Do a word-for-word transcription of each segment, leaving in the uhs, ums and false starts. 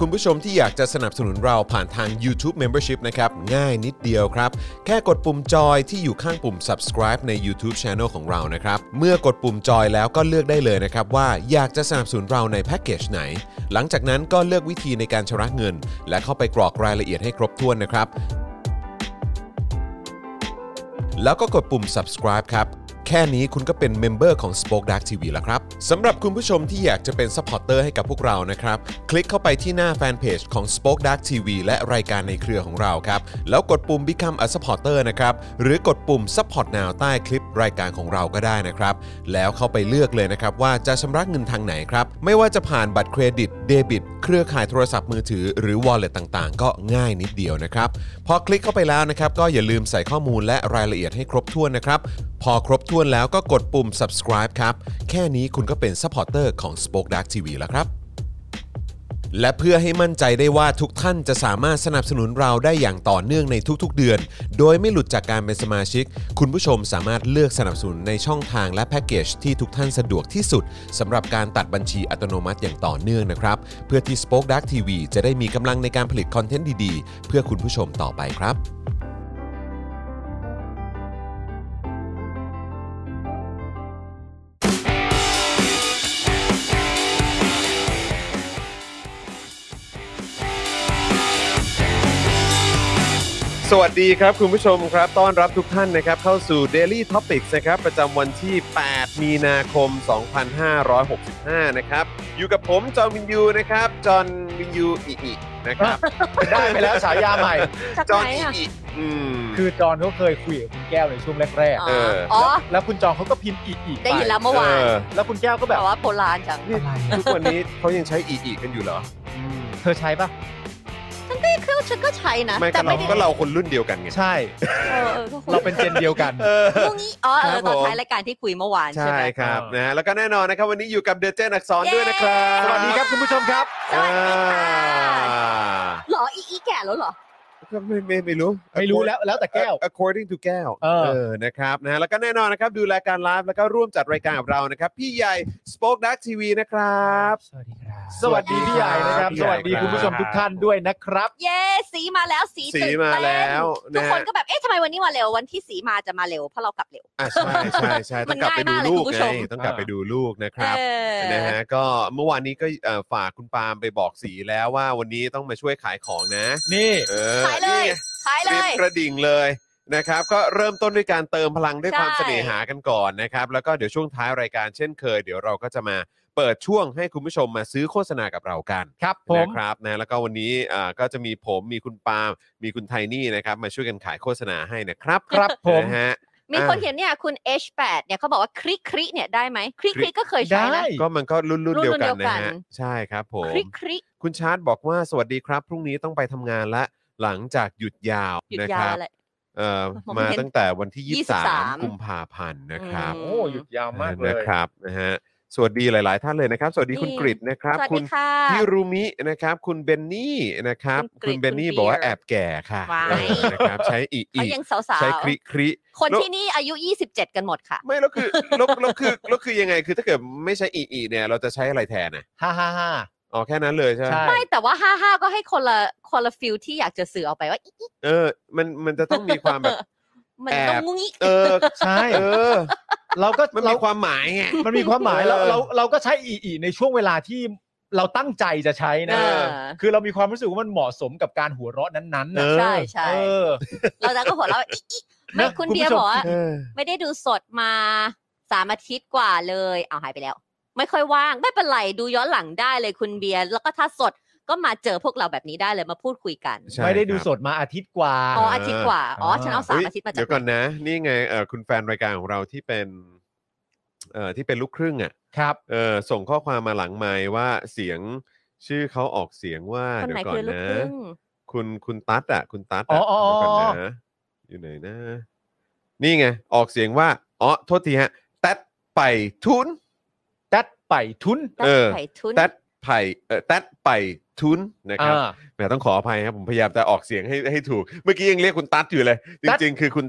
คุณผู้ชมที่อยากจะสนับสนุนเราผ่านทาง YouTube Membership นะครับง่ายนิดเดียวครับแค่กดปุ่มจอยที่อยู่ข้างปุ่ม Subscribe ใน YouTube Channel ของเรานะครับเมื่อกดปุ่มจอยแล้วก็เลือกได้เลยนะครับว่าอยากจะสนับสนุนเราในแพ็กเกจไหนหลังจากนั้นก็เลือกวิธีในการชำระเงินและเข้าไปกรอกรายละเอียดให้ครบถ้วนนะครับแล้วก็กดปุ่ม Subscribe ครับแค่นี้คุณก็เป็นเมมเบอร์ของ Spoke Dark ที วี แล้วครับสำหรับคุณผู้ชมที่อยากจะเป็นซัพพอร์ตเตอร์ให้กับพวกเรานะครับคลิกเข้าไปที่หน้าแฟนเพจของ Spoke Dark ที วี และรายการในเครือของเราครับแล้วกดปุ่ม Become a Supporter นะครับหรือกดปุ่ม Support Now ใต้คลิปรายการของเราก็ได้นะครับแล้วเข้าไปเลือกเลยนะครับว่าจะชำระเงินทางไหนครับไม่ว่าจะผ่านบัตรเครดิตเดบิตเครือข่ายโทรศัพท์มือถือหรือ Wallet ต่างๆก็ง่ายนิดเดียวนะครับพอคลิกเข้าไปแล้วนะครับก็อย่าลืมใส่ข้อมูลและรายละเอียดให้ครบถ้วนนะครับพอครบถ้วนแล้วก็กดปุ่ม Subscribe ครับแค่นี้คุณก็เป็นซัพพอร์ตเตอร์ของ Spoke Dark ที วี แล้วครับและเพื่อให้มั่นใจได้ว่าทุกท่านจะสามารถสนับสนุนเราได้อย่างต่อเนื่องในทุกๆเดือนโดยไม่หลุดจากการเป็นสมาชิกคุณผู้ชมสามารถเลือกสนับสนุนในช่องทางและแพ็กเกจที่ทุกท่านสะดวกที่สุดสำหรับการตัดบัญชีอัตโนมัติอย่างต่อเนื่องนะครับเพื่อที่ Spoke Dark ที วี จะได้มีกำลังในการผลิตคอนเทนต์ดีๆเพื่อคุณผู้ชมต่อไปครับสวัสดีครับคุณผู้ชมครับต้อนรับทุกท่านนะครับเข้าสู่ Daily Topics นะครับประจำวันที่แปดมีนาคมสองพันห้าร้อยหกสิบห้านะครับอยู่กับผมจอห์นวินยูนะครับจอห์นวินยูอีอีนะครับได้ไปแล้วฉายาใหม่จอห์นอีอีคือจอห์นเขาเคยคุยกับคุณแก้วในช่วงแรกๆอ๋อแล้วคุณจอห์นเขาก็พิมพ์อีอีได้ยินแล้วเมื่อวานแล้วคุณแก้วก็แบบว่าโบราณจังทุกวันนี้เขายังใช้อีอีกันอยู่เหรอเธอใช้ปะฉันก็เครื่องฉันก็ใช้นะแต่ไม่ได้ก็เราคนรุ่นเดียวกันไงใช่เราเป็นเจนเดียวกันพวกนี้อ๋อตอนท้ายรายการที่คุยเมื่อวานใช่ไหมใช่ครับนะแล้วก็แน่นอนนะครับวันนี้อยู่กับเดเจนอักษรด้วยนะครับสวัสดีครับคุณผู้ชมครับสวัสดีค่ะหรออีอีแก่แล้วเหรอก็ไม่ไม่ไม่รู้ไม่รู้แล้วแล้วแต่แก้ว according to แก้วเออนะครับนะแล้วก็แน่นอนนะครับดูรายการไลฟ์แล้วก็ร่วมจัดรายการกับเรานะครับพี่ใหญ่ Spoke Dark ที วี นะครับสวัสดีครับสวัสดีพี่ใหญ่นะครับสวัสดีคุณผู้ชมทุกท่านด้วยนะครับเย้สีมาแล้วสีสีมาแล้วทุกคนก็แบบเอ๊ะทำไมวันนี้มาเร็ววันที่สีมาจะมาเร็วเพราะเรากลับเร็วอ่ะใช่ใช่ใช่ต้องกลับไปดูลูกไงต้องกลับไปดูลูกนะครับนะฮะก็เมื่อวานนี้ก็ฝากคุณปาล์มไปบอกสีแล้วว่าวันนี้ต้องมาช่วยขายของนะนี่ขายเลยขายเลยกระดิ่งเลยนะครับก็เริ่มต้นด้วยการเติมพลังด้วยความเสน่หากันก่อนนะครับแล้วก็เดี๋ยวช่วงท้ายรายการเช่นเคยเดี๋ยวเราก็จะมาเปิดช่วงให้คุณผู้ชมมาซื้อโฆษณากับเรากันครับผมนะครับนะแล้วก็วันนี้อ่าก็จะมีผมมีคุณปาล์มมีคุณไทนี่นะครับมาช่วยกันขายโฆษณาให้นะครับครับผมนะฮะมีคนเขียนเนี่ยคุณ เอช แปด เนี่ยเขาบอกว่าคลิกคลิเนี่ยได้ไหมคลิกคลิก็เคยใช้นะก็มันก็รุ่นรุ่นเดียวกันนะฮะใช่ครับผมคลิกคลิคุณชาร์ตบอกว่าสวัสดีครับพรุ่งนี้ต้องไปทำงานละหลังจากหยุดยาวนะครับเอ่อมาตั้งแต่วันที่ยี่สิบสามกุมภาพันธ์นะครับโอ้หยุดยาวมากเลยนะครับนะฮะสวัสดีหลายๆท่านเลยนะครับสวัสดีคุณกฤษนะครับคุณฮิรุมินะครับคุณเบนนี่นะครับคุณเบนนี่บอกว่าแอบแก่ค่ะนะครับใช้อีอีใช้คริคริคนที่นี่อายุยี่สิบเจ็ดกันหมดค่ะไม่แล้วคือแล้วแล้วคือแล้วคือยังไงคือถ้าเกิดไม่ใช้อีอีเนี่ยเราจะใช้อะไรแทนน่ะฮ่าฮ่าฮ่าอ๋อแค่นั้นเลยใช่ไหมไม่แต่ว่าห้าห้าก็ให้คนละคนละฟิลที่อยากจะสื่อออกไปว่าเออมันมันจะต้องมีความแบบมันต้องงุ้งงี้เออใช่เออเราก็มันมีความหมายไงมันมีความหมายเราเราเราก็ใช้อีอีในช่วงเวลาที่เราตั้งใจจะใช้นะคือเรามีความรู้สึกว่ามันเหมาะสมกับการหัวเราะนั้นๆนะใช่ใช่เราจะก็หัวเราะไม่คุณเบียร์บอกว่าไม่ได้ดูสดมาสามอาทิตย์กว่าเลยเอาหายไปแล้วไม่ค่อยว่างไม่เป็นไรดูย้อนหลังได้เลยคุณเบียร์แล้วก็ถ้าสดก็มาเจอพวกเราแบบนี้ได้เลยมาพูดคุยกันไม่ได้ดูสดมาอาทิตย์กว่าอ๋ออาทิตย์กว่าอ๋อฉันเอาสามอาทิตย์มาจากเดี๋ยวก่อนนะนี่ไงเออคุณแฟนรายการของเราที่เป็นเอ่อที่เป็นลูกครึ่งอ่ะครับเออส่งข้อความมาหลังไมค์ว่าเสียงชื่อเขาออกเสียงว่าเดี๋ยวก่อนนะคุณคุณตั๊ดอ่ะคุณตั๊ดอ่ะเดี๋ยวก่อนนะอยู่ไหนนะนี่ไงออกเสียงว่าอ๋อโทษทีฮะแต๊ดไปทุนแต๊ดไปทุนเออแต๊ดไผ่เออแต๊ดไปทุนนะครับแหมต้องขออภัยครับผมพยายามจะออกเสียงให้ให้ถูกเมื่อกี้ยังเรียกคุณตั๊ดอยู่เลยจริงๆคือคุณแต๊ด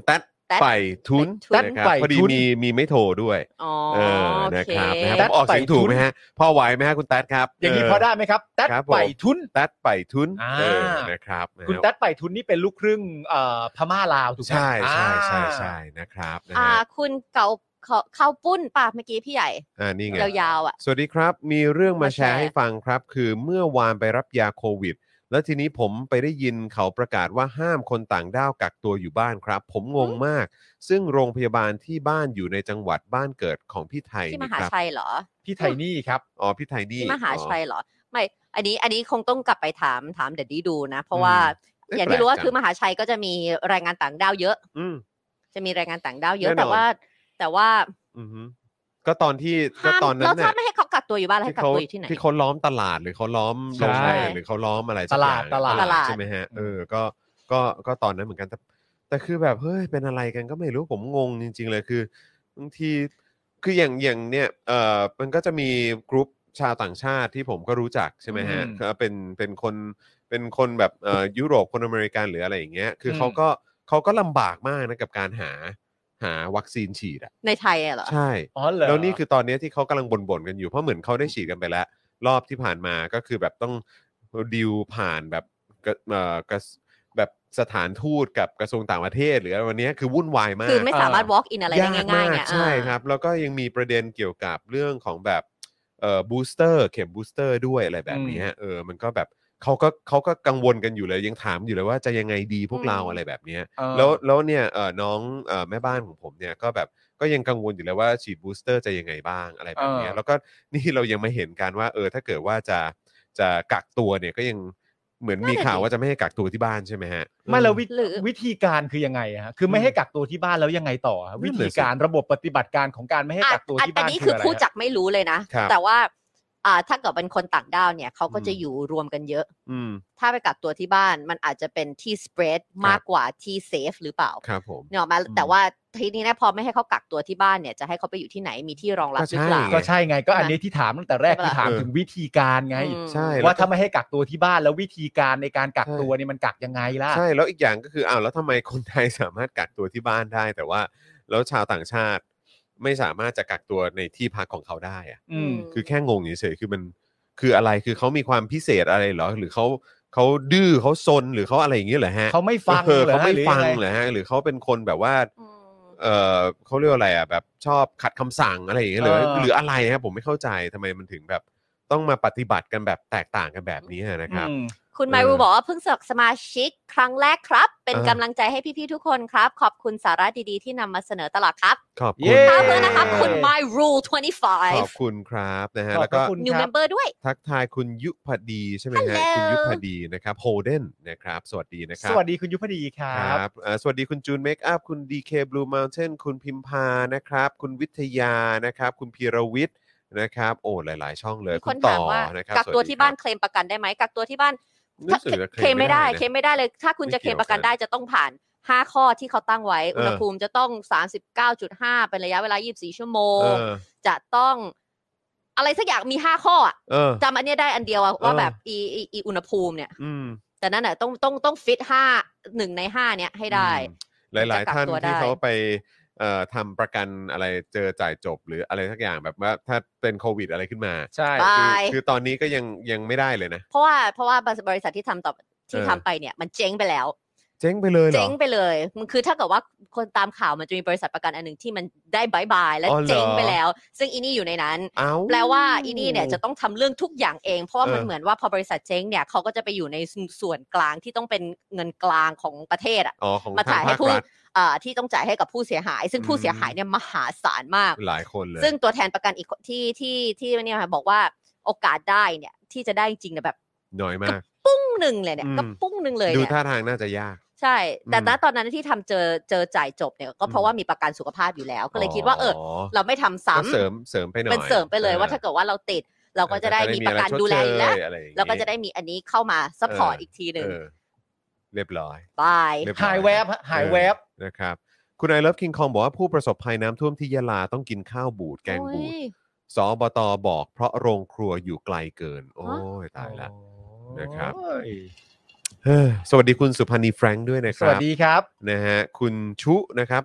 ไปทุนแต๊ดนะครับไปพอดีทุนมีมีไม่โทรด้วยอ๋อเออโอนะเคครับนะครับแต๊ผดมออกเสียงถูกไหมไปทุนฮะพอไหวไหมฮะคุณแต๊ดครับอย่างนี้พอได้ไหมครับแต๊ดครับผมไปทุนแต๊ดไปทุนอ่าเออนะครับนะฮะคุณแต๊ดไปทุนนี่เป็นลูกครึ่งเอ่อพม่าลาวถูกไหมใช่ใช่ใช่อ่าใช่นะครับนะอ่าฮะคุณเก่าเขาเข้าปุ้นป่ะเมื่อกี้พี่ใหญ่อ่านี่ไงยาวๆอ่ะสวัสดีครับ มีเรื่องมามาแชแชร์ร์ให้ฟังครับ คือเมื่อวานไปรับยาโควิด แล้วทีนี้ผมไปได้ยินเขาประกาศว่าห้ามคนต่างด้าวกักตัวอยู่บ้านครับ ผมงงมาก ซึ่งโรงพยาบาลที่บ้านอยู่ในจังหวัดบ้านเกิดของพี่ไทยที่มนี่หาครับชัยเหรอพี่ไทนี่ครับอ๋อพี่ไทยนี่ที่มหาอ๋อชัยเหรอ ไม่ อันนี้อันนี้คงต้องกลับไปถามถามเดดดี้ดูนะ เพราะว่าเอ๊ะอย่างที่รู้ว่าแปลกจังคือมหาชัยก็จะมีแรงงานต่างด้าวเยอะอืมจะมีแรงงานต่างด้าวเยอะแน่นอนแต่ว่า แต่ว่าอือฮึก็ตอนที่ก็ห้ามตอนนั้เรานถ้าน่ะไม่ให้เขากักตัวอยู่บ้านแล้วให้ที่กักเขาตัวอยู่ที่ไหนที่เขาล้อมตลาดหรือเขาล้อมใช่โรงแรมหรือเขาล้อมอะไรสักตลาดอย่งตลาดตลาดตลาดใช่ไหมฮะเออก็ก็ก็ตอนนั้นเหมือนกันแต่แต่คือแบบเฮ้ยเป็นอะไรกันก็ไม่รู้ผมงงจริง ๆ เลยคือบางทีคืออย่างอย่างเนี่ยเออมันก็จะมีกลุ่มชาวต่างชาติที่ผมก็รู้จักใช่ไหมฮะอืมก็เป็นเป็นคนเป็นคนแบบเอ่อยุโรปคนอเมริกันหรืออะไรอย่างเงี้ยคืออมเขาก็เขาก็ลำบากมากนะกับการหาหาวัคซีนฉีดอ่ะในไทยอะเหรอใช่อ๋อเหรอแล้วนี่คือตอนนี้ที่เขากำลังบ่นๆกันอยู่เพราะเหมือนเขาได้ฉีดกันไปแล้ว รอบที่ผ่านมาก็คือแบบต้องดิวผ่านแบบกระเอ่อกระแบบสถานทูตกับกระทรวงต่างประเทศหรืออะไรวันนี้คือวุ่นวายมากคือไม่สามารถ walk in อะไรได้ยากง่ายๆมากไงใช่อ่าครับ แล้วก็ยังมีประเด็นเกี่ยวกับเรื่องของแบบเอ่อบูสเตอร์เข็มบูสเตอร์ด้วยอะไรแบบนี้เออมันก็แบบเขาก็เขาก็กังวลกันอยู่เลยยังถามอยู่เลยว่าจะยังไงดีพวกเราอืมอะไรแบบเนี้ยเออแล้วแล้วเนี่ยเอ่อน้องเอ่อแม่บ้านของผมเนี่ยก็แบบก็ยังกังวลอยู่เลยว่าฉีดบูสเตอร์จะยังไงบ้างอะไรแบบเนี้ยเออแล้วก็นี่เรายังไม่เห็นกันว่าเออถ้าเกิดว่าจะจะกักตัวเนี่ยก็ยังเหมือนมีข่าวว่าจะไม่ให้กักตัวที่บ้านใช่ไหมฮะไม่แล้ววิหรือวิธีการคือยังไงฮะคือไม่ให้กักตัวที่บ้านแล้วยังไงต่อฮะนั่วินน่ะธีสิการระบบปฏิบัติการของการไม่ให้กักตัวอ่ะที่อับ้านนี้คืคือ ออะไรผู้ฮะจักไม่รู้เลยนะครับแต่ว่าอ่าถ้าเกิดเป็นคนต่างด้าวเนี่ยเขาก็จะอืมอยู่รวมกันเยอะอืมถ้าไปกักตัวที่บ้านมันอาจจะเป็นที่ spread มากกว่าที่เซฟหรือเปล่าครับผมเนี่ยออกมาอืมแต่ว่าทีนี้นะพอไม่ให้เขากักตัวที่บ้านเนี่ยจะให้เขาไปอยู่ที่ไหนมีที่รองรับก็หรือใช่เปล่าก็ใช่ไงก็อันนี้ที่ถามตั้งแต่แรกใช่ปะคือถามเออถึงวิธีการไงอืมใช่ว่าแล้วก็ถ้าไม่ให้กักตัวที่บ้านแล้ววิธีการในการกักใช่ตัวนี่มันกักยังไงล่ะใช่แล้วอีกอย่างก็คืออ้าวแล้วทำไมคนไทยสามารถกักตัวที่บ้านได้ แต่ว่าแล้วชาวต่างชาติไม่สามารถจะกักตัวในที่พักของเขาได้อะอืมคือแค่งงเฉยๆคือมันคืออะไรคือเขามีความพิเศษอะไรเหรอหรือเขาเขาดื้อเขาซนหรือเขาอะไรอย่างเงี้ยเหรอฮะเขาไม่ฟังเออเหรอเขาไม่หรือฟังยังไงเหรอฮะหรือเขาเป็นคนแบบว่าอืมเออเขาเรียกว่าอะไรอ่ะแบบชอบขัดคำสั่งอะไรอย่างเงี้ยหรือเออหรืออะไรครับผมไม่เข้าใจทำไมมันถึงแบบต้องมาปฏิบัติกันแบบแตกต่างกันแบบนี้นะครับอืมคุณเออไมรูบอกว่าเพิ่งสมัครสมาชิกครั้งแรกครับ เป็นอ่ากำลังใจให้พี่ๆทุกคนครับ ขอบคุณสาระดีๆ ที่นำมาเสนอตลอดครับขอบเย้คุณข้าวเพื่อนนะครับ คุณเย้ My Rule ขอบยี่สิบห้าคุณครับนะฮะขอบแล้วก็พระคุณ New ครับ Member ด้วยทักทายคุณยุพดีใช่ไหมฮะ Hello คุณยุพดีนะครับโฮเดนนะครับสวัสดีนะครัสวัสดีคุณยุพดีครัครับ บอ่าสวัสดีคุณจูนเมคอัพคุณ ดี เค Blue Mountain คุณพิมพานะครับคุณวิทยานะครับคุณพีรวิทย์นะครับโอ้หลาย ๆ ช่องเลยมีคุคณนต่อถามว่านะครับกักตัวสสดีที่บ้านครับเคลมประกันได้ไหมกักตัวที่บ้านรู้สึกจะเคลมไม่ได้นะเคลมไม่ได้เลย ถ้าคุณจะเคลมประกันได้จะต้องผ่านห้าข้อที่เขาตั้งไว้เอออุอุณหภูมิจะต้อง สามสิบเก้าจุดห้า เป็นระยะเวลายี่สิบสี่ชั่วโมเอง อจะต้อง อะไรสักอย่างมีห้าข้ออะเออจำอันเนี้ยได้อันเดียวอะว่าเออแบบอีอีอีอุณหภูมิเนี่ยอืมแต่นั่นน่ะต้องต้องต้องฟิตห้าหนึ่งในห้าเนี้ยให้ได้อืมหลาย ๆ ท่านจะกักตัวได้ที่เขาไปเอ่อทำประกันอะไรเจอจ่ายจบหรืออะไรสักอย่างแบบว่าถ้าเป็นโควิดอะไรขึ้นมาใช่บาคือย คือตอนนี้ก็ยังยังไม่ได้เลยนะเพราะว่าเพราะว่าบริษัทที่ทำต่อที่เออทำไปเนี่ยมันเจ๊งไปแล้วเจ๊งไปเลยเหรอเจ๊งไปเลยมันคือถ้าเกิดว่าคนตามข่าวมันจะมีบริษัทประกันอันหนึ่งที่มันได้บายบายและอ๋อเหรอเจ๊งไปแล้ว ซึ่งอีนี่อยู่ในนั้นเอ้าแปลว่าอีนี่เนี่ยจะต้องทำเรื่องทุกอย่างเอง เพราะว่าเออมันเหมือนว่าพอบริษัทเจ๊งเนี่ยเขาก็จะไปอยู่ในส่วนกลางที่ต้องเป็นเงินกลางของประเทศอ่ะอ๋อของมาทาจ่าง ยให้ภาคผู้รัฐอ่าที่ต้องจ่ายให้กับผู้เสียหาย ซึ่งอืมผู้เสียหายเนี่ยมหาศาลมากหลายคนเลยซึ่งตัวแทนประกันอีกคนที่ที่ที่เนี่ยค่ะบอกว่าโอกาสได้เนี่ยที่จะได้จริงๆเนี่ยแบบน้อยมากปุ้งหนึ่งเลยเนี่ยอืมก็ปุ้งหนึ่งเลยดูเนี่ยท่าทางน่าจะยากใช่ แต่อืมณตอนนั้นที่ทำเจอเจอจ่ายจบเนี่ยก็เพราะว่ามีประกันสุขภาพอยู่แล้ว ก็เลยคิดว่าเออเราไม่ทำซ้ำก็เสริมเสริมไปหน่อยเป็นเสริมไปเลยว่าถ้าเกิดว่าเราติด เราก็จะได้มีประกันดูแลอยู่แล้ว เราก็จะได้มีอันนี้เข้ามาซัพพอร์ตอีกทีหนึ่งเออเรียบร้อยบายเรียบร้อหายแวบฮะหายแวบเออนะครับคุณไอเลิฟคิงคองบอกว่าผู้ประสบภัยน้ำท่วมที่ยะลาต้องกินข้าวบูดแกงบูดโอ้ยสบตบอกเพราะโรงครัวอยู่ไกลเกิน โอ้ยตายละ นะครับโอ้ยเฮ้อสวัสดีคุณสุพันธ์นีแฟรงค์ด้วยนะคสรัวัสดีครับนะฮะคุณชุนะครับ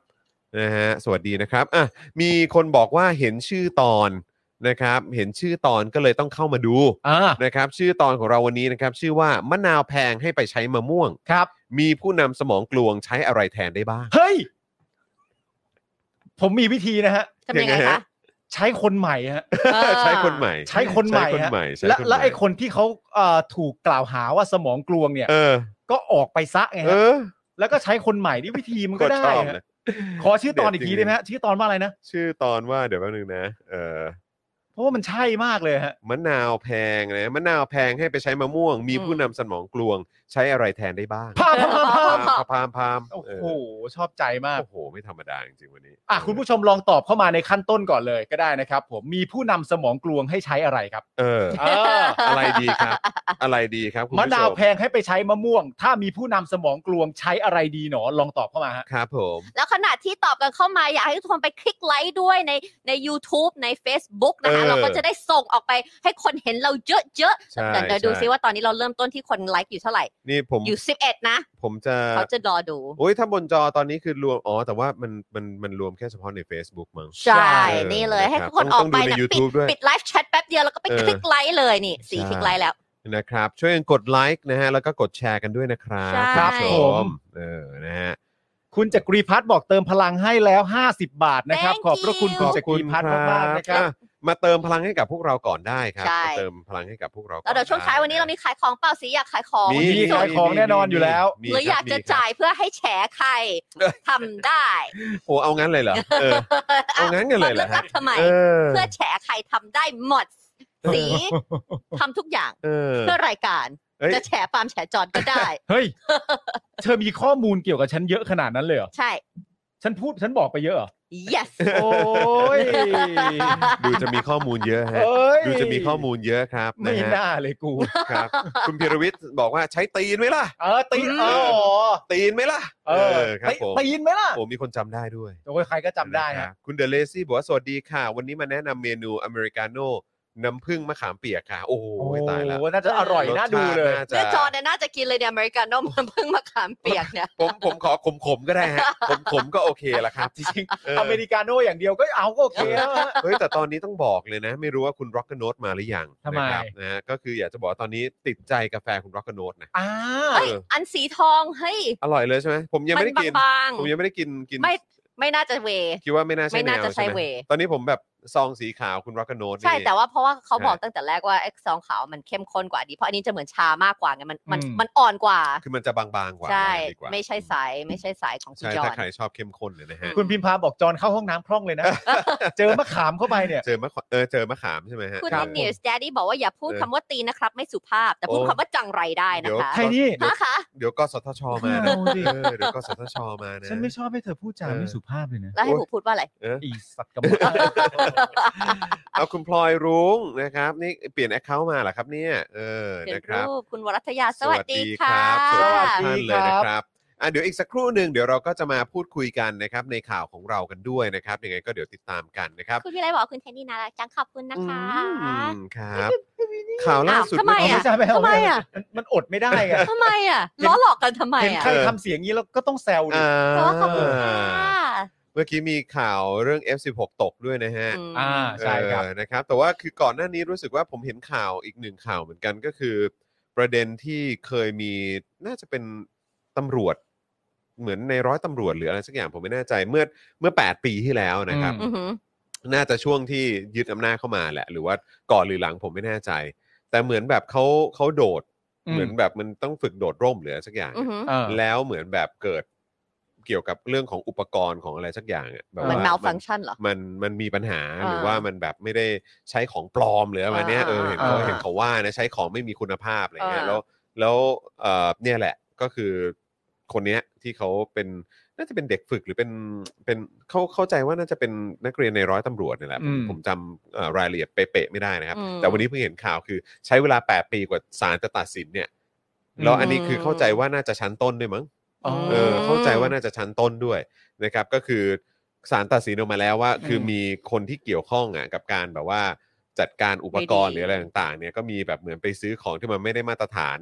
นะฮะสวัสดีนะครับอ่ะมีคนบอกว่าเห็นชื่อตอนนะครับเห็นชื่อตอนก็เลยต้องเข้ามาดูอ่านะครับชื่อตอนของเราวันนี้นะครับชื่อว่ามะนาวแพงให้ไปใช้มะม่วงครับมีผู้นำสมองกลวงใช้อะไรแทนได้บ้างเฮ้ย ผมมีวิธีนะฮะทำยังไงยังไงคะฮะใช้คนใหม่ฮะเออใช้คนใหม่ใช้คนใหม่ใช้คนฮะใหม่ใช้และคนใหม่และไอ้คนที่เขาเอ่อถูกกล่าวหาว่าสมองกลวงเนี่ยเออก็ออกไปซะไงเอฮะอแล้วก็ใช้คนใหม่นี่วิธีมันก็ได้โคตรชอบฮะเลยขอชื่อตอนอีกทีได้ไหมฮะชื่อตอนว่าอะไรนะชื่อตอนว่าเดี๋ยวแป๊บนึงนะเออเพราะว่ามันใช่มากเลยฮะมะนาวแพงนะมะนาวแพงให้ไปใช้มะม่วง มีผู้นำสมองกลวงใช้อะไรแทนได้บ้างพามพามพามพามพามพามโอ้เอโหอชอบใจมากโอ้โหไม่ธรรมดาจริงๆวันนี้อ่ะคุณผู้ชมลองตอบเข้ามาในขั้นต้นก่อนเลยก็ได้นะครับผมมีผู้นำสมองกลวงให้ใช้อะไรครับเออเอออะไรดีครับ อะไรดีครับคุณมะผู้ชนาวมแพงให้ไปใช้มะม่วง ถ้ามีผู้นำสมองกลวงใช้อะไรดีหนอลองตอบเข้ามาฮะครับผมแล้วขณะที่ตอบกันเข้ามาอยากให้ทุกคนไปคลิกไลค์ด้วยในใน YouTube ใน Facebook นะคะเออเราก็จะได้ส่งออกไปให้คนเห็นเราเยอะใช่ๆแต่เดี๋ยวดูใช่ซิว่าตอนนี้เราเริ่มต้นที่คนไลค์อยู่เท่าไหร่นี่ผมอยู่สิบเอ็ดนะผมจะเขาจะรอดูโอ้ยถ้าบนจอตอนนี้คือรวมอ๋อแต่ว่ามันมันมันรวมแค่เฉพาะใน Facebook มั้งใช่เออนี่เลยให้นะครับทุกคนออกไปต้องดูในนะปิด YouTube ด้วยปิดไลฟ์แชทแป๊บเดียวแล้วก็ไปเออคลิกไลค์เลยนี่สี่ใช่คลิกไลค์แล้วนะครับช่วยกันกดไลค์นะฮะแล้วก็กดแชร์กันด้วยนะครับใช่ครับณผผู้มเออนะฮะคุณจักรีพัฒน์บอกเติมพลังให้แล้วห้าสิบบาทนะครับ Thank ขอบพระคุณ you คุณจักรีพัฒน์มากๆนะครับอ่ะมาเติมพลังให้กับพวกเราก่อนได้ครับใช่มาเติมพลังให้กับพวกเราก่อนแล้วเดี๋ยวช่วงท้ายวันนี้เรามีขายของเปล่าสิอยากขายของมีมีที่สุขาดยของแน่นอนอยู่แล้วมีหรืออยากมีจะครับจ่ายเพื่อให้แฉใครเออทำได้โอ้เอางั้นเลยเหรอเออ เอางั้นกันเลยเหรอความลึกลับทำไมเออเพื่อแฉใครทำได้หมด สีทำทุกอย่างเออเพื่อรายการเอ้ยจะแฉปาล์มแฉจอนก็ได้เฮ้ย เธอมีข้อมูลเกี่ยวกับฉันเยอะขนาดนั้นเลยเหรอใช่ฉันพูดฉันบอกไปเยอะเหรอ yes โอ้ยดูจะมีข้อมูลเยอะฮะเอ้ยดูจะมีข้อมูลเยอะครับไม่นะฮะน่าเลยกูครับ คุณพิรวิทย์บอกว่าใช้ตีนไหมล่ะเออตีนอืมเออตีนไหมล่ะเออครับตีผมตีนไหมล่ะผมมีคนจำได้ด้วยโอ้ยใครก็จำได้นะคฮะรับคุณเดลเลซี่บอกว่าสวัสดีค่ะ วันนี้มาแนะนำเมนูอเมริกาโน่น้ำผึ้งมะขามเปียกค่ะ โอ้โหโอ้ตายแล้วน่าจะอร่อยรสน่าดูชติเลยน่าจะเนี่ยจอนเนี่ยน่าจะกินเลยเนี่ยอเมริกาโน่มันเพิ่งมาขามเปียกเนี่ยผมผมขอขมๆก็ได้ฮะขมๆก็โอเคละครับจริงเออๆอเมริกาโน่อย่างเดียวก็เอาก็โอเคแล้วฮะเฮ้ยแต่ตอนนี้ต้องบอกเลยนะ ไม่รู้ว่าคุณร็อกเกอร์โนตมาหรือยังทำไมนะครับนะฮะก็คืออยากจะบอกว่าตอนนี้ติดใจกาแฟคุณร็อกเกอร์โนตนะอ่าเฮ้ยอันสีทองเฮ้ยอร่อยเลยใช่ไหมผมยังมัไม่ได้กินบางผมยังไม่ได้กินกินๆไม่ไม่น่าจะเวคิดว่าไม่น่าใช่ไม่แนน่าว จะใช่ใช่ไหมเวตอนนี้ผมแบบซองสีขาวคุณร็อกเกอร์โนตใช่แต่ว่าเพราะว่าเขาใช่บอกตั้งแต่แรกว่าไอ้ซองขาวมันเข้มข้นกว่าดีเพราะอันนี้จะเหมือนชามากกว่าไงมันมันอืมมันอ่อนกว่าคือมันจะบางๆกว่าใช่ดีกว่าไม่ใช่สายไม่ใช่สายของคุณใช่จอถ้าน ใครชอบเข้มข้นเลยนะฮะคุณพิมพาบอกจอนเข้าห้องน้ำคล่องเลยนะ เจอมะขามเข้าไปเนี่ยเจอมะขเออเจอมะขามใช่ไหมฮะคุณเออนิวส์แดดดี้บอกว่าอย่าพูดเออคำว่าตีนะครับ ไม่สุภาพ แต่พูดโอ้คำว่าจังไรได้นะคะใครนี่เดี๋ยวนะคะเดี๋ยวกสทชมานะเอาดิเออเดี๋ยวกสทชมานะฉันไม่ชอบให้เธอพูดจาเออไม่สุภาพเลยนะแล้วให้ผมพูดว่าอะไรเอออีสัตว์กำมะเอาคุณพลอยรุ้งนะครับ นี่เปลี่ยนแอคเคาท์มาเหรอครับเนี่ยเออเห็นนะครับรูปคุณวรัตยาสวัสดีค่ะสวัสดีสวัสดีท่านเลยครับนะครับอ่ะเดี๋ยวอีกสักครู่หนึ่งเดี๋ยวเราก็จะมาพูดคุยกันนะครับในข่าวของเรากันด้วยนะครับยังไงก็เดี๋ยวติดตามกันนะครับคุณพี่ไรบอกคุณเทนนี่น่ารักจังขอบคุณนะคะอืมครับ ข่าวล่าสุดอ้าวทำไมเอาอ่ะไม่ใช่ไม่เอาทำไมอ่ะมันมันอดไม่ได้ไงทำไมอ่ะล้อหลอกกันทำไมเห็นอ่ะใครทำเสียงนี้แล้วก็ต้องแซวดิอ่าแต่ว่าขอบคุณค่ะเมื่อกี้มีข่าวเรื่อง เอฟ สิบหก ตกด้วยนะฮะมอ่า ใช่ครับเออนะครับแต่ว่าคือก่อนหน้านี้รู้สึกว่าผมเห็นข่าวอีกหนึ่งข่าวเหมือนกันก็คือ ประเด็นที่เคยมีน่าจะเป็นตำรวจเหมือนในร้อยตำรวจหรืออะไรสักอย่างผมไม่แน่ใจเมื่อเมื่อแปดปีที่แล้วนะครับอือือหือน่าจะช่วงที่ยึดอำนาจเข้ามาแหละ หรือว่าก่อนหรือหลังผมไม่แน่ใจ แต่เหมือนแบบเขาเขาโดดอืมเหมือนแบบมันต้องฝึกโดดร่มหรืออะไรสักอย่างอือหือเออแล้วเหมือนแบบเกิดเกี่ยวกับเรื่องของอุปกรณ์ของอะไรสักอย่างอะแบบมันว่า malfunction เหรอมันมันมีปัญหาอ่าหรือว่ามันแบบไม่ได้ใช้ของปลอมหรืออะไรเนี้ยอ่าเออเห็นเขาอ่าเห็นเขาว่านะใช้ของไม่มีคุณภาพอะไรเงี้ยอ่าแล้วแล้วเอ่อเนี่ยแหละก็คือคนเนี้ยที่เขาเป็นน่าจะเป็นเด็กฝึกหรือเป็นเป็นเขาเข้าใจว่าน่าจะเป็นนักเรียนในร้อยตำรวจนี่แหละผมอืมผมจำเอ่อรายละเอียดเป๊ะๆไม่ได้นะครับอืมแต่วันนี้เพิ่งเห็นข่าวคือใช้เวลาแปดปีกว่าศาลจะตัดสินเนี่ยแล้วอันนี้คือเข้าใจว่าน่าจะชั้นต้นด้วยมั้งอ๋อเออเข้าใจว่าน่าจะชั้นต้นด้วยนะครับก็คือศาลตัดสินออกมาแล้วว่า คือมีคนที่เกี่ยวข้องอ่ะกับการแบบว่าจัดการอุปกรณ์หไม่ดีรืออะไรต่างๆเนี่ยก็มีแบบเหมือนไปซื้อของที่มันไม่ได้มาตรฐาน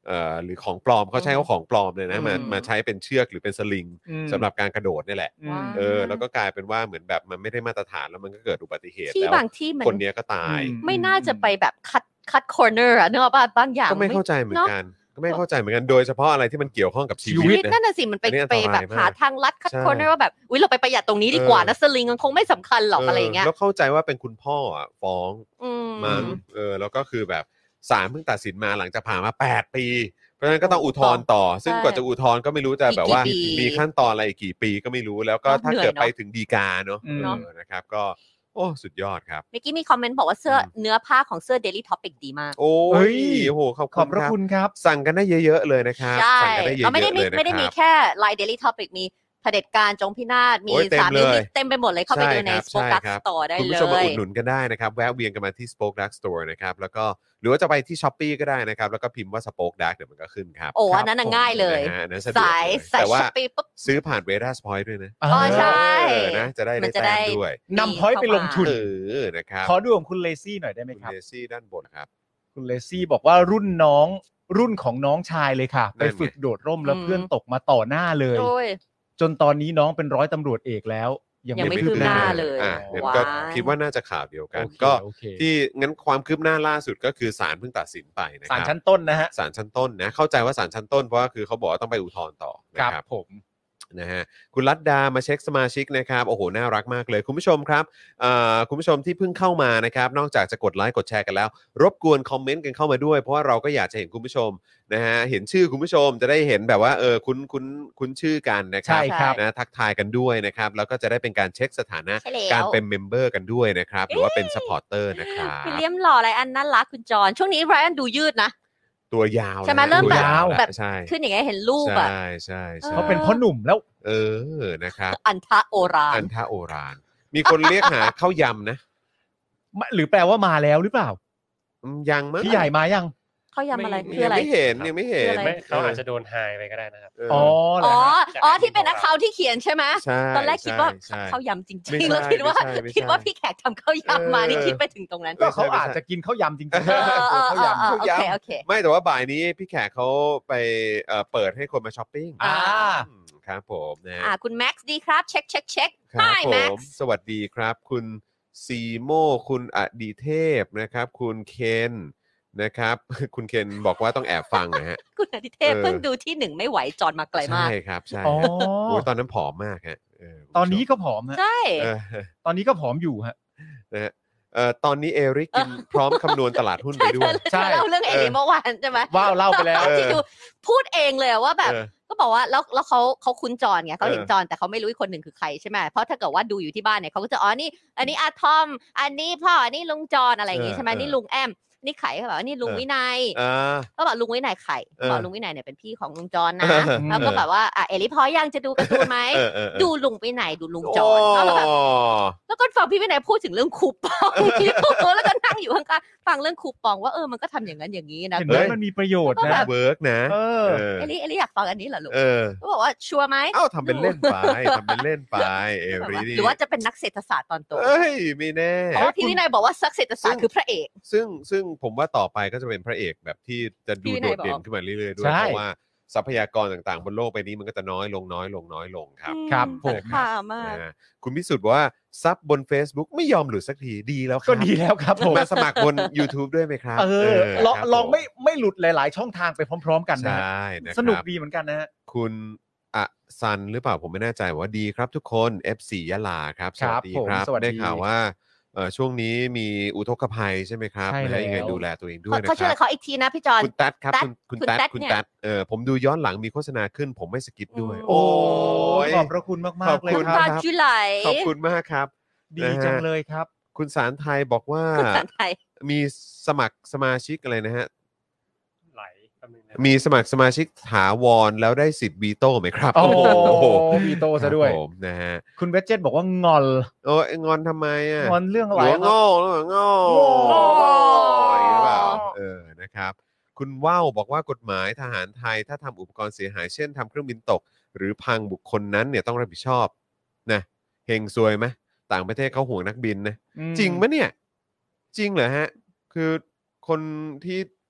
เอ่อหรือของปลอมเขาใช้ว่าของปลอมเลยนะมาอืมมาใช้เป็นเชือกหรือเป็นสลิงอืมสำหรับการกระโดดนี่แหละอืมเออแล้วก็กลายเป็นว่าเหมือนแบบมันไม่ได้มาตรฐานแล้วมันก็เกิดอุบัติเหตุที่แล้วบางที่มันคนเนี้ยก็ตายอืไม่น่าจะไปแบบคัดคัดคอร์เนอร์อะเนกอะป่ะบางอย่างก็ไม่เข้าใจเหมือนกันก็ไม่เข้าใจเหมือนกันโดยเฉพาะอะไรที่มันเกี่ยวข้องกับชีชีวิวิตตนะนั่นน่ะสิมันไปอันนี้อันไปตรายแบบมากหาทางลัดคัดใช่คอร์เนอร์ว่าแบบอุ้ยเราไปประหยัดตรงนี้ดีกว่าเออนะสลิงมันคงไม่สำคัญหรอกอะไรอย่างเงี้ยแล้วเข้าใจว่าเป็นคุณพ่ออ่ะฟ้องอืมมั้งเออแล้วก็คือแบบศาลเพิ่งตัดสินมาหลังจากผ่านมาแปดปี เพราะฉะนั้นก็ต้องอุทธรณ์ต่อ ซึ่งกว่าจะอุทธรณ์ก็ไม่รู้จะแบบว่าอีกกี่ปีมีขั้นตอนอะไรอีกกี่ปีก็ไม่รู้แล้วก็เนอะถ้าเหนื่อยเกิดเนอะไปถึงฎีกาเนอะอืมเออนะครับก็โอ้สุดยอดครับเมื่อกี้มีคอมเมนต์บอกว่าเสื้ออมเนื้อผ้าของเสื้อ Daily Topic ดีมากโอ้เฮ้ยยโอ้โหขอบขอบพคุระณครับคุณครับสั่งกันได้เยอะๆเลยนะครับใช่สั่งกันได้เยอะเราไม่ได้ๆมีเลยนะไม่ได้มีครับแค่ Line Daily Topic มีเผด็จการจงพินาศมีโอ้ยเต็มสามนิ้วเลยนี่เต็มไปหมดเลยเข้าไปใช่ดูในครับ Spoke ใช่ Dark ครับ Store ได้คุณเลผู้ชมมาอุยดหนุนกันได้นะครับ แวะเวียนกันมาที่ Spoke Dark Store นะครับแล้วก็หรือว่าจะไปที่ Shopee ก็ได้นะครับ แล้วก็พิมพ์ว่า Spoke Dark เดี๋ยวมันก็ขึ้นครับโอ้ครับอันนั้นน่ะผมง่ายเลยนะฮะอันนั้นสะดวกสายเลยสายแต่ว่าช้อปปี้ปุ๊บซื้อผ่าน Vedas Point ด้วยนะอ๋อใช่เออนะจะได้มัได้นจะแต้ได้มด้วยนำพอยต์ไปลงทุนเออนะครับขอดูของคุณเลซี่หน่อยได้ไหมคุณครับเลซี่ด้านบนครับคุณเลซี่บอกว่ารุ่นน้องรุ่นของน้องชายเลยค่ะนั่ไปนไงฝึกโดดร่มแล้วอืมเพื่อนตกมาต่อหน้าเลยโอ้ยจนตอนนี้น้องเป็นร้อยตำรวจเอกแล้ว ยังยังไม่ไม่คืบหน้าเลยอ่ะงั้นว้ายก็คิดว่าน่าจะข่าวเดียวกันโอเคก็โอเคที่งั้นความคืบหน้าล่าสุดก็คือศาลเพิ่งตัดสินไปนะคศาลรับชั้นต้นนะฮะศาลชั้นต้นนะเข้าใจว่าศาลชั้นต้นเพราะว่าคือเขาบอกว่าต้องไปอุทธรณ์ต่อนะคครัรับบ ผมนะฮะคุณรัตดามาเช็คสมาชิกนะครับโอ้โหน่ารักมากเลยคุณผู้ชมครับเอ่อคุณผู้ชมที่เพิ่งเข้ามานะครับนอกจากจะกดไลค์กดแชร์กันแล้ว รบกวนคอมเมนต์กันเข้ามาด้วยเพราะว่าเราก็อยากจะเห็นคุณผู้ชมนะฮะเห็นชื่อคุณผู้ชมจะได้เห็นแบบว่าเออคุ้นคุ้นคุ้นชื่อกันนะครัใช่ครับนะทักทายกันด้วยนะครับแล้วก็จะได้เป็นการเช็คสถานะใช่แล้วการเป็นเมมเบอร์กันด้วยนะครับหรือว่าเป็นสปอร์เตอร์นะครับวิลเลียมหล่อไรอันน่ารักคุณจอนช่วงนี้ไรอันดูยืดนะตัวยาวใช่ไหมนะเริ่มแบบตัวยาวแบบใช่ขึ้นอย่างเงี้ยเห็นรูปอ่ะใช่ใช่ใช่เขาเป็นพ่อหนุ่มแล้วเออนะครับอันทะโอราอันนทาโอราน มีคนเรียกหาข้าวยำนะหรือแปลว่ามาแล้วหรือเปล่าอืมยังมั้งพี่ใหญ่มายังเขายำอะไรไม่คืออะไรยังไม่เห็นยังไม่เห็นคืออะไรไม่เขาอาจจะโดนไฮไปก็ได้นะครับเอออ๋อเหรอ๋ออฮะจากอ๋อการที่เป็นที่นักข่าวที่เขียนใช่ไหมใช่ตอนแรกคิดว่าใช่ข้าวยำจริงไม่ๆใช่แล้วคิดว่าไม่ใช่ไม่ใช่คิดว่าพี่แขกทำข้าวยำมาเออนี่คิดไปถึงตรงนั้นก็เขาอาจจะกินข้าวยำจริงๆเออเออเออข้าวยำเออโอเคโอเคไม่แต่ว่าบ่ายนี้พี่แขกเขาไปเอ่อเปิดให้คนมาช้อปปิ้งอ่าอืมครับผมนะอ่าคุณแม็กซ์ดีครับเช็คเช็คเช็คครับ Hi ผ Max มสวัสดีครับ คุณซีโมคุณอดีเทพนะครับ คุณเคนนะครับ คุณเคนบอกว่าต้องแอบฟังนะฮะคุณอาทิเทพเออเพิ่งดูที่หนึ่งไม่ไหวจอนมาไกลมากใช่ครับใช่อ๋อโอ้ยตอนนั้นผอมมากฮะเคุณผู้ชมตอนนี้ก็ผอมฮะใช่เออตอนนี้ก็ผอมอยู่ฮะนะฮะเอ่อตอนนี้เอริกกินพร้อมคำนวณตลาดหุ้นไปด้วยใช่เล่าเรื่องเอเออริเมื่อวานใช่ไหมว้าวเล่าไปแล้วเออที่ดูพูดเองเลยว่าแบบเออก็บอกว่าแล้วแล้วเขาเขาคุ้นจอนไงเขาเห็นเออจอนแต่เขาไม่รู้อีกคนหนึ่งคือใครใช่ไหมเพราะถ้าเกิดว่าดูอยู่ที่บ้านเนี่ยเขาก็จะอ๋อนี่ อันนี้อาทอม อันนี้พ่ออันนี้ลุงจอนอะไรอย่างงี้ใช่ไหมนี่ลุงแอมนี่ไข่เขาบอกว่านี่ลุงวินัยอ่าก็บอกลุงวินัยไข่เออบอกลุงวินัยเนี่ยเป็นพี่ของลุงจอนนะเออแล้วก็แบบว่าอ่ะเอลิพอยังจะดูการ์ตูนไหมเออเออเออดูลุงวินัยดูลุงจอนแล้วแบบโอ้แล้วก็ฟังพี่วินัยพูดถึงเรื่องคูปอง แล้วก็นั่งอยู่ข้างๆฟังเรื่องคูปองว่าเออมันก็ทำอย่างนั้นอย่างนี้นะเห็นไหมมันมีประโยชน์ก็แบนะบเวิร์กนะเออเออเอลิเอลิอยากฟังอันนี้เหรอลูกเออก็บอกว่าชัวร์ไหมเอ้าทำเป็นเล่นไปทำเป็นเล่นไปเอรินี่หรือว่าจะเป็นนักเศรษฐศาสตร์ตอนโตเอ้ยไม่แน่เพราะว่าพี่วินัยบอกว่านักเศรษฐศาสตร์คือพระเอกซึ่งซึ่งผมว่าต่อไปก็จะเป็นพระเอกแบบที่จะพี่ดูวิโดนัยดเด่บอน กขึ้นมาเรื่อยๆด้วยใช่เพราะว่าทรัพยากรต่างๆ บนโลกใบนี้มันก็จะน้อยลงน้อยลงน้อยลงครับครับอืผมค่ะมากนะฮะคุณพิสุทธิ์บอกว่าซับบน Facebook ไม่ยอมหลุดสักทีดีแล้วครัก็ดีแล้วครับผมมาสมัครบน YouTube ด้วยไหมครับเออลองครับลองไม่ผไม่หลุดหลาย ๆ ช่องทางไปพร้อม ๆ กันใชนะฮะ่นะครับสนุกดีเหมือนกันนะฮะคุณอะซันหรือเปล่าผมไม่แน่ใจว่าดีครับทุกคน เอฟ โฟร์ ยะลาครับสครัวับสดีผมครับสวัสดีได้ข่าวว่าเอ่อช่วงนี้มีอุทกภัยใช่ไหมครับใช่นะฮะยังไงแล้วดูแลตัวเองด้วเขายนะเขาคชื่อรัอะไรบเขาอีกทีนะพี่จอนคุณแต๊ดครับแต๊ดคุณคุณคุณแต๊ดแต๊ดคุณเนี่ยแต๊ดเออผมดูย้อนหลังมีโฆษณาขึ้น ผมไม่สกิปด้วยอืมโอ้ยขอบพระคุณมากขอบๆ เลยคุณคตรัอบ นจุไลขอบคุณมากครับดีจังเลยครับคุณสารไทยบอกว่าคุณสันไทยมีสมัครสมาชิกอะไรนะฮะไหลแป๊บนึงนะมีสมัครสมาชิกถาวรแล้วได้สิทธิ์วีโต้ไหมครับโอ้โหโหมีโตซะด้วยครับผมนะฮะคุณเวจเจตบอกว่างอนโอ้ยงอนทำไมอ่ะงอนเรื่องอะหไรรือว่าคโง่รับหรือว่าโง่โง่อย่างนี้หรือเปล่าเออนะครับ คุณว่าวบอกว่ากฎหมายทหารไทยถ้าทำอุปกรณ์เสียหายเช่นทำเครื่องบินตก หรือพังบุคคลนั้นเนี่ยต้องรับผิดชอบนะเฮงซวยไหมต่างประเทศเขาห่วงนักบินนะอืมจริงไหมเนี่ย จริงเหรอฮะ คือคนที่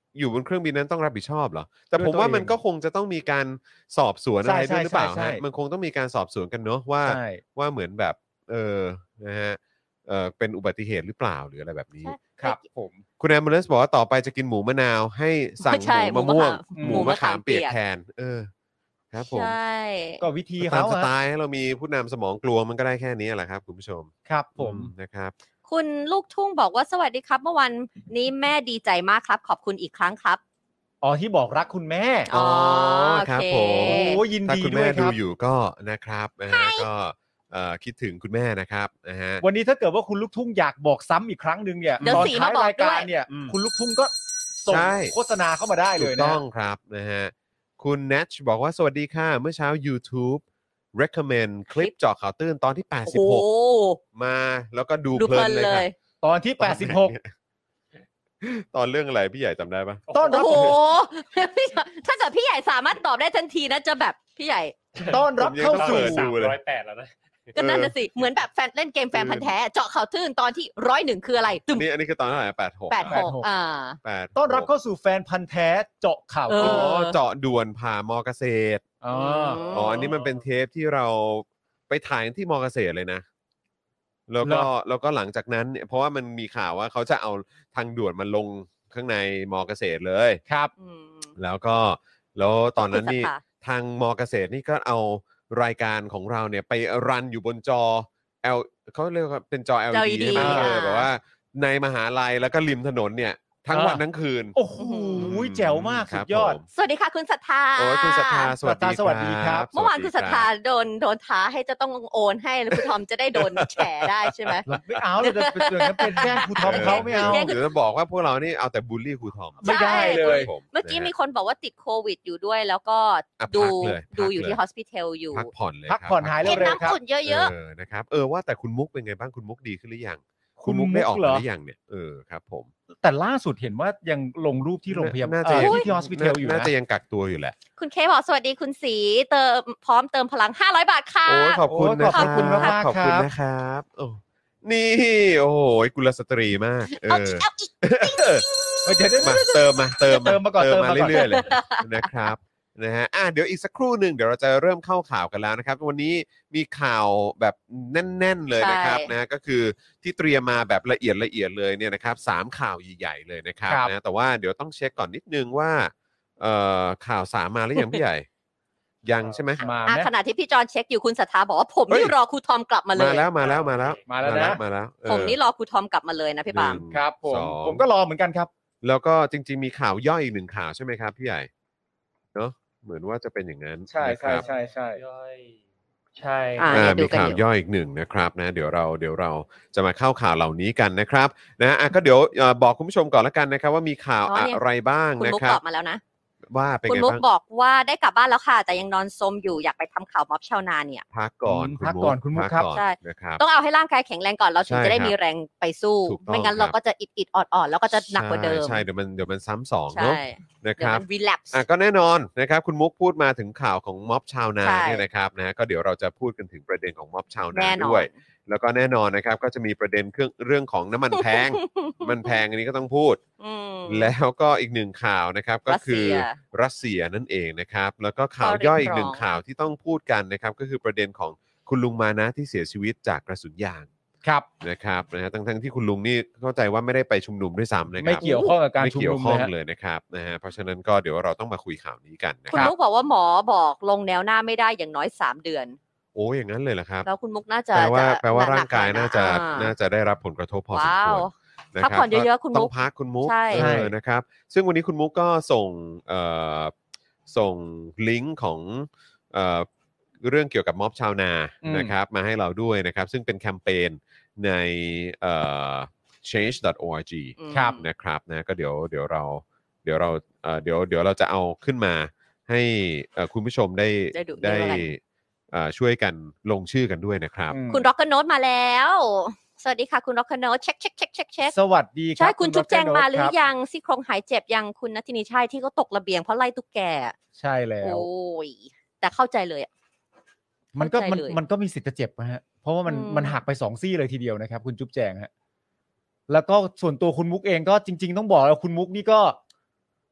อยู่บนเครื่องบินนั้นต้องรับผิดชอบเหรอแต่ผมว่ามันก็คงจะต้องมีการสอบสวนอะไรด้วยหรือเปล่าฮะมันคงต้องมีการสอบสวนกันเนอะว่าว่าเหมือนแบบเออนะฮะเออเป็นอุบัติเหตุหรือเปล่าหรืออะไรแบบนี้ครับผมคุณแอมเบอร์เลสบอกว่าต่อไปจะกินหมูมะนาวให้สั่งหมูมะม่วงหมูมะขามเปียกแทนเออครับผมใช่ก็วิธีตามเขาสไตล์ให้เรามีผู้นำสมองกลวงมันก็ได้แค่นี้แหละครับคุณผู้ชมครับผมนะครับคุณลูกทุ่งบอกว่าสวัสดีครับเมื่อวันนี้แม่ดีใจมากครับขอบคุณอีกครั้งครับอ๋อที่บอกรักคุณแม่อ๋อครับผมโอ้ยินดีด้วยครับถ้าคุณแม่ดูอยู่ก็นะครับนะฮะก็คิดถึงคุณแม่นะครับนะฮะวันนี้ถ้าเกิดว่าคุณลูกทุ่งอยากบอกซ้ำอีกครั้งนึงเนี่ยตอนท้ายรายการเนี่ยคุณลูกทุ่งก็ส่งโฆษณาเข้ามาได้เลยนะถูกต้องครับนะฮะคุณเนชบอกว่าสวัสดีค่ะเมื่อเช้า YouTube recommend คลิปเจาะข่าวตื้นตอนที่แปดสิบหกมาแล้วก็ดูเพลินเลยตอนที่แปดสิบหกตอนเรื่องอะไรพี่ใหญ่จำได้ปะต้อนรับโอ้โหถ้าเกิดพี่ใหญ่สามารถตอบได้ทันทีนะจะแบบพี่ใหญ่ต้อนรับเข้าสู่สามร้อยแปดแล้วนะก็นั่นน่ะสิเหมือนแบบแฟนเล่นเกมแฟนพันธุ์แท้เจาะข่าวตื้นตอนที่ร้อยหนึ่งคืออะไรตึ้มนี่อันนี้คือตอนเท่าไหร่แปดหกแปดหกอ่าต้อนรับเข้าสู่แฟนพันธุ์แท้เจาะข่าวอ๋อเจาะด่วนผ่ามอเกษตรอ๋ออ๋ออันนี้มันเป็นเทปที่เราไปถ่ายที่มอเกษตรเลยนะแล้วก็แล้วก็หลังจากนั้นเนี่ยเพราะว่ามันมีข่าวว่าเขาจะเอาทางด่วนมาลงข้างในมอเกษตรเลยครับแล้วก็แล้วตอนนั้นนี่ทางมอเกษตรนี่ก็เอารายการของเราเนี่ยไปรันอยู่บนจอ L เขาเรียกว่าเป็นจอ แอล อี ดี ใช่ไหมเออแบบว่าในมหาลัยแล้วก็ริมถนนเนี่ยทั้งวันทั้งคืนโอ้โหแจ๋วมากสุดยอดสวัสดีค่ะคุณศรัทธาโอ้คุณศรัทธาสวัสดีสวัสดีครับเมื่อวานคุณศรัทธาโดนโดนท้าให้จะต้องโอนให้แล้วคุณทอมจะได้โดนแฉได้ใช่ไหมไม่เอาเราจะเป็นอย่างนั้นเป็นแกล้งครูทอมเขาไม่เอาเดี๋ยวจะบอกว่าพวกเรานี่เอาแต่บูลลี่ครูทอมไม่ได้เลยเมื่อกี้มีคนบอกว่าติดโควิดอยู่ด้วยแล้วก็ดูดูอยู่ที่ฮอสพิทอลอยู่พักผ่อนเลยพักผ่อนหายเร็วๆครับกินน้ำอุ่นเยอะๆนะครับเออว่าแต่คุณมุกเป็นไงบ้างคุณมุกดีขึ้นหรือยังคุณมุกได้ออกมาหรือยังเนี่ยเออครับผมแต่ล่าสุดเห็นว่ายังลงรูปที่โรงพยาบาลที่ฮอสพิทอลอยู่นะน่าจะยังกักตัวอยู่แหละคุณเคบอกสวัสดีคุณสีเติมพร้อมเติมพลังห้าร้อยบาทค่ะโอ้ขอบคุณนะขอบคุณมากขอบคุณนะครับโอ้นี่โอ้โหกุลสตรีมากเออเดี๋ยวมาเติมมาเติมเติมมาก่อนเติมมาเรื่อยๆเลยนะครับนะฮะอ่ะเดี๋ยวอีกสักครู่หนึ่งเดี๋ยวเราจะเริ่มเข้าข่าวกันแล้วนะครับวันนี้มีข่าวแบบแน่นๆเลยนะครับนะก็คือที่เตรียมมาแบบละเอียดละเอียดเลยเนี่ยนะครับสามข่าวใหญ่ๆเลยนะครับนะแต่ว่าเดี๋ยวต้องเช็คก่อนนิดนึงว่าเอ่อข่าวสามมาหรือยังพี่ใหญ่ยังใช่ไหมมาขณะที่พี่จอนเช็คอยู่คุณศรัทธาบอกว่าผมนี่รอครูทอมกลับมาเลยมาแล้วมาแล้วมาแล้วมาแล้วนะมาแล้วผมนี่รอครูทอมกลับมาเลยนะพี่ปาล์มครับผมผมก็รอเหมือนกันครับแล้วก็จริงๆมีข่าวย่อยอีกหนึ่งข่าวใช่ไหมครับพี่ใหญ่เนาะเหมือนว่าจะเป็นอย่างนั้นใช่ใช่ใช่ใช่ย่อยใช่มีข่าวย่อยอีกหนึ่งนะครับนะเดี๋ยวเราเดี๋ยวเราจะมาเข้าข่าวเหล่านี้กันนะครับนะอ่ะก็เดี๋ยวบอกคุณผู้ชมก่อนละกันนะครับว่ามีข่าวอะไรบ้างนะครับคุณมุกตอบมาแล้วนะว่าเป็นไงบ้างคุณมุกบอกว่าได้กลับบ้านแล้วค่ะแต่ยังนอนซมอยู่อยากไปทำข่าวม็อบชาวนาเนี่ยพักก่อนพักก่อนคุณมุกครับใช่ต้องเอาให้ร่างกายแข็งแรงก่อนเราถึงจะได้มีแรงไปสู้ไม่งั้นเราก็จะอิดอิดออดออดแล้วก็จะหนักกว่าเดิมใช่เดี๋ยวมันเดี๋ยวมันซ้ำสองเนาะนะครับรีแลปซ์อ่ะก็แน่นอนนะครับคุณมุกพูดมาถึงข่าวของม็อบชาวนาเนี่ยนะครับนะก็เดี๋ยวเราจะพูดกันถึงประเด็นของม็อบชาวนาด้วยแล้วก็แน่นอนนะครับก็จะมีประเด็นเรื่องเรื่องของน้ำมันแพงมันแพงอันนี้ก็ต้องพูดแล้วก็อีกหนึ่งข่าวนะครับก็คือรัสเซียนั่นเองนะครับแล้วก็ข่าวย่อยอีกหนึ่งข่าวที่ต้องพูดกันนะครับก็คือประเด็นของคุณลุงมานะที่เสียชีวิตจากกระสุนยางครับนะครับนะฮะทั้งๆที่คุณลุงนี่เข้าใจว่าไม่ได้ไปชุมนุมด้วยซ้ำนะครับไม่เกี่ยวข้องกับการชุมนุมเลยนะครับนะฮะเพราะฉะนั้นก็เดี๋ยวเราต้องมาคุยข่าวนี้กันนะคุณมุกบอกว่าหมอบอกลงแนวหน้าไม่ได้อย่างน้อยสามเดือนโอ้อย่างนั้นเลยเหรอครับแล้วคุณมุกน่าจะแปลว่าแปลว่าร่างกายน่าจะน่าจะได้รับผลกระทบพอสมควรพักผ่อนเยอะๆคุณมุกต้องพักคุณมุกเออนะครับซึ่งวันนี้คุณมุกก็ส่งเอ่อส่งลิงก์ของเอ่อเรื่องเกี่ยวกับม็อบชาวนานะครับมาให้เราด้วยนะครับซึ่งเป็นแคมเปญในเอ่อ change ดอท โอ อาร์ จีครับนะครับนะก็เดี๋ยวเดี๋ยวเราเดี๋ยวเราเอ่อเดี๋ยวเดี๋ยวเราจะเอาขึ้นมาให้คุณผู้ชมได้ได้ช่วยกันลงชื่อกันด้วยนะครับคุณร็อกเกอร์โน้ตมาแล้วสวัสดีค่ะคุณร็อกเกอร์โน้ตเช็คเช็คเช็คเช็คเช็คสวัสดีครับใช่คุณจุ๊บแจงมาหรือยังซี่โครงหายเจ็บยังคุณนัทธินีใช่ที่เขาตกระเบียงเพราะไล่ตุ๊กแกใช่แล้วโอ้ยแต่เข้าใจเลยอ่ะมันก็มันมันก็มีสิทธิ์จะเจ็บนะฮะเพราะว่ามันมันหักไปสองซี่เลยทีเดียวนะครับคุณจุ๊บแจงฮะแล้วก็ส่วนตัวคุณมุกเองก็จริงๆต้องบอกแล้วคุณมุกนี่ก็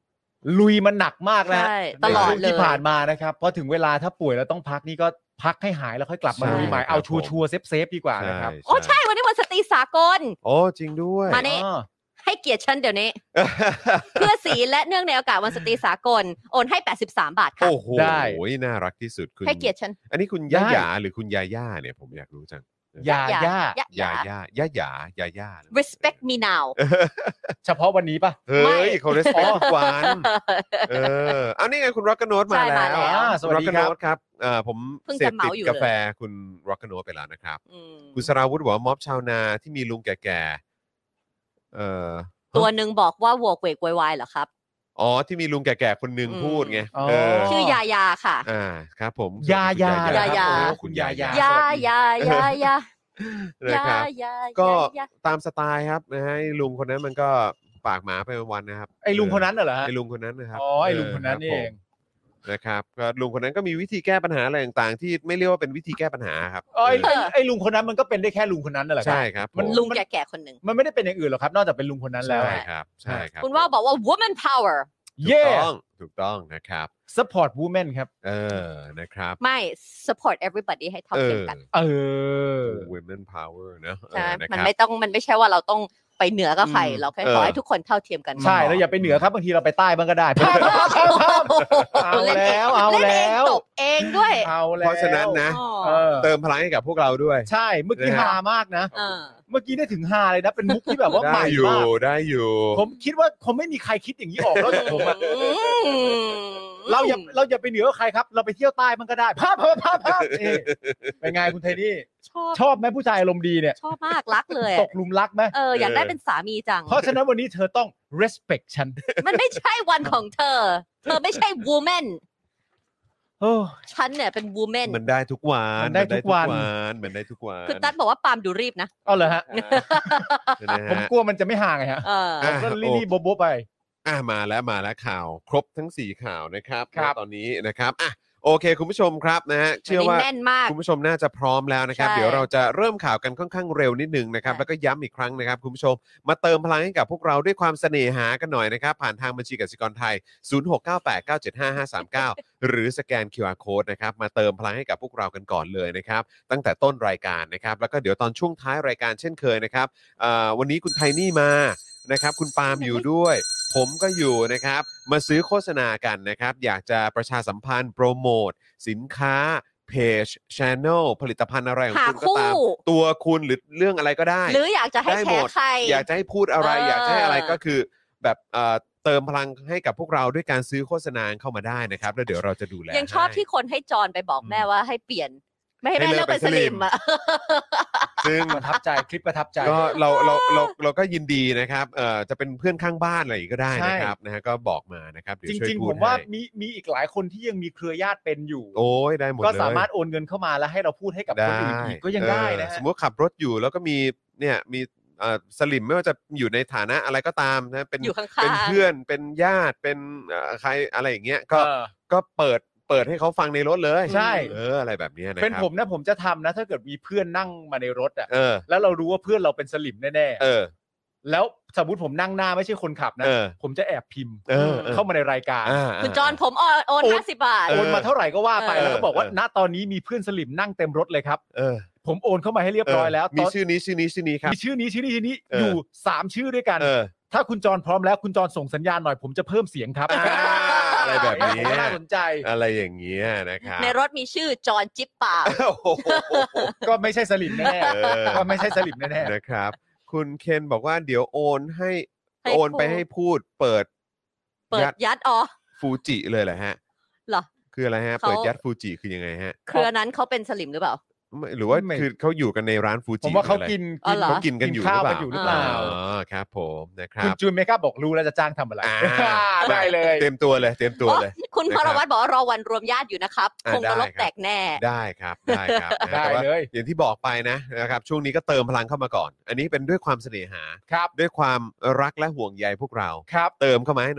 ลุยมันหนักมากนะใช่ตลอดเลยที่ผ่านมานะครับพอถึงเวลาถ้าป่วยแล้วต้องพักนี่ก็พักให้หายแล้วค่อยกลับมาใช่ลุยใหม่ครับเอาชัวร์ๆเซฟๆดีกว่านะครับโอ้ใช่วันนี้วันสตรีสากลโอ้จริงด้วยมานี่อ๋อให้เกียรติฉันเดี๋ยวนี้ เพื่อสีและเนื่องในโอกาสวันสตรีสากลโอนให้แปดสิบสามบาทค่ะโอ้โหได้น่ารักที่สุดคุณให้เกียรติฉันอันนี้คุณได้ย่าหยาหรือคุณยาย่าเนี่ยผมอยากรู้จังยาย่ายาย่าย่าย่าหยาย่าย่า respect me now เฉพาะวันนี้ปะเฮ้ไม่ยเขาเรสปอนทุกวันเออเอานี่ไงคุณร็อกกโน e มาใช่แล้มาว แล้วอ่าสวัสดีครับร็อกกโน e ครับเอ่อผมเพิ่งเสจะพเมาติดอยู่กาแฟเลยคุณร็อกกโน e ไปแล้วนะครับอืมคุณสราวุธบอกว่าม็อบชาวนาที่มีลุงแก่ๆเอ่อตัวหนึ่งบอกว่าโวกเวกโวยวายเหรอครับอ๋อที่มีลุงแก่ๆคนหนึ่งอืมพูดไงอ๋อเออชื่อยายาค่ะอ่าครับผมยาย่าคุณยาย่าโอ้คุณยายายายายายานะครับยาก็ยาตามสไตล์ครับนะฮะไอ้ลุงคนนั้นมันก็ปากหมาไปวันๆนะครับไอ้ลุงคนนั้นน่ะเหรอฮะไอ้ลุงคนนั้นนะครับอ๋อไอ้ลุงคนนั้นนี่เองนะครับก็ลุงคนนั้นก็มีวิธีแก้ปัญหาอะไรต่างๆ ที่ไม่เรียกว่าเป็นวิธีแก้ปัญหาครับอ๋อไอ้เออไอ้ไอ้ลุงคนนั้นมันก็เป็นได้แค่ลุงคนนั้นนั่นแหละครัใช่ครับมันผมลุงแก่ๆคนหนึ่งมันไม่ได้เป็นอย่างอื่นหรอกครับ นอกจากเป็นลุงคนนั้นแล้วใช่ครับใช่ครับคุณว่าบอกว่า woman power ถูกเย่ต้องถูกต้องนะครับ support women ครับเออนะครับไม่ support everybody ให้เท่าเอเทียมอกันเออ women power เนอะเอใช่อนะมันครับไม่ต้องมันไม่ใช่ว่าเราต้องไปเหนือกับใครอืมเราแค่เออขอให้ทุกคนเท่าเทียมกันใช่แล้วอย่าไปเหนือครับบางทีเราไปใต้บ้างก็ได้พับพับพับพับเอาเล่นเองแล้วเอาเล่นเอแล้งวตบเองด้วยเอาแล้วเพราะฉะนั้นนะอ๋อเออเติมพลังให้กับพวกเราด้วยใช่เมื่อกี้นะฮะฮามากนะเออเมื่อกี้ได้ถึงฮาเลยนะเป็นมุกที่แบบว่าใหได้ม่อยู่มากได้อยู่ผมคิดว่าคงไม่มีใครคิดอย่างนี้ออกนอกจากผมอะอืมเราอย่าเราอย่าไปเหนือกว่าใครครับ เราไปเที่ยวใต้มันก็ได้ภาพภาพภาพภาพนี่เป็นไงคุณไทนี่ชอบชอบไหมผู้ชายอารมณ์ดีเนี่ยชอบมากรักเลยตอะกหลุมรักไหมเอออยากได้เป็นสามีจังเพราะฉะนั้นวันนี้เธอต้อง respect ฉันมันไม่ใช่วันของเธอ เธอไม่ใช่ woman โอ้ฉันเนี่ยเป็น woman มันได้ทุกวันมันได้ทุกวันมันได้ทุกวันคุณตั๊ดบอกว่าปาล์มดูรีบนะเอาเลยฮะนะฮะผมกลัวมันจะไม่ห่างไงฮะเอออ่ะก็รีบๆโบ๊ะๆไปอ่ะมาแล้วมาแล้วข่าวครบทั้งสี่ข่าวนะครับครับณตอนนี้นะครับอ่ะโอเคคุณผู้ชมครับนะฮะเชื่อวันนี้ว่าแน่นมากคุณผู้ชมน่าจะพร้อมแล้วนะครับใช่เดี๋ยวเราจะเริ่มข่าวกันค่อนข้างเร็วนิดนึงนะครับใช่แล้วก็ย้ำอีกครั้งนะครับคุณผู้ชมมาเติมพลังให้กับพวกเราด้วยความเสน่หากันหน่อยนะครับผ่านทางบัญชีกสิกรไทยศูนย์ หก เก้า แปด เก้า เจ็ด ห้า ห้า สาม เก้า หรือสแกน คิว อาร์ Code นะครับมาเติมพลังให้กับพวกเรากันก่อนเลยนะครับตั้งแต่ต้นรายการนะครับแล้วก็เดี๋ยวตอนช่วงท้ายรายการเช่นเคยนะครับเอ่อวันนี้คุณไทนี่มานะครับคุณปาล์มอยู่ด้วย ผมก็อยู่นะครับมาซื้อโฆษณากันนะครับอยากจะประชาสัมพันธ์โปรโมทสินค้าเพจ Channel ผลิตภัณฑ์อะไรของหาคุณก็ตามคู่ตัวคุณหรือเรื่องอะไรก็ได้หรืออยากจะให้ได้แชหมดร์ใครอยากจะให้พูดอะไรเออออยากจะให้อะไรก็คือแบบเอ่อเติมพลังให้กับพวกเราด้วยการซื้อโฆษณาเข้ามาได้นะครับแล้วเดี๋ยวเราจะดูแลยังชอบให้ที่คนให้จอนไปบอกแม่ว่าให้เปลี่ยน ไม่ให้ให้แม่เลิเลิกกเป็นเป็นสสลิลิมมอ่ะซึ่งประทับใจคลิปประทับใจก็เราเราเราเราก็ยินดีนะครับเอ่อจะเป็นเพื่อนข้างบ้านอะไรก็ได้นะครับนะฮะก็บอกมานะครับเดี๋ยวจช่วยริงพูๆดผมว่าให้มีมีอีกหลายคนที่ยังมีเครือญาติเป็นอยู่โอ้ยได้หมดเลยก็สามารถโอนเงินเข้ามาแล้วให้เราพูดให้กับคนอื่นอีกก็ยังได้นะเออฮะสมมติขับรถอยู่แล้วก็มีเนี่ยมีเอ่อสลิมไม่ว่าจะอยู่ในฐานะอะไรก็ตามนะเป็นอยู่ข้างๆเป็นเพื่อนเป็นญาติเป็นเอ่อใครอะไรอย่างเงี้ยก็เออก็เปิดเปิดให้เขาฟังในรถเลยใช่เอออะไรแบบนี้นะครับเป็นผมนะผมจะทำนะ ถ้าเกิดมีเพื่อนนั่งมาในรถอ่ะเออแล้วเรารู้ว่าเพื่อนเราเป็นสลิมแน่ๆเออแล้วสมมติผมนั่งหน้าไม่ใช่คนขับนะเออผมจะแอบพิมพ์เออเออเข้ามาในรายการอ่าคุณจอนผมโอนโอนโอนห้าสิบบาทเอโอนมาเท่าไหร่ก็ว่าไปเออแล้วก็บอกว่าเออณตอนนี้มีเพื่อนสลิมนั่งเต็มรถเลยครับเออผมโอนเข้ามาให้เรียบร้อยแล้วมีตอนชื่อนี้ชื่อนี้ชื่อนี้ครับมีชื่อนี้ชื่อนี้ชื่อนี้เออออยู่สามชื่อด้วยกันเออถ้าคุณจรพร้อมแล้วคุณจรส่งสัญญาณหน่อยผมจะเพิ่มเสียงครับอ่าอะไรแบบนี้ผมว่าน่าสนใจอะไรอย่างเงี้ยนะครับในรถมีชื่อจอนจิ๊บปาโอ้โหก็ไม่ใช่สลิมแน่เออๆก็ไม่ใช่สลิมแน่นะครับ คุณเคนบอกว่าเดี๋ยวโอนให้ให้โอนไปพูดให้พูดเปิดเปิดยัดยัดอ๋อฟูจิเลยเหรอฮะเหรอคืออะไรฮะเขาเปิดยัดฟูจิคือยังไงฮะเครือนั้นเขาเป็นสลิมหรือเปล่าไม่หรือว่าคือเขาอยู่กันในร้านฟูๆ ผจิมว่าเขาหรืออะไรกินอ๋อเหรอเขากินกันอยู่หข้ารือเปวกัล่านอยู่หรือเปล่าอ๋อครับผมนะครัคุณบจูนเมคอัพบอกรู้แล้วจะจ้างทำอะไรอ่าได้เลยเตรียมตัวเลยเตรียมตัวเลยโอ้คุณนะพครับรวัตรบอกว่ารอวันรวมญาติอยู่นะครับอ่าคงนรกได้ครับแตกแน่ได้ครับได้ครับนะได้แต่ว่าเลยอย่างที่บอกไปนะนะครับช่วงนี้ก็เติมพลังเข้ามาก่อน อันนี้เป็นด้วยความเสน่หาครับด้วยความรักและห่วงใยพวกเราครับเติมเข้ามาให้หน่อย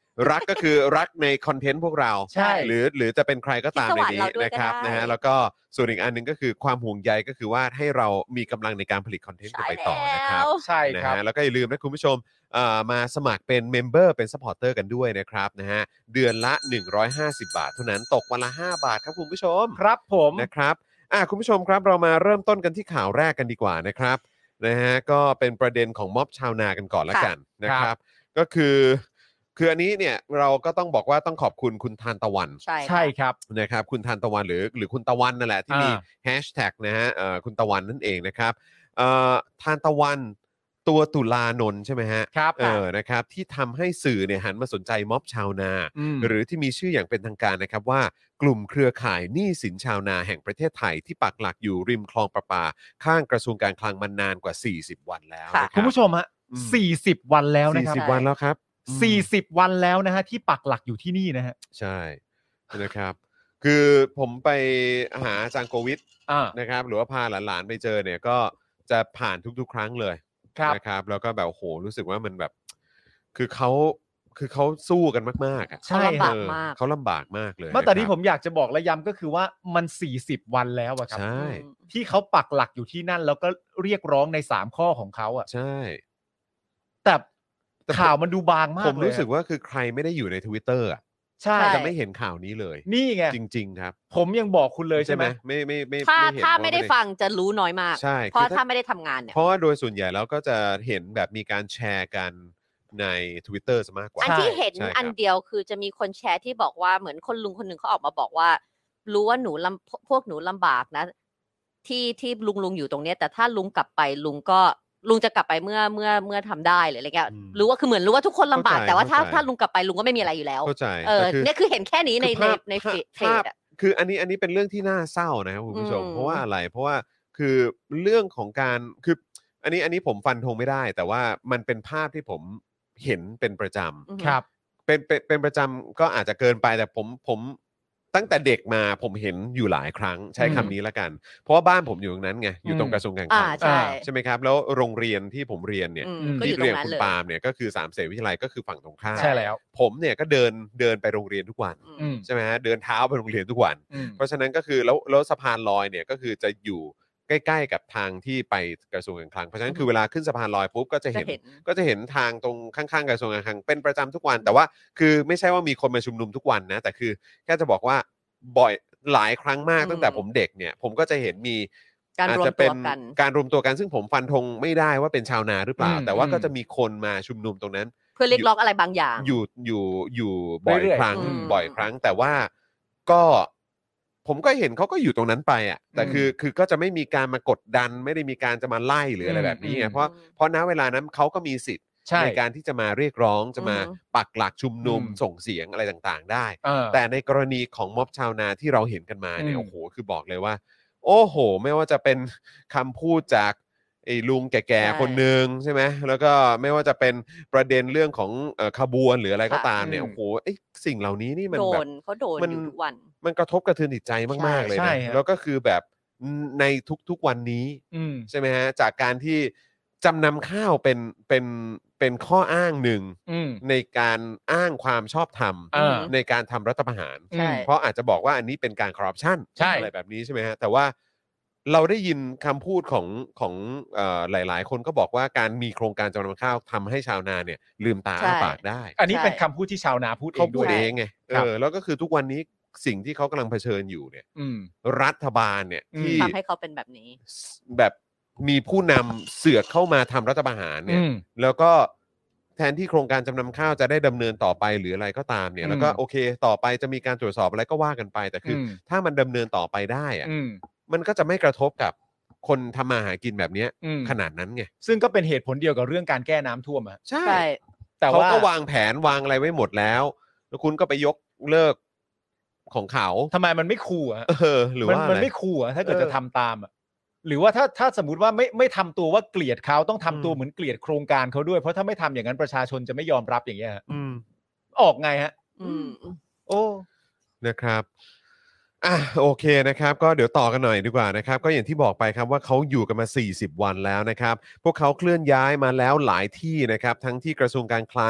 รักก็คือรักในคอนเทนต์พวกเราใช่หรือหรือจะเป็นใครก็ตามในนี้ที่สวรรค์เราด้วยนะครับก็ได้นะฮะแล้วก็ส่วนอีกอันหนึงก็คือความห่วงใยก็คือว่าให้เรามีกำลังในการผลิตคอนเทนต์กันไปต่อนะครับใช่นะครับ ฮะแล้วก็อย่าลืมนะคุณผู้ชมเอ่อมาสมัครเป็นเมมเบอร์เป็นซัพพอร์เตอร์กันด้วยนะครับนะฮะเดือนละหนึ่งร้อยห้าสิบบาทเท่านั้นตกวันละห้าบาทครับคุณผู้ชมครับผมนะครับอ่ะคุณผู้ชมครับเรามาเริ่มต้นกันที่ข่าวแรกกันดีกว่านะครับนะฮะก็เป็นประเด็นของม็อบชาวนากันก่อนละกันนะครับก็คือคืออันนี้เนี่ยเราก็ต้องบอกว่าต้องขอบคุณคุณทานตะวันใช่ใช่ครับนะครับคุณทานตะวันหรือหรือคุณตะวันนั่นแหละที่มีอ่าแฮชแท็กนะฮะเอ่อคุณตะวันนั่นเองนะครับเอ่อทานตะวันตัวตุลานนท์ใช่ไหมฮะครับเออนะครับที่ทำให้สื่อเนี่ยหันมาสนใจม็อบชาวนาอืมหรือที่มีชื่ออย่างเป็นทางการนะครับว่ากลุ่มเครือข่ายหนี้สินชาวนาแห่งประเทศไทยที่ปักหลักอยู่ริมคลองประปา ข้างกระทรวงการคลังมานานกว่า สี่สิบ วันแล้วค่ะนะคคุณรับผู้ชมฮะอืมสี่สิบวันแล้วนะครับสี่สิบวันแล้วครับอืมสี่สิบวันแล้วนะฮะที่ปักหลักอยู่ที่นี่นะฮะใช่นะครับคือผมไปหาอาจารย์โควิดอ่านะครับหรือว่าพาหลานๆไปเจอเนี่ยก็จะผ่านทุกๆ ครั้งเลยครับนะครับแล้วก็แบบโอ้โหรู้สึกว่ามันแบบคือเขาคือเขาสู้กันมากๆอ่ะใช่เขาลำบากเออมากเขาลำบากมากเลยเมื่อตอนนี้ะคผรับมอยากจะบอกและย้ำก็คือว่ามันสี่สิบวันแล้วอะครับใช่อืมที่เขาปักหลักอยู่ที่นั่นแล้วก็เรียกร้องในสามข้อของเขาอะใช่แต่แต่ข่าวมันดูบางมากผมเลยรู้สึกอะว่าคือใครไม่ได้อยู่ใน Twitter อ่ะใช่ใช่จะไม่เห็นข่าวนี้เลยนี่ไงจริง ๆ ครับผมยังบอกคุณเลยใช่ไหมไม่ไม่ไม่ถ้าไม่เห็นถ้าเพระไม่ได้ฟังจะรู้น้อยมากใช่เพราะคือถ้าไม่ได้ทำงานเนี่ยเพราะว่าโดยส่วนใหญ่แล้วก็จะเห็นแบบมีการแชร์กันใน Twitter ซะมากกว่าอันที่เห็นใช่ครับอันเดียวคือจะมีคนแชร์ที่บอกว่าเหมือนคนลุงคนหนึ่งเขาออกมาบอกว่า รู้ว่าหนูลำพวกหนูลำบากนะ ที่ที่ลุงลุงอยู่ตรงเนี้ยแต่ถ้าลุงกลับไปลุงก็ลุงจะกลับไปเมื่อเมื่อเมื่อทำได้หรืออะไรเงี้ยอืมรู้ว่าคือเหมือนรู้ว่าทุกคนลำบากเข้าใจแต่ว่าถ้าเข้าใจถ้าลุงกลับไปลุงก็ไม่มีอะไรอยู่แล้วเข้าใจเออแต่คือเนี่ยคือเห็นแค่นี้ในคือในภาพในเฟภาพซอะคืออันนี้อันนี้เป็นเรื่องที่น่าเศร้านะครับคุณผู้ชมอืมเพราะว่าอะไรเพราะว่าคือเรื่องของการคืออันนี้อันนี้ผมฟันธงไม่ได้ แต่ว่ามันเป็นภาพที่ผมเห็นเป็นประจำอือฮึครับเป็นเป็นเป็นประจำก็อาจจะเกินไปแต่ผมผมตั้งแต่เด็กมาผมเห็นอยู่หลายครั้งใช้คำนี้ละกัน เพราะว่าบ้านผมอยู่ตรงนั้นไงอยู่ตรงกระทรวงการคอ่าลังใช่ใช่ไหมครับแล้วโรงเรียนที่ผมเรียนเนี่ยอืมอืมก็อที่ยู่ตรเรียนงนั้นคุณเลยปาล์มเนี่ยก็คือสามเสนวิทยาลัยก็คือฝั่งตรงข้ามใช่แล้วผมเนี่ยก็เดินเดินไปโรงเรียนทุกวันอือืมมใช่ไหมฮะเดินเท้าไปโรงเรียนทุกวันอืมเพราะฉะนั้นก็คือแล้วแล้วสะพานลอยเนี่ยก็คือจะอยู่ใกล้ๆกับทางที่ไปกระทรวงการคลังเพราะฉะนั้นคือเวลาขึ้นสะพานลอยปุ๊บก็จะจะเห็นเห็นก็จะเห็นทางตรงข้างๆกระทรวงการคลังเป็นประจำทุกวัน แต่ว่าคือไม่ใช่ว่ามีคนมาชุมนุมทุกวันนะ แต่คือแค่จะบอกว่าบ่อยหลายครั้งมากอืมตั้งแต่ผมเด็กเนี่ย ผมก็จะเห็นมีการอาจรวมจะเป็ตันวกันการรวมตัวกันซึ่งผมฟันธงไม่ได้ว่าเป็นชาวนาหรือเปล่าอืมแต่ว่าอืมก็จะมีคนมาชุมนุมตรงนั้นเพื่อเรียกร้องอะไรบางอย่างอยู่อยู่อยู่บ่อยเรื่อยๆครั้งอืมบ่อยครั้ง แต่ว่าก็ผมก็เห็นเขาก็อยู่ตรงนั้นไปอ่ะแต่คือคือก็จะไม่มีการมากดดัน ไม่ได้มีการจะมาไล่หรืออะไรอืมแบบนี้ไงอืมเพราะเพราะณเวลานั้นเขาก็มีสิทธิ์ใช่ในการที่จะมาเรียกร้องจะมาอือฮึปักหลักชุมนุมอืมส่งเสียงอะไรต่างๆ ได้เออแต่ในกรณีของม็อบชาวนาที่เราเห็นกันมาเนี่ยอืมโอ้โหคือบอกเลยว่า โอ้โห ไม่ว่าจะเป็นคำพูดจากไอ้ลุงแก่ใช่ๆคนหนึ่งใช่ไหมแล้วก็ไม่ว่าจะเป็นประเด็นเรื่องของเอ่อขบวนหรืออะไรก็ค่ะตามเนี่ยอืมโอ้โหไอ้สิ่งเหล่านี้นี่มันโดแบบนเขาโดนมันอยู่ทุกวันมันกระทบกระเทือนจิตใจมาก ๆ เลยใช่นะฮะแล้วก็คือแบบในทุกๆวันนี้อืมใช่ไหมฮะจากการที่จำนำข้าวเป็นเป็นเป็นข้ออ้างหนึ่งอืมในการอ้างความชอบธรรมเออในการทำรัฐประหารใช่เพราะอาจจะบอกว่าอันนี้เป็นการคอร์รัปชันใช่อะไรแบบนี้ใช่ไหมฮะแต่ว่าเราได้ยินคำพูดของของเอ่อหลาย ๆ คนก็บอกว่าการมีโครงการจำนำข้าวทำให้ชาวนาเนี่ยลืมตาใช่อ้าปากได้อันนี้ใช่เป็นคำพูดที่ชาวนาพูดเอเขางพูด้ดวยเองไงเอครับอแล้วก็คือทุกวันนี้สิ่งที่เขากำลังเผชิญอยู่เนี่ยอืมรัฐบาลเนี่ยอืมที่ทำให้เขาเป็นแบบนี้แบบมีผู้นำเสือกเข้ามาทำรัฐประหารเนี่ยอืมแล้วก็แทนที่โครงการจำนำข้าวจะได้ดำเนินต่อไปหรืออะไรก็ตามเนี่ยอืมแล้วก็โอเค ต่อไปจะมีการตรวจสอบอะไรก็ว่ากันไป แต่คืออมถ้ามันดำเนินต่อไปได้อะอืมมันก็จะไม่กระทบกับคนทำมาหากินแบบเนี้ยอืมขนาดนั้นไงซึ่งก็เป็นเหตุผลเดียวกับเรื่องการแก้น้ำท่วมอะใช่ใช่แต่เขาว่าก็วางแผนวางอะไรไว้หมดแล้ว แล้วคุณก็ไปยกเลิกของเขาทำไมมันไม่คูลอะเออ หรือมันว่ามันอะไรไม่คูลอะถ้าเกิดเออจะทำตามอะหรือว่าถ้าถ้าสมมติว่าไม่ไม่ทำตัวว่าเกลียดเขาต้องทำตัวอืมเหมือนเกลียดโครงการเขาด้วยเพราะถ้าไม่ทำอย่างนั้นประชาชนจะไม่ยอมรับอย่างเงี้ยฮะอืมออกไงฮะอืมโอ้นะครับอ่ะโอเคนะครับ ก็เดี๋ยวต่อกันหน่อยดีกว่านะครับ ก็อย่างที่บอกไปครับว่าเขาอยู่กันมาสี่สิบวันแล้วนะครับ พวกเขาเคลื่อนย้ายมาแล้วหลายที่นะครับ ทั้งที่กระทรวงการคลัง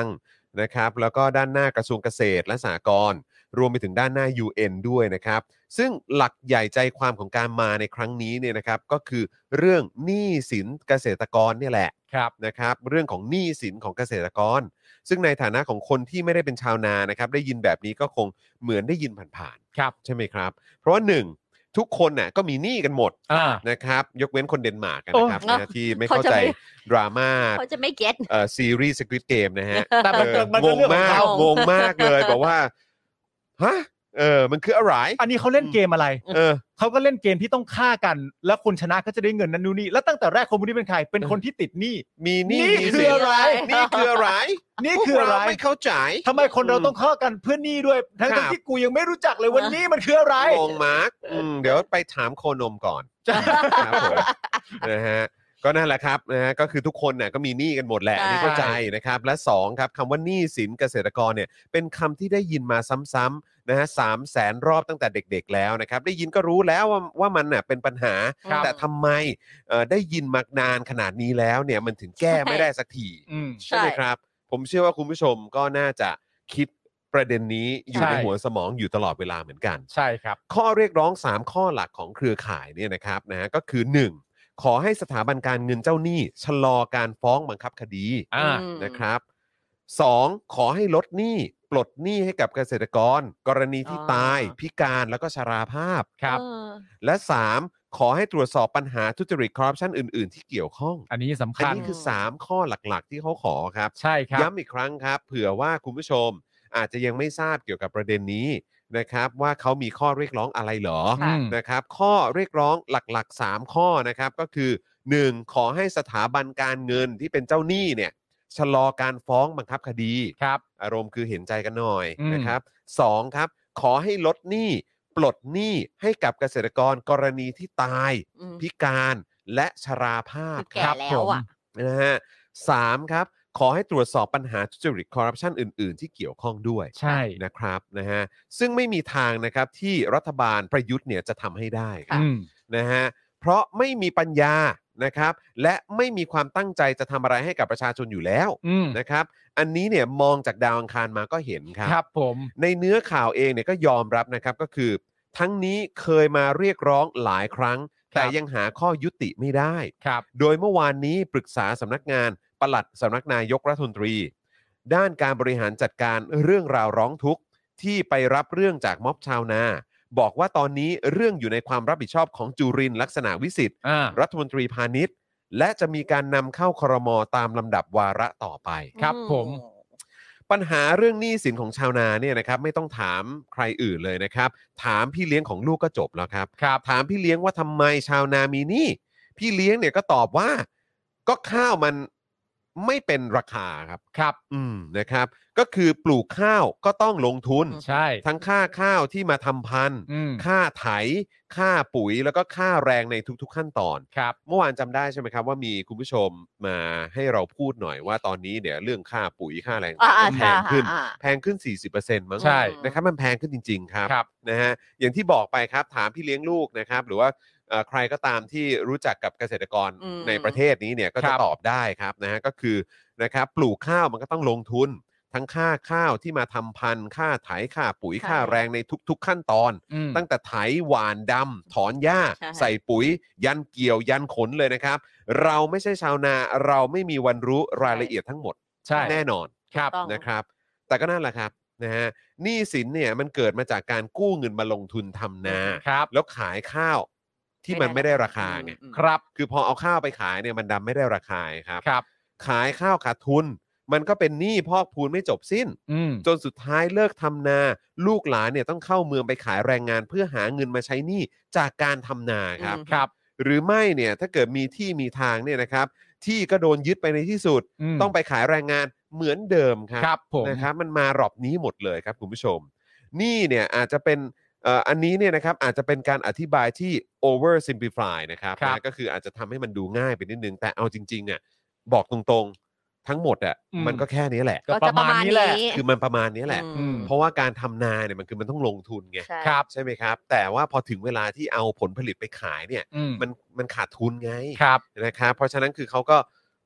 นะครับแล้วก็ด้านหน้ากระทรวงเกษตรและสหกรณ์รวมไปถึงด้านหน้า ยู เอ็น ด้วยนะครับซึ่งหลักใหญ่ใจความของการมาในครั้งนี้เนี่ยนะครับก็คือเรื่องหนี้สินเกษตรกรเนี่ยแหละครับนะครับเรื่องของหนี้สินของเกษตรกรซึ่งในฐานะของคนที่ไม่ได้เป็นชาวนานะครับได้ยินแบบนี้ก็คงเหมือนได้ยินผ่านครับๆใช่ไหมครับเพราะว่าหนึ่งทุกคนน่ะก็มีหนี้กันหมดอ่านะครับยกเว้นคนเดนมาร์กนะครับโอ้นะที่ไม่เข้าใจเขาจะไม่ดราม่าเขาจะไม่เก็ตเอ่อซีรีส์ Squid Game นะฮะแต่มันเออมันงเป็นงเรื่องของมากเขางงมากเลยบอกว่าฮะเออมันคืออะไรอันนี้เขาเล่นเกมอะไรเออเขาก็เล่นเกมที่ต้องฆ่ากัน แล้วคนชนะก็จะได้เงินนั้นนู่นนี่แล้วตั้งแต่แรกคนพวกนี้เป็นใครเป็นคนที่ติดหนี้มีหนี้นี่มีคือสินอะไรนี่คืออะไรนี่คืออะไรพวกเาไม่เข้าใจทำไมคนเราต้องฆ่ากันเพื่อหนี้ด้วยทั้งครับๆที่กูยังไม่รู้จักเลยว่าหนี้มันคืออะไรงงมาร์กอืมเดี๋ยวไปถามโคนมก่อนครับผมนะฮะก็นั่นแหละครับนะฮะก็คือทุกคนน่ะก็มีหนี้กันหมดแหละใช่นี่เข้าใจนะครับและสองครับคำว่าหนี้สินเกษตรกรเนี่ยเป็นคำที่ได้ยินมาซ้ำๆนะฮะสามแสนรอบตั้งแต่เด็กๆแล้วนะครับได้ยินก็รู้แล้วว่าว่ามันน่ะเป็นปัญหาครับแต่ทำไมเอ่อได้ยินมานานขนาดนี้แล้วเนี่ยมันถึงแก้ไม่ได้สักทีอืมใช่ไหมครับ ผมเชื่อว่าคุณผู้ชมก็น่าจะคิดประเด็นนี้อยู่ใช่ในหัวสมองอยู่ตลอดเวลาเหมือนกันใช่ครับข้อเรียกร้องสามข้อหลักของเครือข่ายเนี่ยนะครับนะฮะก็คือหนึ่งขอให้สถาบันการเงินเจ้าหนี้ชะลอการฟ้องบังคับคดีอ่าอืมนะครับสองขอให้ลดหนี้ปลดหนี้ให้กับเกษตรกร กรณีที่อ๋อตายพิการแล้วก็ชราภาพครับเออและสามขอให้ตรวจสอบปัญหาทุจริตคอร์รัปชันอื่น ๆ ที่เกี่ยวข้องอันนี้สำอันคัญนี้คือสามข้อหลักๆ ที่เขาขอครับใช่ครับย้ำอีกครั้งครับเผื่อว่าคุณผู้ชมอาจจะยังไม่ทราบเกี่ยวกับประเด็นนี้นะครับว่าเขามีข้อเรียกร้องอะไรเหรออืมนะครับข้อเรียกร้องหลักๆสามข้อนะครับก็คือหนึ่งขอให้สถาบันการเงินที่เป็นเจ้าหนี้เนี่ยชะลอการฟ้องบังคับคดีครับอารมณ์คือเห็นใจกันหน่อยอืมนะครับสองครับขอให้ลดหนี้ปลดหนี้ให้กับเกษตรกรกรณีที่ตายอืมพิการและชราภาพคือแก่แล้วอ่ะนะฮะสามครับขอให้ตรวจสอบปัญหาทุจริตคอร์รัปชันอื่น ๆ ที่เกี่ยวข้องด้วยใช่นะครับนะฮะซึ่งไม่มีทางนะครับที่รัฐบาลประยุทธ์เนี่ยจะทำให้ได้ครับอืมนะฮะเพราะไม่มีปัญญานะครับและไม่มีความตั้งใจจะทำอะไรให้กับประชาชนอยู่แล้วอืมนะครับอันนี้เนี่ยมองจากดาวอังคารมาก็เห็นครับครับผมในเนื้อข่าวเองเนี่ยก็ยอมรับนะครับก็คือ ทั้งนี้เคยมาเรียกร้องหลายครั้ง แต่ยังหาข้อยุติไม่ได้ครับโดยเมื่อวานนี้ปรึกษาสำนักงานปลัดสำนักนายกรัฐมนตรี ด้านการบริหารจัดการเรื่องราวร้องทุกข์ที่ไปรับเรื่องจากม็อบชาวนา บอกว่าตอนนี้เรื่องอยู่ในความรับผิดชอบของจุรินทร์ลักษณะวิสิทธิ์อ่ารัฐมนตรีพาณิชย์ และจะมีการนำเข้าครม.ตามลำดับวาระต่อไปครับผมปัญหาเรื่องหนี้สินของชาวนาเนี่ยนะครับไม่ต้องถามใครอื่นเลยนะครับ ถามพี่เลี้ยงของลูกก็จบแล้วครับครับถามพี่เลี้ยงว่าทำไมชาวนามีหนี้พี่เลี้ยงเนี่ยก็ตอบว่าก็ข้าวมันไม่เป็นราคาครับครับอืมนะครับ ก็คือปลูกข้าวก็ต้องลงทุนใช่ทั้งค่าข้าวที่มาทำพันธุ์อืมค่าไถค่าปุ๋ยแล้วก็ค่าแรงในทุกๆขั้นตอนครับเมื่อวานจำได้ใช่ไหมครับว่ามีคุณผู้ชมมาให้เราพูดหน่อยว่าตอนนี้เนี่ยเรื่องค่าปุ๋ยค่าแรงอ่าต่างๆแพงขึ้นอ่าแพงขึ้น สี่สิบเปอร์เซ็นต์ มั้งใช่นะครับมันแพงขึ้นจริง ๆ ครับครับนะฮะอย่างที่บอกไปครับถามพี่เลี้ยงลูกนะครับหรือว่าเอ่อใครก็ตามที่รู้จักกับเกษตรกรอืมในประเทศนี้เนี่ยก็คจะรับตอบได้ครับนะฮะก็คือนะครับปลูกข้าวมันก็ต้องลงทุน ทั้งค่าข้าวที่มาทำพันธุ์ค่าไถค่าปุ๋ยใช่ค่าแรงในทุกๆขั้นตอนอืมตั้งแต่ไถหวานดำถอนหญ้าใช่ใส่ปุ๋ย ยันเกี่ยวยันขนเลยนะครับ เราไม่ใช่ชาวนาเราไม่มีวันรู้รายละเอียดทั้งหมดใช่แน่นอนครับต้องนะครับ แต่ก็นั่นแหละครับนะฮะหนี้สินเนี่ยมันเกิดมาจากการกู้เงินมาลงทุนทำนาครับแล้วขายข้าวที่มันไม่ได้ราคาไงอืมครับคือพอเอาข้าวไปขายเนี่ยมันดำไม่ได้ราคาครับครับขายข้าวขาดทุน มันก็เป็นหนี้พอกพูนไม่จบสิ้นอืมจนสุดท้ายเลิกทำนา ลูกหลานเนี่ยต้องเข้าเมืองไปขายแรงงานเพื่อหาเงินมาใช้หนี้จากการทำนาครับอืมครับหรือไม่เนี่ยถ้าเกิดมีที่มีทางเนี่ยนะครับ ที่ก็โดนยึดไปในที่สุดอืมต้องไปขายแรงงานเหมือนเดิมครับครับผมนะครับมันมารอบนี้หมดเลยครับคุณผู้ชมนี่เนี่ยอาจจะเป็นเอ่ออันนี้เนี่ยนะครับอาจจะเป็นการอธิบายที่ over simplify นะครับครับนะก็คืออาจจะทำให้มันดูง่ายไปนิดนึงแต่เอาจริงๆอ่ะบอกตรงๆทั้งหมดอ่ะอืมมันก็แค่นี้แหละก็ประมาณนี้แหละคือมันประมาณนี้แหละอืมเพราะว่าการทำนาเนี่ยมันคือมันต้องลงทุนไงใช่ครับใช่ไหมครับ แต่ว่าพอถึงเวลาที่เอาผลผลิตไปขายเนี่ยอืมมันมันขาดทุนไงครับนะครับเพราะฉะนั้นคือเขาก็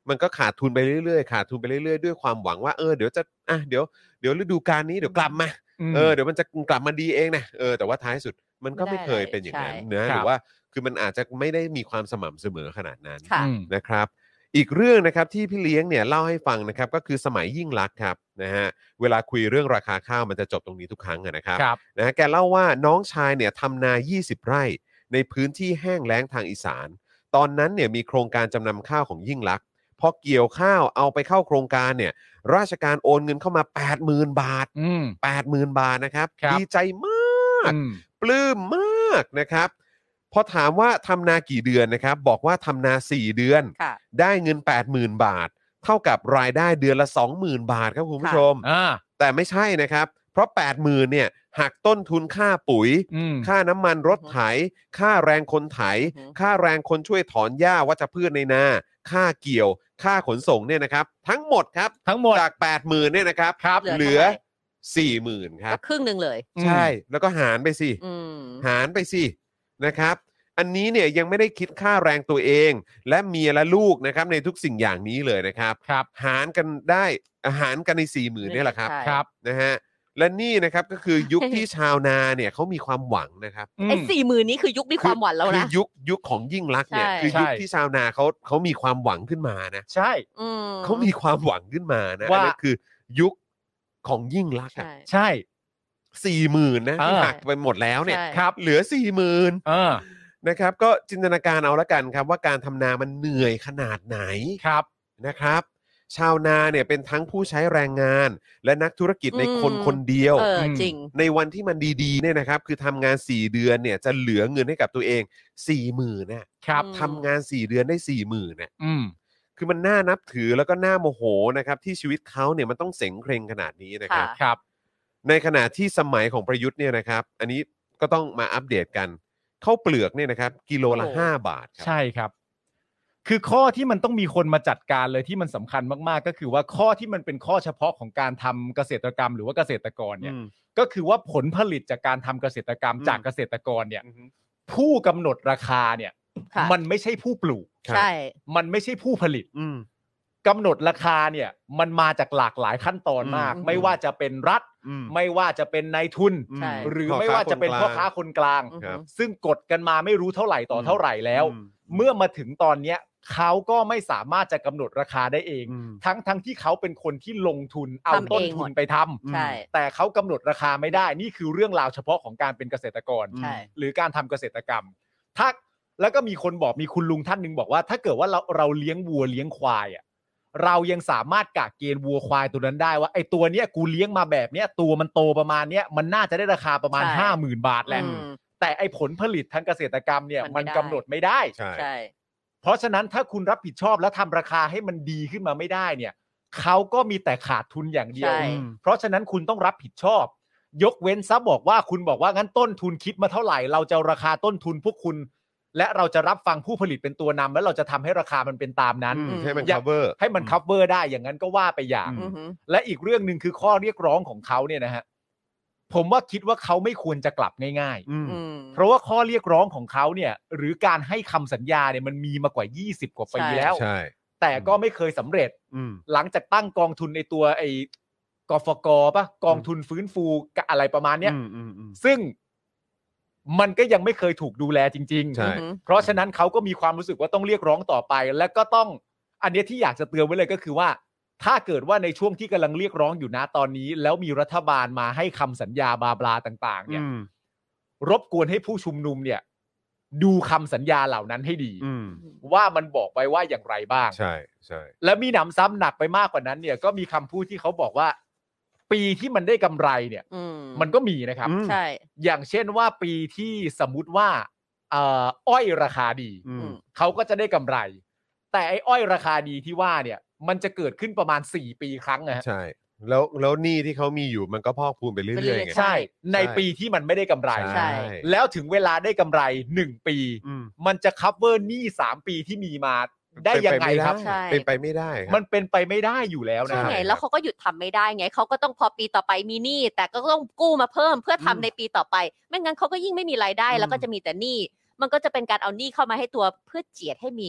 มันก็ขาดทุนไปเรื่อยๆขาดทุนไปเรื่อยๆด้วยความหวังว่าเออเดี๋ยวจะอ่ะเดี๋ยวเดี๋ยวฤดูกาลนี้เดี๋ยวกลับมาเออเดี๋ยวมันจะกลับมาดีเองนะเออแต่ว่าท้ายสุดมันก็ไม่เคยเป็นอย่างนั้นนะหรือว่าคือมันอาจจะไม่ได้มีความสม่ำเสมอขนาดนั้นนะครับอีกเรื่องนะครับที่พี่เลี้ยงเนี่ยเล่าให้ฟังนะครับก็คือสมัยยิ่งลักษณ์ครับนะฮะเวลาคุยเรื่องราคาข้าวมันจะจบตรงนี้ทุกครั้งนะครับนะฮะแกเล่าว่าน้องชายเนี่ยทำนายี่สิบไร่ในพื้นที่แห้งแล้งทางอีสานตอนนั้นเนี่ยมีโครงการจำนำข้าวของยิ่งลักษณ์พอเกี่ยวข้าวเอาไปเข้าโครงการเนี่ยราชการโอนเงินเข้ามา แปดหมื่น บาท แปดหมื่น บาทนะครับดีใจมากปลื้มมากนะครับพอถามว่าทำนากี่เดือนนะครับบอกว่าทำนาสี่เดือนได้เงิน แปดหมื่น บาทเท่ากับรายได้เดือนละ สองหมื่น บาทครับคุณผู้ชมแต่ไม่ใช่นะครับเพราะ แปดหมื่น เนี่ยหักต้นทุนค่าปุ๋ยค่าน้ำมันรถไถค่าแรงคนไถค่าแรงคนช่วยถอนหญ้าวัชพืชในนาค่าเกี่ยวค่าขนส่งเนี่ยนะครับทั้งหมดครับทั้งหมดจาก แปดหมื่น เนี่ยนะครับเหลือ สี่หมื่น ครับครึ่งนึงเลยใช่แล้วก็หารไปสิหารไปสินะครับอันนี้เนี่ยยังไม่ได้คิดค่าแรงตัวเองและเมียและลูกนะครับในทุกสิ่งอย่างนี้เลยนะครับหารกันได้หารกันใน สี่หมื่น เนี่ยแหละครับนะฮะและนี่นะครับก็คือยุคที่ชาวนาเนี่ยเขามีความหวังนะครับไอ้สี่หมื่นนี้คือยุคมีความหวังแล้วนะคือยุคยุคของยิ่งลักษณ์เนี่ยคือยุคที่ชาวนาเขาเขามีความหวังขึ้นมานะใช่เขามีความหวังขึ้นมานะอันนั้นคือยุคของยิ่งลักษณ์ใช่สี่หมื่นนะที่หักไปหมดแล้วเนี่ยเหลือสี่หมื่นนะครับก็จินตนาการเอาละกันครับว่าการทำนามันเหนื่อยขนาดไหนครับนะครับชาวนาเนี่ยเป็นทั้งผู้ใช้แรงงานและนักธุรกิจในคนคนเดียวจริงในวันที่มันดีๆเนี่ยนะครับคือทำงานสี่เดือนเนี่ยจะเหลือเงินให้กับตัวเอง สี่หมื่น นะครับทำงานสี่เดือนได้ สี่หมื่น เนี่ยคือมันน่านับถือแล้วก็น่าโมโหนะครับที่ชีวิตเขาเนี่ยมันต้องเสงเคร่งขนาดนี้นะครับครับในขณะที่สมัยของประยุทธ์เนี่ยนะครับอันนี้ก็ต้องมาอัปเดตกันข้าวเปลือกเนี่ยนะครับกิโลละห้าบาทใช่ครับคือข้อที่มันต้องมีคนมาจัดการเลยที่มันสำคัญมากๆก็คือว่าข้อที่มันเป็นข้อเฉพาะของการทำเกษตรกรรมหรือว่าเกษตรกรเนี่ยก็คือว่าผลผลิตจากการทำเกษตรกรรมจากเกษตรกรเนี่ยผู้กำหนดราคาเนี่ยมันไม่ใช่ผู้ปลูกใช่มันไม่ใช่ผู้ผลิตกำหนดราคาเนี่ยมันมาจากหลากหลายขั้นตอนมากไม่ว่าจะเป็นรัฐไม่ว่าจะเป็นนายทุนหรือไม่ว่าจะเป็นพ่อค้าคนกลางซึ่งกดกันมาไม่รู้เท่าไหร่ต่อเท่าไหร่แล้วเมื่อมาถึงตอนเนี้ยเขาก็ไม่สามารถจะกำหนดราคาได้เองทั้งทั้งที่เขาเป็นคนที่ลงทุนเอาต้นทุนไปทำแต่เขากำหนดราคาไม่ได้นี่คือเรื่องราวเฉพาะของการเป็นเกษตรกรหรือการทำเกษตรกรรมถ้าแล้วก็มีคนบอกมีคุณลุงท่านนึงบอกว่าถ้าเกิดว่าเราเราเลี้ยงวัวเลี้ยงควายอ่ะเรายังสามารถกะเกณฑ์วัวควายตัวนั้นได้ว่าไอ้ตัวเนี้ยกูเลี้ยงมาแบบเนี้ยตัวมันโตประมาณเนี้ยมันน่าจะได้ราคาประมาณ ห้าหมื่น บาทแหละแต่ไอ้ผลผลิตทางเกษตรกรรมเนี่ยมันกำหนดไม่ได้ใช่เพราะฉะนั้นถ้าคุณรับผิดชอบและทำราคาให้มันดีขึ้นมาไม่ได้เนี่ยเขาก็มีแต่ขาดทุนอย่างเดียวเพราะฉะนั้นคุณต้องรับผิดชอบยกเว้นซะบอกว่าคุณบอกว่างั้นต้นทุนคิดมาเท่าไหร่เราจะราคาต้นทุนพวกคุณและเราจะรับฟังผู้ผลิตเป็นตัวนำแล้วเราจะทำให้ราคามันเป็นตามนั้นให้มัน cover ให้มัน cover ได้อย่างนั้นก็ว่าไปอย่างและอีกเรื่องนึงคือข้อเรียกร้องของเขาเนี่ยนะฮะผมว่าคิดว่าเขาไม่ควรจะกลับง่ายๆเพราะว่าข้อเรียกร้องของเขาเนี่ยหรือการให้คำสัญญาเนี่ยมันมีมากว่ายี่สิบกว่าปีแล้วแต่ก็ไม่เคยสำเร็จหลังจากตั้งกองทุนในตัวไอ้กฟกป่ะกองทุนฟื้นฟูอะไรประมาณเนี้ยซึ่งมันก็ยังไม่เคยถูกดูแลจริงๆเพราะฉะนั้นเขาก็มีความรู้สึกว่าต้องเรียกร้องต่อไปและก็ต้องอันนี้ที่อยากจะเตือนไว้เลยก็คือว่าถ้าเกิดว่าในช่วงที่กำลังเรียกร้องอยู่นะตอนนี้แล้วมีรัฐบาลมาให้คำสัญญาบลาบลาต่างๆเนี่ยรบกวนให้ผู้ชุมนุมเนี่ยดูคำสัญญาเหล่านั้นให้ดีว่ามันบอกไว้ว่าอย่างไรบ้างใช่ใช่และมีหนำซ้ำหนักไปมากกว่านั้นเนี่ยก็มีคำพูดที่เขาบอกว่าปีที่มันได้กำไรเนี่ยมันก็มีนะครับใช่อย่างเช่นว่าปีที่สมมุติว่าเอ่ออ้อยราคาดีเขาก็จะได้กำไรแต่ไอ้อ้อยราคาดีที่ว่าเนี่ยมันจะเกิดขึ้นประมาณสี่ปีครั้งนะใช่แล้วแล้วหนี้ที่เขามีอยู่มันก็พอกพูนไปเรื่อยๆไงใช่ในปีที่มันไม่ได้กำไรใช่แล้วถึงเวลาได้กำไรหนึ่งปีมันจะคัฟเวอร์หนี้สามปีที่มีมาได้ยังไงครับเป็นไปไม่ได้มันเป็นไปไม่ได้อยู่แล้วนะใช่ไงแล้วเขาก็หยุดทำไม่ได้ไงเขาก็ต้องพอปีต่อไปมีหนี้แต่ก็ต้องกู้มาเพิ่มเพื่อทำในปีต่อไปไม่งั้นเขาก็ยิ่งไม่มีรายได้แล้วก็จะมีแต่หนี้มันก็จะเป็นการเอาหนี้เข้ามาให้ตัวเพื่อเจียดให้มี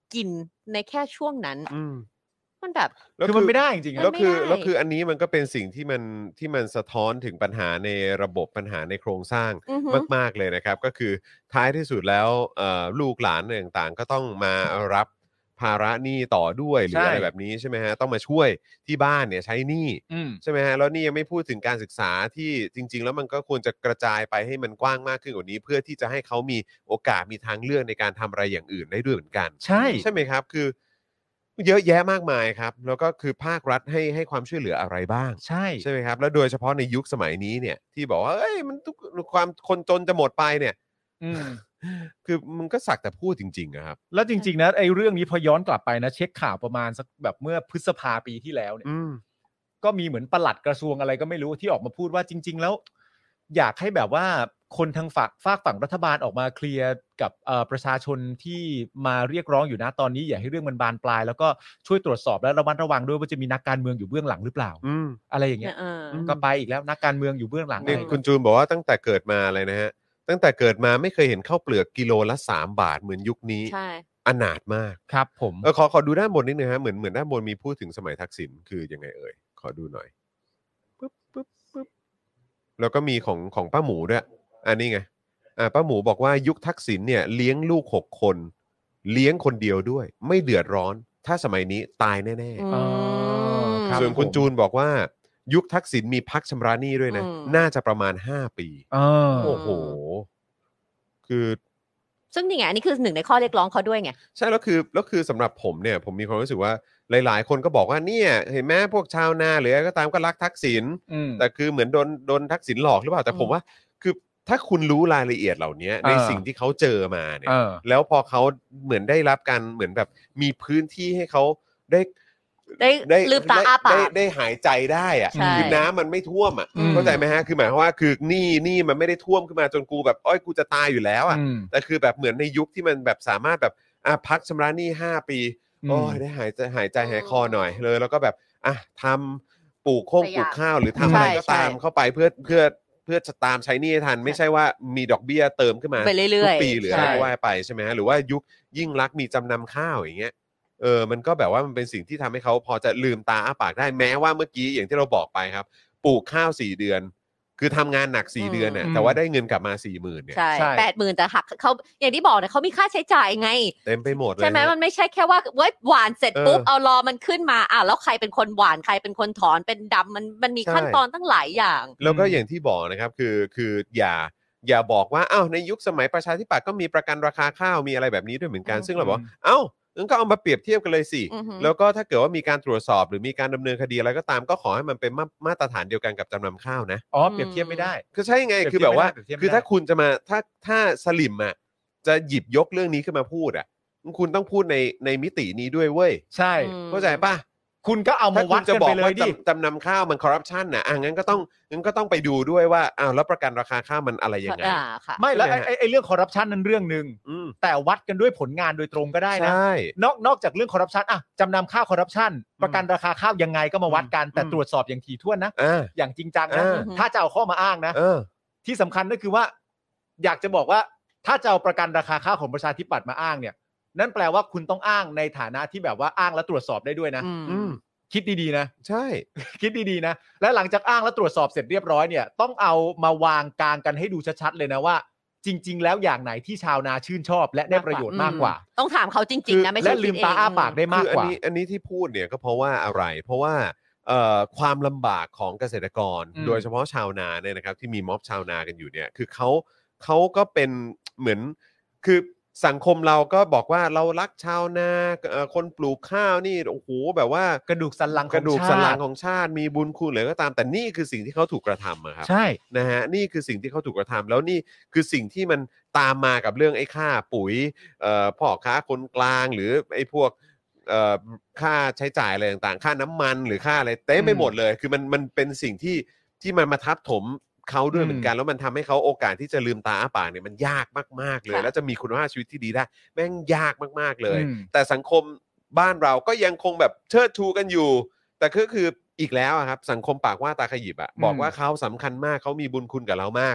กินในแค่ช่วงนั้นมันแบบคือมันไม่ได้จริงๆแล้วคือแล้วคืออันนี้มันก็เป็นสิ่งที่มันที่มันสะท้อนถึงปัญหาในระบบปัญหาในโครงสร้างมากๆเลยนะครับก็คือท้ายที่สุดแล้วลูกหลานต่างๆก็ต้องมารับภาระหนี้ต่อด้วยหรืออะไรแบบนี้ใช่ไหมฮะต้องมาช่วยที่บ้านเนี่ยใช้หนี้ใช่ไหมฮะแล้วนี่ยังไม่พูดถึงการศึกษาที่จริงๆแล้วมันก็ควรจะกระจายไปให้มันกว้างมากขึ้นกว่านี้เพื่อที่จะให้เขามีโอกาสมีทางเลือกในการทำอะไรอย่างอื่นได้ด้วยเหมือนกันใช่ใช่ไหมครับคือเยอะแยะมากมายครับแล้วก็คือภาครัฐให้ให้ความช่วยเหลืออะไรบ้างใช่ใช่ไหมครับแล้วโดยเฉพาะในยุคสมัยนี้เนี่ยที่บอกว่าเอ้ยมันทุกความคนจนจะหมดไปเนี่ยคือมันก็สักแต่พูดจริงๆนะครับแล้วจริงๆนะไอ้เรื่องนี้พอย้อนกลับไปนะเช็คข่าวประมาณสักแบบเมื่อพฤษภาปีที่แล้วเนี่ยก็มีเหมือนปลัดกระทรวงอะไรก็ไม่รู้ที่ออกมาพูดว่าจริงๆแล้วอยากให้แบบว่าคนทางฝั่งฝากฝั่งรัฐบาลออกมาเคลียร์กับประชาชนที่มาเรียกร้องอยู่นะตอนนี้อย่าให้เรื่องมันบานปลายแล้วก็ช่วยตรวจสอบและระมัดระวังด้วยว่าจะมีนักการเมืองอยู่เบื้องหลังหรือเปล่าอะไรอย่างเงี้ยก็ไปอีกแล้วนักการเมืองอยู่เบื้องหลังนี่คุณจูนบอกว่าตั้งแต่เกิดมาอะไรนะฮะตั้งแต่เกิดมาไม่เคยเห็นข้าวเปลือกกิโลละสามบาทเหมือนยุคนี้อนาถมากครับผมเออขอขอดูด้านบนนิดนึงฮะเหมือนเหมือนด้านบนมีพูดถึงสมัยทักษิณคือยังไงเอ่ยขอดูหน่อยปึ๊บปึ๊บปึ๊บแล้วก็มีของของป้าหมูด้วยอันนี้ไงอ่าป้าหมูบอกว่ายุคทักษิณเนี่ยเลี้ยงลูกหกคนเลี้ยงคนเดียวด้วยไม่เดือดร้อนถ้าสมัยนี้ตายแน่ๆส่วนคุณจูนบอกว่ายุคทักษิณมีพักชำระหนี้ด้วยนะน่าจะประมาณห้าปีโอ้โหคือซึ่งนี่ไงอันนี้คือหนึ่งในข้อเรียกร้องเขาด้วยไงใช่แล้วคือแล้วคือสำหรับผมเนี่ยผมมีความรู้สึกว่าหลายๆคนก็บอกว่าเนี่ยเห็นไหมพวกชาวนาหรืออะไรก็ตามก็รักทักษิณแต่คือเหมือนโดนโดนทักษิณหลอกหรือเปล่าแต่ผมว่าคือถ้าคุณรู้รายละเอียดเหล่านี้ในสิ่งที่เขาเจอมาเนี่ยแล้วพอเขาเหมือนได้รับการเหมือนแบบมีพื้นที่ให้เขาได้ได้ได้ลืมตาอ้าปากได้ได้หายใจได้อะคือน้ำมันไม่ท่วมอ่ะเข้าใจไหมฮะคือหมายความว่าคือนี่นี่มันไม่ได้ท่วมขึ้นมาจนกูแบบอ้อยกูจะตายอยู่แล้วอ่ะแต่คือแบบเหมือนในยุคที่มันแบบสามารถแบบอ่ะพักชำระหนี้ห้าปีโอ้ยได้หายใจหายใจหายคอหน่อยเลยแล้วก็แบบอ่ะทำปลูกโค้งปลูกข้าวหรือทำอะไรก็ตามเข้าไปเพื่อเพื่อเพื่อจะตามใช้หนี้ทันไม่ใช่ว่ามีดอกเบี้ยเติมขึ้นมาทุกปีหรืออะไรก็ว่าไปใช่ไหมฮะหรือว่ายุคยิ่งรักมีจำนำข้าวอย่างเงี้ยเออมันก็แบบว่ามันเป็นสิ่งที่ทำให้เขาพอจะลืมตาอ้าปากได้แม้ว่าเมื่อกี้อย่างที่เราบอกไปครับปลูกข้าวสี่เดือนคือทำงานหนักสี่เดือนเนี่ยแต่ว่าได้เงินกลับมา สี่หมื่น เนี่ยใช่แปดหมื่นแต่หักเขาอย่างที่บอกเนี่ยเขามีค่าใช้จ่ายไงเต็มไปหมดเลยใช่ไหมมันไม่ใช่แค่ว่าเว้ยหวานเสร็จปุ๊บเอารอมันขึ้นมาอ้าวแล้วใครเป็นคนหวานใครเป็นคนถอนเป็นดำมันมันมีขั้นตอนตั้งหลายอย่างแล้วก็อย่างที่บอกนะครับคือคืออย่าอย่าบอกว่าอ้าวในยุคสมัยประชาธิปัตย์ก็มีประกันราคาข้าวมีอะไรแบบนี้ด้วยเหมือนกันซึ่งเราบอกเอ้างั้นก็เอามาเปรียบเทียบกันเลยสิแล้วก็ถ้าเกิดว่ามีการตรวจสอบหรือมีการดำเนินคดีอะไรก็ตามก็ขอให้มันเป็นมามาตรฐานเดียวกันกับจำนำข้าวนะอ๋อเปรียบเทียบไม่ได้ก็ใช่ไงคือแบบว่าคือถ้าคุณจะมาถ้าถ้าสลิมอ่ะจะหยิบยกเรื่องนี้ขึ้นมาพูดอ่ะคุณต้องพูดในในมิตินี้ด้วยเว้ยใช่เข้าใจป่ะคุณก็เอามาวัดกันไปเลยดิจำนำข้าวมันคอร์รัปชันนะอ่ะงั้นก็ต้องงั้นก็ต้องไปดูด้วยว่าอ้าวแล้วประกันราคาข้าวมันอะไรยังไงไม่แล้วไอ้ไอ้เรื่องคอร์รัปชันนั้นเรื่องนึงแต่วัดกันด้วยผลงานโดยตรงก็ได้นะนอกนอกจากเรื่องคอร์รัปชันอ่ะจำนำข้าวคอร์รัปชันประกันราคาข้าวยังไงก็มาวัดกันแต่ตรวจสอบอย่างถี่ถ้วนนะอย่างจริงจังนะถ้าจะเอาข้อมาอ้างนะที่สำคัญก็คือว่าอยากจะบอกว่าถ้าจะเอาประกันราคาข้าวของประชาธิปัตย์มาอ้างเนี่ยนั่นแปลว่าคุณต้องอ้างในฐานะที่แบบว่าอ้างและตรวจสอบได้ด้วยนะคิดดีๆนะใช่คิดดีๆนะและหลังจากอ้างและตรวจสอบเสร็จเรียบร้อยเนี่ยต้องเอามาวางกลางกันให้ดูชัดๆเลยนะว่าจริงๆแล้วอย่างไหนที่ชาวนาชื่นชอบและได้ประโยชน์มากกว่าต้องถามเขาจริงๆนะไม่ใช่และลืมตาอ้าปากได้มากกว่าอันนี้อันนี้ที่พูดเนี่ยก็เพราะว่าอะไรเพราะว่าเอ่อความลำบากของเกษตรกรโดยเฉพาะชาวนาเนี่ยนะครับที่มีม็อบชาวนากันอยู่เนี่ยคือเขาเขาก็เป็นเหมือนคือสังคมเราก็บอกว่าเรารักชาวนาคนปลูกข้าวนี่โอ้โหแบบว่ากระดูกสันหลังกระดูกสันหลังของชาติมีบุญคุณเลยก็ตามแต่นี่คือสิ่งที่เขาถูกกระทำครับใช่นะฮะนี่คือสิ่งที่เขาถูกกระทำแล้วนี่คือสิ่งที่มันตามมากับเรื่องไอ้ค่าปุ๋ยเอ่อพ่อค้าคนกลางหรือไอ้พวกเอ่อค่าใช้จ่ายอะไรต่างๆค่าน้ำมันหรือค่าอะไรเต็มไปหมดเลยคือมันมันเป็นสิ่งที่ที่มันมาทับถมเขาด้วยเหมือนกันแล้วมันทำให้เขาโอกาสที่จะลืมตาอ้าปากเนี่ยมันยากมากๆเลยแล้วจะมีคุณภาพชีวิตที่ดีได้แม่งยากมากๆเลยแต่สังคมบ้านเราก็ยังคงแบบเชิดชูกันอยู่แต่ก็คืออีกแล้วครับสังคมปากว่าตาขยิบอ่ะบอกว่าเขาสำคัญมากเขามีบุญคุณกับเรามาก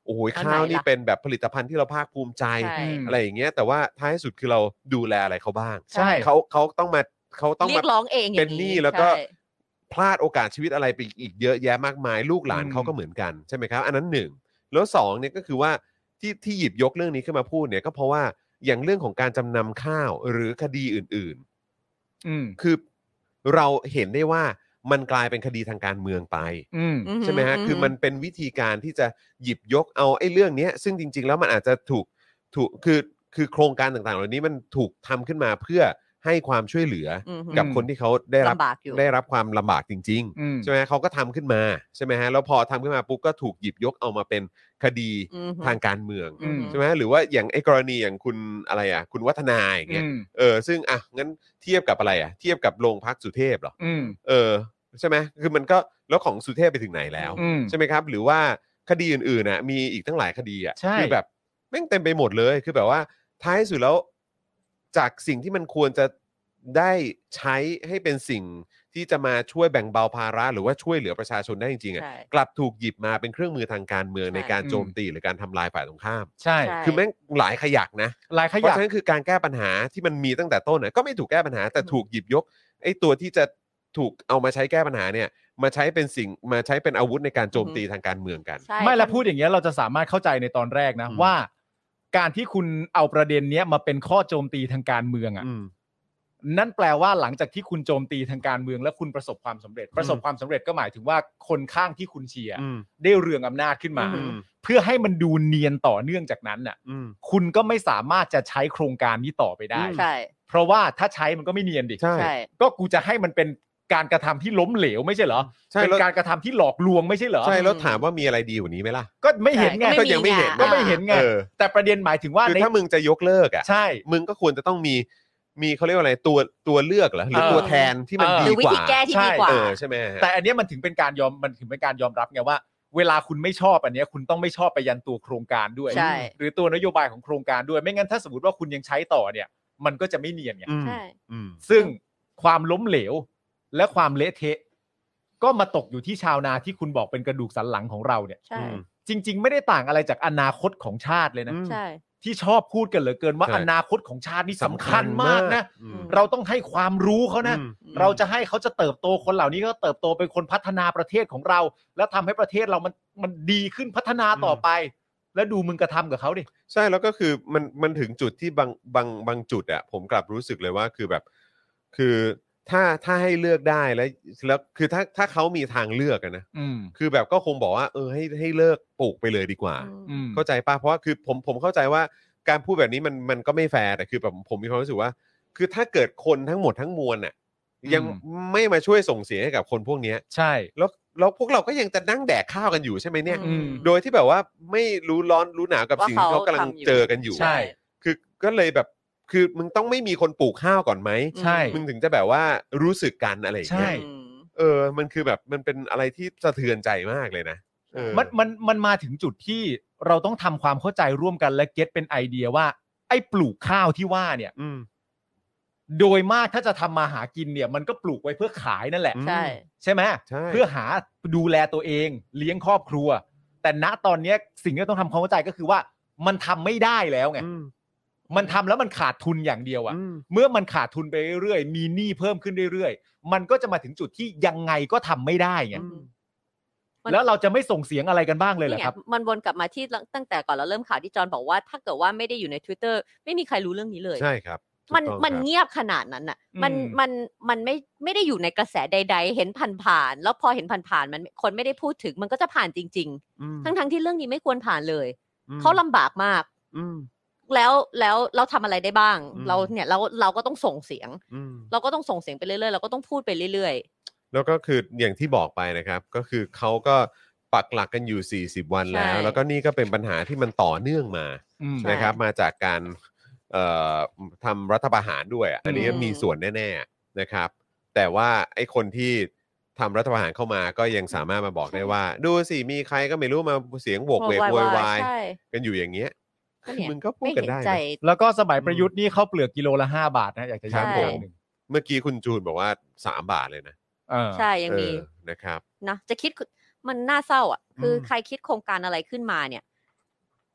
โอ้โหข้าวนี่เป็นแบบผลิตภัณฑ์ที่เราภาคภูมิใจอะไรอย่างเงี้ยแต่ว่าท้ายสุดคือเราดูแลอะไรเขาบ้างใช่เขาเขาต้องมาเขาต้องมาเรียกร้องเองเป็นหนี้แล้วก็พลาดโอกาสชีวิตอะไรไปอีกเยอะแยะมากมายลูกหลานเขาก็เหมือนกันใช่ไหมครับอันนั้นหนึ่งแล้วสองเนี่ยก็คือว่าที่ที่หยิบยกเรื่องนี้ขึ้นมาพูดเนี่ยก็เพราะว่าอย่างเรื่องของการจำนำข้าวหรือคดีอื่นๆคือเราเห็นได้ว่ามันกลายเป็นคดีทางการเมืองไปใช่ไหมฮะคือมันเป็นวิธีการที่จะหยิบยกเอาไอ้เรื่องนี้ซึ่งจริงๆแล้วมันอาจจะถูกถูกคือคือโครงการต่างๆเหล่านี้มันถูกทำขึ้นมาเพื่อให้ความช่วยเหลือกับคนที่เขาได้รับได้รับความลำบากจริงๆใช่ไหมเขาก็ทำขึ้นมาใช่ไหมฮะแล้วพอทำขึ้นมาปุ๊บก็ถูกหยิบยกเอามาเป็นคดีทางการเมืองใช่ไหมหรือว่าอย่างไอ้กรณีอย่างคุณอะไรอ่ะคุณวัฒนาอย่างเงี้ยเออซึ่งอ่ะงั้นเทียบกับอะไรอ่ะเทียบกับโรงพักสุเทพเหรอเออใช่ไหมคือมันก็แล้วของสุเทพไปถึงไหนแล้วใช่ไหมครับหรือว่าคดีอื่นๆน่ะมีอีกตั้งหลายคดีอ่ะคือแบบแม่งเต็มไปหมดเลยคือแบบว่าท้ายสุดแล้วจากสิ่งที่มันควรจะได้ใช้ให้เป็นสิ่งที่จะมาช่วยแบ่งเบาภาระหรือว่าช่วยเหลือประชาชนได้จริงๆอ่ะกลับถูกหยิบมาเป็นเครื่องมือทางการเมืองในการโจมตีหรือการทำลายฝ่ายตรงข้ามใช่คือแม่งหลายขยักนะหลายขยักเพราะฉะนั้นคือการแก้ปัญหาที่มันมีตั้งแต่ต้นน่ะก็ไม่ถูกแก้ปัญหาแต่ถูกหยิบยกไอ้ตัวที่จะถูกเอามาใช้แก้ปัญหาเนี่ยมาใช้เป็นสิ่งมาใช้เป็นอาวุธในการโจมตีทางการเมืองกันไม่แล้วพูดอย่างเงี้ยเราจะสามารถเข้าใจในตอนแรกนะว่าการที่คุณเอาประเด็นเนี้ยมาเป็นข้อโจมตีทางการเมืองอ่ะนั่นแปลว่าหลังจากที่คุณโจมตีทางการเมืองแล้วคุณประสบความสำเร็จประสบความสำเร็จก็หมายถึงว่าคนข้างที่คุณเชียร์ได้เรืองอำนาจขึ้นมาเพื่อให้มันดูเนียนต่อเนื่องจากนั้นน่ะคุณก็ไม่สามารถจะใช้โครงการนี้ต่อไปได้ใช่เพราะว่าถ้าใช้มันก็ไม่เนียนดิใช่ก็กูจะให้มันเป็นการกระทำที่ล้มเหลวไม่ใช่เหรอเป็นการกระทำที่หลอกลวงไม่ใช่เหรอใช่แล้วถามว่ามีอะไรดีกว่านี้ไหมล่ะก็ไม่เห็นไงก็ยังไม่เห็นก็ไม่เห็นไงแต่ประเด็นหมายถึงว่าคือถ้ามึงจะยกเลิกอ่ะใช่มึงก็ควรจะต้องมีมีเขาเรียกว่าอะไรตัวตัวเลือกเหรอหรือตัวแทนที่มันดีกว่าหรือวิธีแก้ที่ดีกว่าใช่ไหมแต่อันนี้มันถึงเป็นการยอมมันถึงเป็นการยอมรับไงว่าเวลาคุณไม่ชอบอันนี้คุณต้องไม่ชอบไปยันตัวโครงการด้วยหรือตัวนโยบายของโครงการด้วยไม่งั้นถ้าสมมติว่าคุณยังใช้ต่อเนี่ยมันก็จะไม่เนียนไงซึ่งความล้มเหลวและความเละเทะก็มาตกอยู่ที่ชาวนาที่คุณบอกเป็นกระดูกสันหลังของเราเนี่ยจริงๆไม่ได้ต่างอะไรจากอนาคตของชาติเลยนะที่ชอบพูดกันเหลือเกินว่าอนาคตของชาตินี่สำคัญมากนะเราต้องให้ความรู้เขานะเราจะให้เขาจะเติบโตคนเหล่านี้ก็เติบโตเป็นคนพัฒนาประเทศของเราแล้วทำให้ประเทศเรามันมันดีขึ้นพัฒนาต่อไปแล้วดูมึงกระทำกับเขาดิใช่แล้วก็คือมันมันถึงจุดที่บางบางบางจุดอะผมกลับรู้สึกเลยว่าคือแบบคือถ้าถ้าให้เลือกได้แล้วแล้วคือถ้าถ้าเขามีทางเลือกนะคือแบบก็คงบอกว่าเออให้ให้เลิกปลูกไปเลยดีกว่าเข้าใจป่ะเพราะว่าคือผมผมเข้าใจว่าการพูดแบบนี้มันมันก็ไม่แฟร์แต่คือแบบผมมีความรู้สึกว่าคือถ้าเกิดคนทั้งหมดทั้งมวลน่ะยังไม่มาช่วยส่งเสียให้กับคนพวกนี้ใช่แล้วแล้วพวกเราก็ยังจะนั่งแดกข้าวกันอยู่ใช่ไหมเนี่ยโดยที่แบบว่าไม่รู้ร้อนรู้หนาวกับสิ่งที่เขากำลังเจอกันอยู่ใช่คือก็เลยแบบคือมึงต้องไม่มีคนปลูกข้าวก่อนไหมใช่มึงถึงจะแบบว่ารู้สึกกันอะไรอย่างเงี้ยเออมันคือแบบมันเป็นอะไรที่สะเทือนใจมากเลยนะมันมันมันมาถึงจุดที่เราต้องทำความเข้าใจร่วมกันและเก็ตเป็นไอเดียว่าไอ้ปลูกข้าวที่ว่าเนี่ยโดยมากถ้าจะทำมาหากินเนี่ยมันก็ปลูกไว้เพื่อขายนั่นแหละใช่ใช่ไหมเพื่อหาดูแลตัวเองเลี้ยงครอบครัวแต่ณตอนนี้สิ่งที่ต้องทำความเข้าใจก็คือว่ามันทำไม่ได้แล้วไงมันทำแล้วมันขาดทุนอย่างเดียวอ่ะเมื่อมันขาดทุนไปเรื่อยๆมีหนี้เพิ่มขึ้นเรื่อยๆมันก็จะมาถึงจุดที่ยังไงก็ทำไม่ได้ไงแล้วเราจะไม่ส่งเสียงอะไรกันบ้างเลยเหรอครับมันวนกลับมาที่ตั้งแต่ก่อนเราเริ่มข่าวที่จอนบอกว่าถ้าเกิดว่าไม่ได้อยู่ใน Twitter ไม่มีใครรู้เรื่องนี้เลยใช่ครับมันมันเงียบขนาดนั้นอ่ะมันมันมันไม่ไม่ได้อยู่ในกระแสใดๆเห็นผ่านๆแล้วพอเห็นผ่านๆมันคนไม่ได้พูดถึงมันก็จะผ่านจริงๆทั้งๆที่เรื่องนี้ไม่ควรผ่านเลยเขาลำบากมากแล้วแล้วเราทำอะไรได้บ้างเราเนี่ยเราเราก็ต้องส่งเสียงเราก็ต้องส่งเสียงไปเรื่อยๆเราก็ต้องพูดไปเรื่อยๆแล้วก็คืออย่างที่บอกไปนะครับก็คือเขาก็ปักหลักกันอยู่สี่สิบวันแล้วแล้วก็นี่ก็เป็นปัญหาที่มันต่อเนื่องมานะครับมาจากการเอ่อทำรัฐประหารด้วยอันนี้มีส่วนแน่ๆนะครับแต่ว่าไอ้คนที่ทำรัฐประหารเข้ามาก็ยังสามารถมาบอกได้ว่าดูสิมีใครก็ไม่รู้มาเสียงโวกเวกโวยวายกันอยู่อย่างเงี้ยมึงก็พูดกันได้แล้วก็สมัยประยุทธ์นี่เขาเปลือกกิโลละห้าบาทนะอยากจะย้ำอีกนึงเมื่อกี้คุณจูนบอกว่าสามบาทเลยนะใช่ยังมีนะครับนะจะคิดมันน่าเศร้าอ่ะคือใครคิดโครงการอะไรขึ้นมาเนี่ย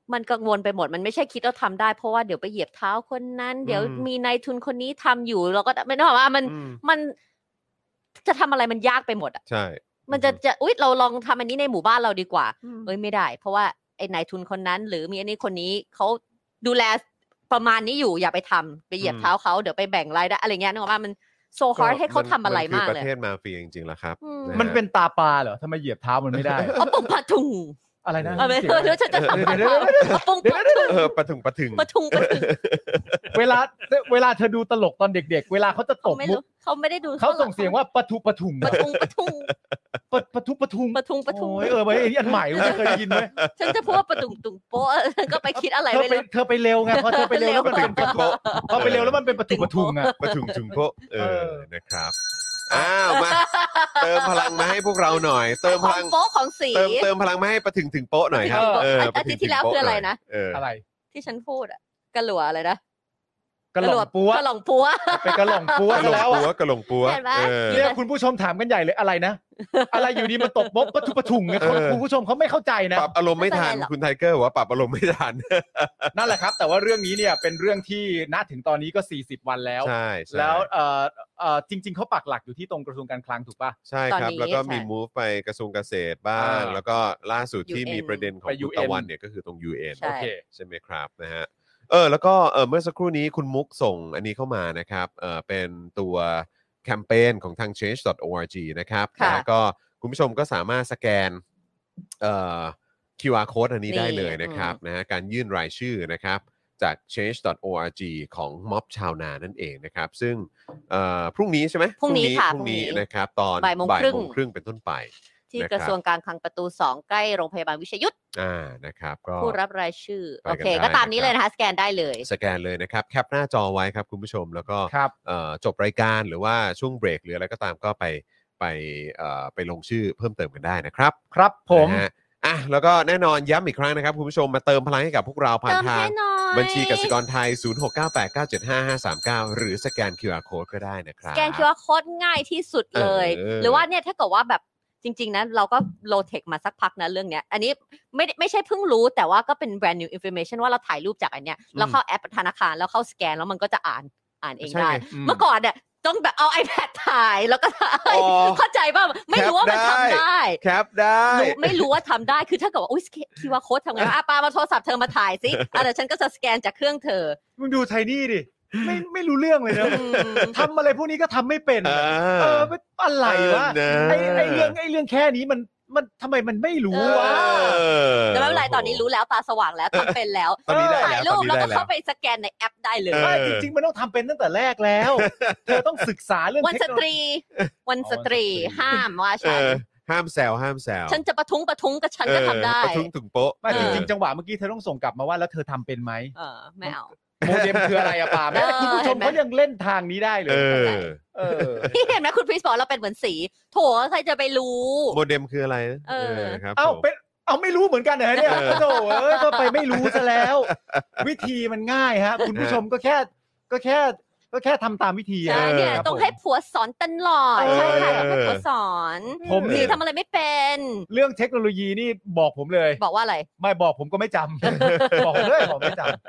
มันกังวลไปหมดมันไม่ใช่คิดว่าทำได้เพราะว่าเดี๋ยวไปเหยียบเท้าคนนั้นเดี๋ยวมีนายทุนคนนี้ทำอยู่เราก็ไม่ได้ว่ามันมันจะทำอะไรมันยากไปหมดอ่ะใช่มันจะจะอุ๊ยเราลองทำอันนี้ในหมู่บ้านเราดีกว่าเอ้ยไม่ได้เพราะว่าไอ้นายทุนคนนั้นหรือมีอันนี้คนนี้เขาดูแลประมาณนี้อยู่อย่าไปทำไปเหยียบเท้าเขาเดี๋ยวไปแบ่งรายได้อะไรเงี้ยนึกว่ามันโซฮาร์ดให้เขาทำอะไรมากเลยประเทศมาเฟียจริงๆแล้วครับมันเป็นตาปลาเหรอทำไมเหยียบเท้ามันไม่ได้อ๋อปุ่งปะทุงอะไรนะเดี๋ยวเดี๋ยวฉันจะทำเดี๋ยวปุ่งปะทุงเออปะทุงปะทุงปะทุงปะทุงเวลาเวลาเธอดูตลกตอนเด็กๆเวลาเขาจะตบมุกเขาไม่ได้ดูเขาส่งเสียงว่าปะทุปะทุงปะทุงปะทุงปะปะทุปะทุงปะทุงปะทุงโอ้ยเออไอ้อันใหม่ไม่เคยได้ยินไหมฉันจะพูดว่าปะตุงตุงโป๊ะก็ไปคิดอะไรไปเลยเธอไปเร็วไงพอเธอไปเร็วแล้วมันเป็นปะทุพอไปเร็วแล้วมันเป็นปะทุปะทุงอ่ะปะทุงจุงโป๊ะเออนะครับอ้าวมาเติมพลังมาให้พวกเราหน่อยเติมพลังโป๊ะของสีเติมเติมพลังมาให้ประถึงถึงโป๊ะหน่อยครับเอออาทิตย์ที่แล้วคืออะไรนะอะไรที่ฉันพูดอ่ะกระหลัวอะไรนะกระหล่องปัวกระหล่องปัวเป็นกระหล่องปัวแล้วอ่ะกระหล่องปัวเนี่ยคุณผู้ชมถามกันใหญ่เลยอะไรนะอะไรอยู่ดีมันตบมกปะทุปะทุงไงคุณผู้ชมเขาไม่เข้าใจนะปรับอารมณ์ไม่ทันคุณไทเกอร์ว่าปรับอารมณ์ไม่ทันนั่นแหละครับแต่ว่าเรื่องนี้เนี่ยเป็นเรื่องที่ณถึงตอนนี้ก็สี่สิบวันแล้วใช่แล้วเอ่อเอ่อจริงๆเขาปักหลักอยู่ที่ตรงกระทรวงการคลังถูกป่ะใช่ครับแล้วก็มี move ไปกระทรวงเกษตรบ้างแล้วก็ล่าสุดที่มีประเด็นของคุณตะวันเนี่ยก็คือตรง ยู เอ็นโอเคใช่ไหมครับนะฮะเออแล้วก็เออเมื่อสักครู่นี้คุณมุกส่งอันนี้เข้ามานะครับเออเป็นตัวแคมเปญของทาง change ดอท โอ อาร์ จี นะครับแล้วก็คุณผู้ชมก็สามารถสแกนเอ่อ คิว อาร์ code อันนี้ได้เลยนะครับนะฮะการยื่นรายชื่อนะครับจาก change ดอท โอ อาร์ จี ของม็อบชาวนานั่นเองนะครับซึ่งเอ่อพรุ่งนี้ใช่ไหมพรุ่งนี้ค่ะพรุ่งนี้นะครับตอนบ่ายโมงครึ่งเป็นต้นไปที่กระทรวงการคลังประตูสองใกล้โรงพยาบาลวิชยุทธอ่านะครับก็ผู้รับรายชื่อโอเคก็ตามนี้เลยนะคะสแกนได้เลยสแกนเลยนะครับแคปหน้าจอไว้ครับคุณผู้ชมแล้วก็จบรายการหรือว่าช่วงเบรกหรืออะไรก็ตามก็ไปไปไปลงชื่อเพิ่มเติมกันได้นะครับครับผมอ่ะแล้วก็แน่นอนย้ำอีกครั้งนะครับคุณผู้ชมมาเติมพลังให้กับพวกเราผ่านทางบัญชีกสิกรไทยศูนย์ หก เก้า แปด เก้า เจ็ด ห้า ห้า สาม เก้าหรือสแกน คิว อาร์ Code ก็ได้นะครับสแกน คิว อาร์ Code ง่ายที่สุดเลยหรือว่าเนี่ยถ้าเกิดว่าแบบจริงๆนะเราก็โลเทคมาสักพักนะเรื่องเนี้ยอันนี้ไม่ไม่ใช่เพิ่งรู้แต่ว่าก็เป็น brand new information ว่าเราถ่ายรูปจากอันเนี้ยแล้วเข้าแอปธนาคารแล้วเข้าสแกนแล้วมันก็จะอ่านอ่านเองได้เมื่อก่อนเนี่ยต้องแบบเอา iPad ถ่ายแล้วก็เข้าใจป่ะไม่รู้ว่ามันทำได้แคปได้ไม่รู้ว่าทำได้คือถ้าเกิดว่าอุ้ย คิว อาร์ Code ทำไงอ่ะปามาโทรศัพท์เธอมาถ่ายสิอ่ะเดี๋ยวฉันก็จะสแกนจากเครื่องเธอมึงดูไทนี่ดิไม่ไม่รู้เรื่องเลยนะทำอะไรพวกนี้ก็ทำไม่เป็นเอออะไรวะไอ้ไอ้เรื่องไอ้เรื่องแค่นี้มันมันทำไมมันไม่รู้วะแต่ไม่เป็นไรตอนนี้รู้แล้วตาสว่างแล้วทำเป็นแล้วถ่ายรูปแล้วก็เข้าไปสแกนในแอปได้เลยจริงๆมันต้องทำเป็นตั้งแต่แรกแล้วเธอต้องศึกษาเรื่องวันสตรีวันสตรีห้ามว่าฉันห้ามแซวห้ามแซวฉันจะประทุ้งประทุ้งกับฉันก็ทำได้ประทุ้งถึงโป๊ะไม่จริงๆจังหวะเมื่อกี้เธอต้องส่งกลับมาว่าแล้วเธอทำเป็นไหมเออไม่เอาโมเด็มคืออะไรอะปาแม่คุณผู้ชมเขายังเล่นทางนี้ได้เลยเออพี่เห็นไหมคุณพริสบอกเราเป็นเหมือนสีโถใครจะไปรู้โมเด็มคืออะไรเออครับเอ้าเป็นเอาไม่รู้เหมือนกันเหรอเนี่ยโถเอ้ยก็ไปไม่รู้ซะแล้ววิธีมันง่ายฮะคุณผู้ชมก็แค่ก็แค่ก็แค่ทำตามวิธีใช่เนี่ยต้องให้ผัวสอนตลอดใช่ค่ะต้องให้ผัวสอนผมนี่ทำอะไรไม่เป็นเรื่องเทคโนโลยีนี่บอกผมเลยบอกว่าอะไรไม่บอกผมก็ไม่จำบอกเลยบอกไม่จำ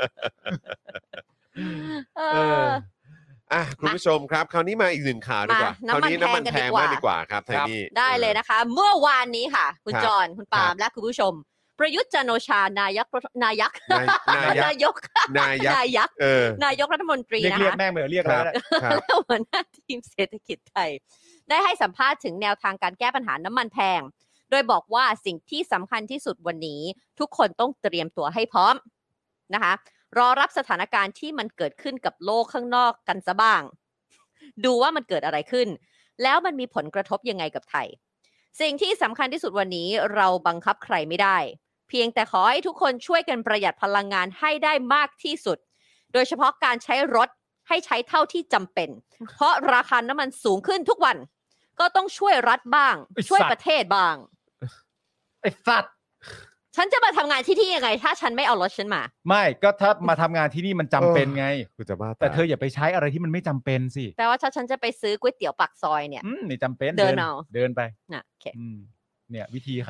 เอออ่ะคุณผู้ชมครับคราวนี้มาอีกหนึ่งข่าวดีกว่าคราวนี้น้ำมันแพงมากดีกว่าครับไทนี่ได้เลยนะคะเมื่อวานนี้ค่ะคุณจอนคุณปาล์มและคุณผู้ชมประยุทธ์จันทร์โอชานายกนายกนายกนายกนายกนายกรัฐมนตรีนะคะเรียกแม่งเหมือนเรียกอะไรแล้วหัวหน้าทีมเศรษฐกิจไทยได้ให้สัมภาษณ์ถึงแนวทางการแก้ปัญหาน้ำมันแพงโดยบอกว่าสิ่งที่สำคัญที่สุดวันนี้ทุกคนต้องเตรียมตัวให้พร้อมนะคะรอรับสถานการณ์ที่มันเกิดขึ้นกับโลกข้างนอกกันซะบ้างดูว่ามันเกิดอะไรขึ้นแล้วมันมีผลกระทบยังไงกับไทยสิ่งที่สำคัญที่สุดวันนี้เราบังคับใครไม่ได้เพียงแต่ขอให้ทุกคนช่วยกันประหยัดพลังงานให้ได้มากที่สุดโดยเฉพาะการใช้รถให้ใช้เท่าที่จำเป็นเพราะราคาน้ำมันสูงขึ้นทุกวันก็ต้องช่วยรัฐบ้างช่วยประเทศบ้างไอ้สัตว์ฉันจะมาทำงานที่ที่ยังไงถ้าฉันไม่เอารถฉันมาไม่ก็ถ้ามาทำงานที่นี่มันจำเป็นไงกูจะบ้าแต่เธออย่าไปใช้อะไรที่มันไม่จำเป็นสิแต่ว่าถ้าฉันจะไปซื้อก๋วยเตี๋ยวปากซอยเนี่ยอืมนี่จำเป็นเดินเอาเดินไปน่ะโอเคเนี่ยวิธีเขา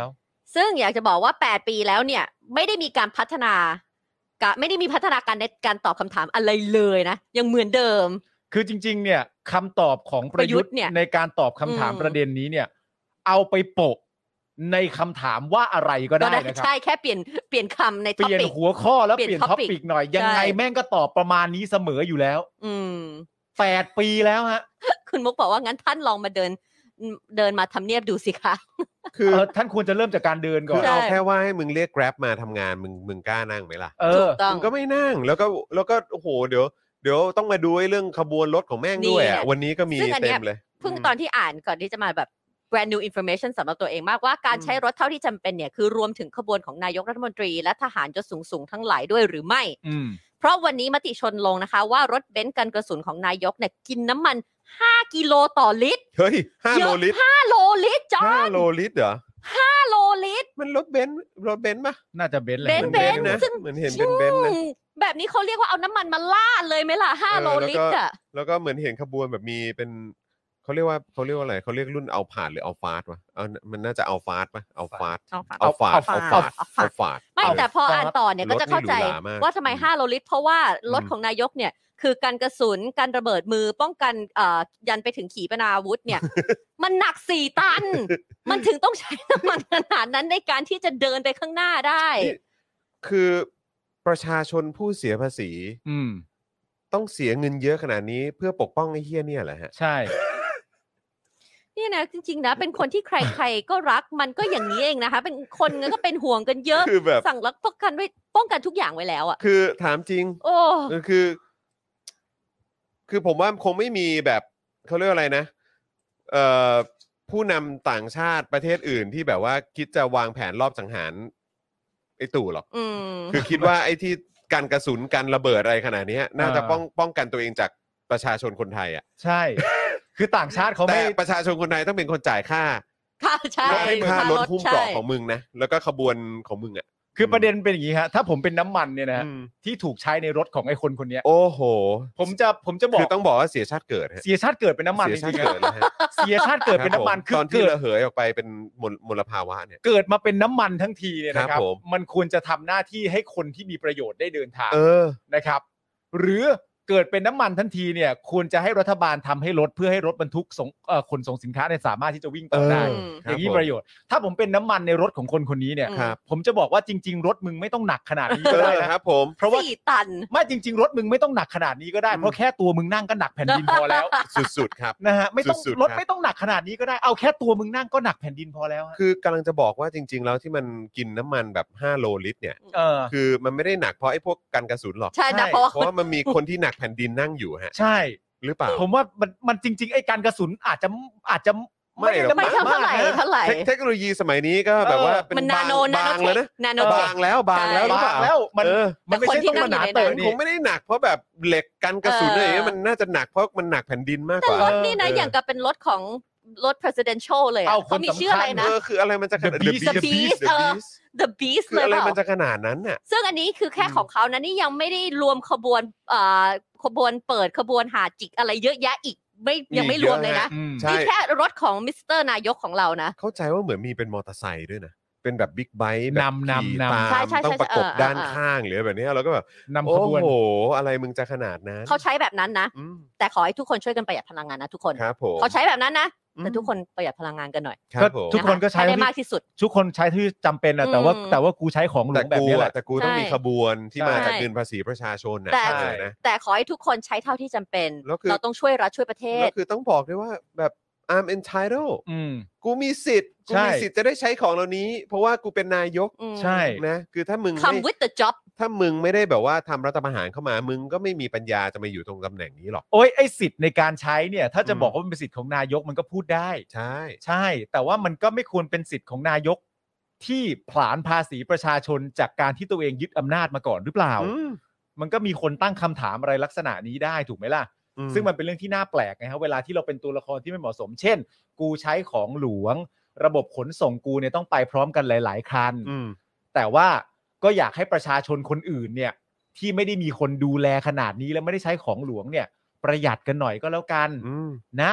ซึ่งอยากจะบอกว่าแปดปีแล้วเนี่ยไม่ได้มีการพัฒนากะไม่ได้มีพัฒนาการในการตอบคำถามอะไรเลยนะยังเหมือนเดิมคือจริงๆเนี่ยคำตอบของประยุทธ์ในการตอบคำถามประเด็นนี้เนี่ยเอาไปโปะในคำถามว่าอะไรก็ได้นะครับใช่แค่เปลี่ยนเปลี่ยนคำในท็อปิกเปลี่ยนหัวข้อแล้วเปลี่ยนท็อปิกหน่อยยังไงแม่งก็ตอบประมาณนี้เสมออยู่แล้วอืมแปดปีแล้วฮะคุณมุกบอกว่างั้นท่านลองมาเดินเดินมาทำเนียบดูสิคะคือท่านควรจะเริ่มจากการเดินก่อนคือเอาแค่ว่าให้มึงเรียก Grab มาทำงานมึงมึงกล้านั่งไหมล่ะเออมึงก็ไม่นั่งแล้วก็แล้วก็โอ้โหเดี๋ยวเดี๋ยวต้องมาดูเรื่องขบวนรถของแม่งด้วยอ่ะวันนี้ก็มีเต็มเลยเพิ่งตอนที่อ่านก่อนที่จะมาแบบ brand new information สำหรับตัวเองมากว่าการใช้รถเท่าที่จำเป็นเนี่ยคือรวมถึงขบวนของนายกรัฐมนตรีและทหารยศสูงๆทั้งหลายด้วยหรือไม่เพราะวันนี้มติชนลงนะคะว่ารถเบนซ์กันกระสุนของนายกเนี่ยกินน้ำมันห้ากิโลต่อลิตรเฮ้ยห้าโลลิตรห้าโลลิตรจ้าห้าโลลิตรเหรอห้าโลลิตรมันรถเบนซ์รถเบนซ์ป่ะน่าจะเบนซ์แหละเบนซ์เบนซ์นะเหมือนเห็นเป็นเบนซ์นะแบบนี้เขาเรียกว่าเอาน้ำมันมาลาดเลยไหมล่ะห้าโลลิตรอ่ะแล้วก็เหมือนเห็นขบวนแบบมีเป็นเขาเรียกว่าเขาเรียกว่าอะไรเขาเรียกรุ่นเอาผาดหรือเอาฟาสวะเอามันน่าจะเอาฟาสป่ะเอาฟาสเอาฟาสเอาฟาสเอาฟาสไม่แต่พออ่านต่อเนี่ยก็จะเข้าใจว่าทำไมห้าโลลิตรเพราะว่ารถของนายกเนี่ยคือการกระสุนการระเบิดมือป้องกันเอ่อยันไปถึงขีปนาวุธเนี่ยมันหนักสี่ตันมันถึงต้องใช้น้ำมันขนาดนั้นในการที่จะเดินไปข้างหน้าได้คือประชาชนผู้เสียภาษีต้องเสียเงินเยอะขนาดนี้เพื่อปกป้องไอ้เหี้ยเนี่ยแหละฮะใช่นี่นะจริงๆนะเป็นคนที่ใครๆก็รักมันก็อย่างนี้เองนะคะเป็นคนก็เป็นห่วงกันเยอะสั่งรักป้องกันไว้ป้องกันทุกอย่างไว้แล้วอ่ะคือถามจริงโอ้คือคือผมว่าคงไม่มีแบบเขาเรียกอะไรนะเอ่อผู้นำต่างชาติประเทศอื่นที่แบบว่าคิดจะวางแผนรอบสังหารไอ้ตู่หรอกคือคิดว่าไอ้ที่กันกระสุนกันระเบิดอะไรขนาดนี้น่าจะป้องป้องกันตัวเองจากประชาชนคนไทยอ่ะใช่คือต่างชาติเขาไม่ประชาชนคนไทยต้องเป็นคนจ่ายค่าค่าใช่ค่ารถหุ้มเกราะของมึงนะแล้วก็ขบวนของมึงอ่ะคือประเด็นเป็นอย่างนี้ฮะถ้าผมเป็นน้ำมันเนี่ยนะที่ถูกใช้ในรถของไอ้คนคนนี้โอ้โหผมจะผมจะบอกคือต้องบอกว่าเสียชาติเกิดเสียชาติเกิดเป็นน้ำมันจริงๆเสียชาติเกิดเป็นน้ำมันคือตอนที่ระเหยออกไปเป็นมลภาวะเนี่ยเกิดมาเป็นน้ำมันทั้งทีเนี่ยนะครับมันควรจะทำหน้าที่ให้คนที่มีประโยชน์ได้เดินทางนะครับหรือเกิดเป็นน้ำมันทันทีเนี่ยควรจะให้รัฐบาลทำให้รถเพื่อให้รถบรรทุกส่งเอ่อขนส่งสินค้าเนี่ยสามารถที่จะวิ่งต่อได้อย่างนี้ประโยชน์ถ้าผมเป็นน้ำมันในรถของคนคนนี้เนี่ยผมจะบอกว่าจริงๆรถมึงไม่ต้องหนักขนาดนี้ก็ได้นะครับผมเพราะว่าสี่ตันไม่จริงๆรถมึงไม่ต้องหนักขนาดนี้ก็ได้เพราะแค่ตัวมึงนั่งก็หนักแผ่นดินพอแล้วสุดๆครับนะฮะไม่ต้องรถไม่ต้องหนักขนาดนี้ก็ได้เอาแค่ตัวมึงนั่งก็หนักแผ่นดินพอแล้วคือกำลังจะบอกว่าจริงๆแล้วที่มันกินน้ำมันแบบห้าโลลิตรเนี่ยคือมันไม่ได้หนักเพราะไอ้พวกกันกระสุนหรอกใช่นะเพราะว่ามันมีคนที่หนักแผ่นดินนั่งอยู่ใช่หรือเปล่าผมว่ามันมันจริงๆไอ้การกระสุนอาจจะอาจจะไม่ไม่เท่าไหร่เท่าไหร่เทคโนโลยีสมัยนี้ก็แบบว่าเป็นบางบางแล้วนะบางแล้วบางแล้วหรือเปล่าแล้วมันมันไม่ใช่ต้องมาหนาเติมผมไม่ได้หนักเพราะแบบเหล็กกันกระสุนอะไรอย่างเงี้ยมันน่าจะหนักเพราะมันหนักแผ่นดินมากกว่าแต่รถนี่นะอย่างกับเป็นรถของรถ presidential เลยอ่ะเขามีชื่ออะไรนะเออคืออะไรมันจะ The Beast The Beast เลยอะไรมันจะขนาดนั้นน่ะซึ่งอันนี้คือแค่ของเขานะนี่ยังไม่ได้รวมขบวนเอ่อขบวนเปิดขบวนหาจิกอะไรเยอะแยะอีกไม่ยังไม่รวมเลยนะนี่แค่รถของมิสเตอร์นายกของเรานะเข้าใจว่าเหมือนมีเป็นมอเตอร์ไซค์ด้วยนะเป็นแบบบิ๊กไบค์แบบนำนำนำตามต้องประกบด้านข้างหรือแบบนี้เราก็แบบนำขบวนโอ้โหอะไรมึงจะขนาดนั้นเขาใช้แบบนั้นนะแต่ขอให้ทุกคนช่วยกันประหยัดพลังงานนะทุกคนเขาใช้แบบนั้นนะแต่ทุกคนประหยัดพลังงานกันหน่อยก็ทุกคนก็ใช้ได้มากที่สุดทุกคนใช้ที่จำเป็นนะแต่ว่าแต่ว่ากูใช้ของหลวงแบบนี้แหละแต่กูต้องมีขบวนที่มาจากเงินภาษีประชาชนนะแต่ขอให้ทุกคนใช้เท่าที่จำเป็นเราต้องช่วยรัฐช่วยประเทศแล้วคือต้องบอกด้วยว่าแบบ I'm entitled กูมีสิทธิ์กูมีสิทธิ์จะได้ใช้ของเหล่านี้เพราะว่ากูเป็นนายกใช่นะคือถ้ามึง come with the job ถ้ามึงไม่ได้แบบว่าทำรัฐประหารเข้ามามึงก็ไม่มีปัญญาจะมาอยู่ตรงตำแหน่งนี้หรอกโอ้ยไอ้สิทธิ์ในการใช้เนี่ยถ้าจะบอกว่ามันเป็นสิทธิ์ของนายกมันก็พูดได้ใช่ใช่แต่ว่ามันก็ไม่ควรเป็นสิทธิ์ของนายกที่ผลาญภาษีประชาชนจากการที่ตัวเองยึดอำนาจมาก่อนหรือเปล่ามันก็มีคนตั้งคำถามอะไรลักษณะนี้ได้ถูกไหมล่ะซึ่งมันเป็นเรื่องที่น่าแปลกไงครับเวลาที่เราเป็นตัวละครที่ไม่เหมาะสมเช่นกูใช้ของหลวงระบบขนส่งกูเนี่ยต้องไปพร้อมกันหลายๆคันแต่ว่าก็อยากให้ประชาชนคนอื่นเนี่ยที่ไม่ได้มีคนดูแลขนาดนี้แล้วไม่ได้ใช้ของหลวงเนี่ยประหยัดกันหน่อยก็แล้วกันนะ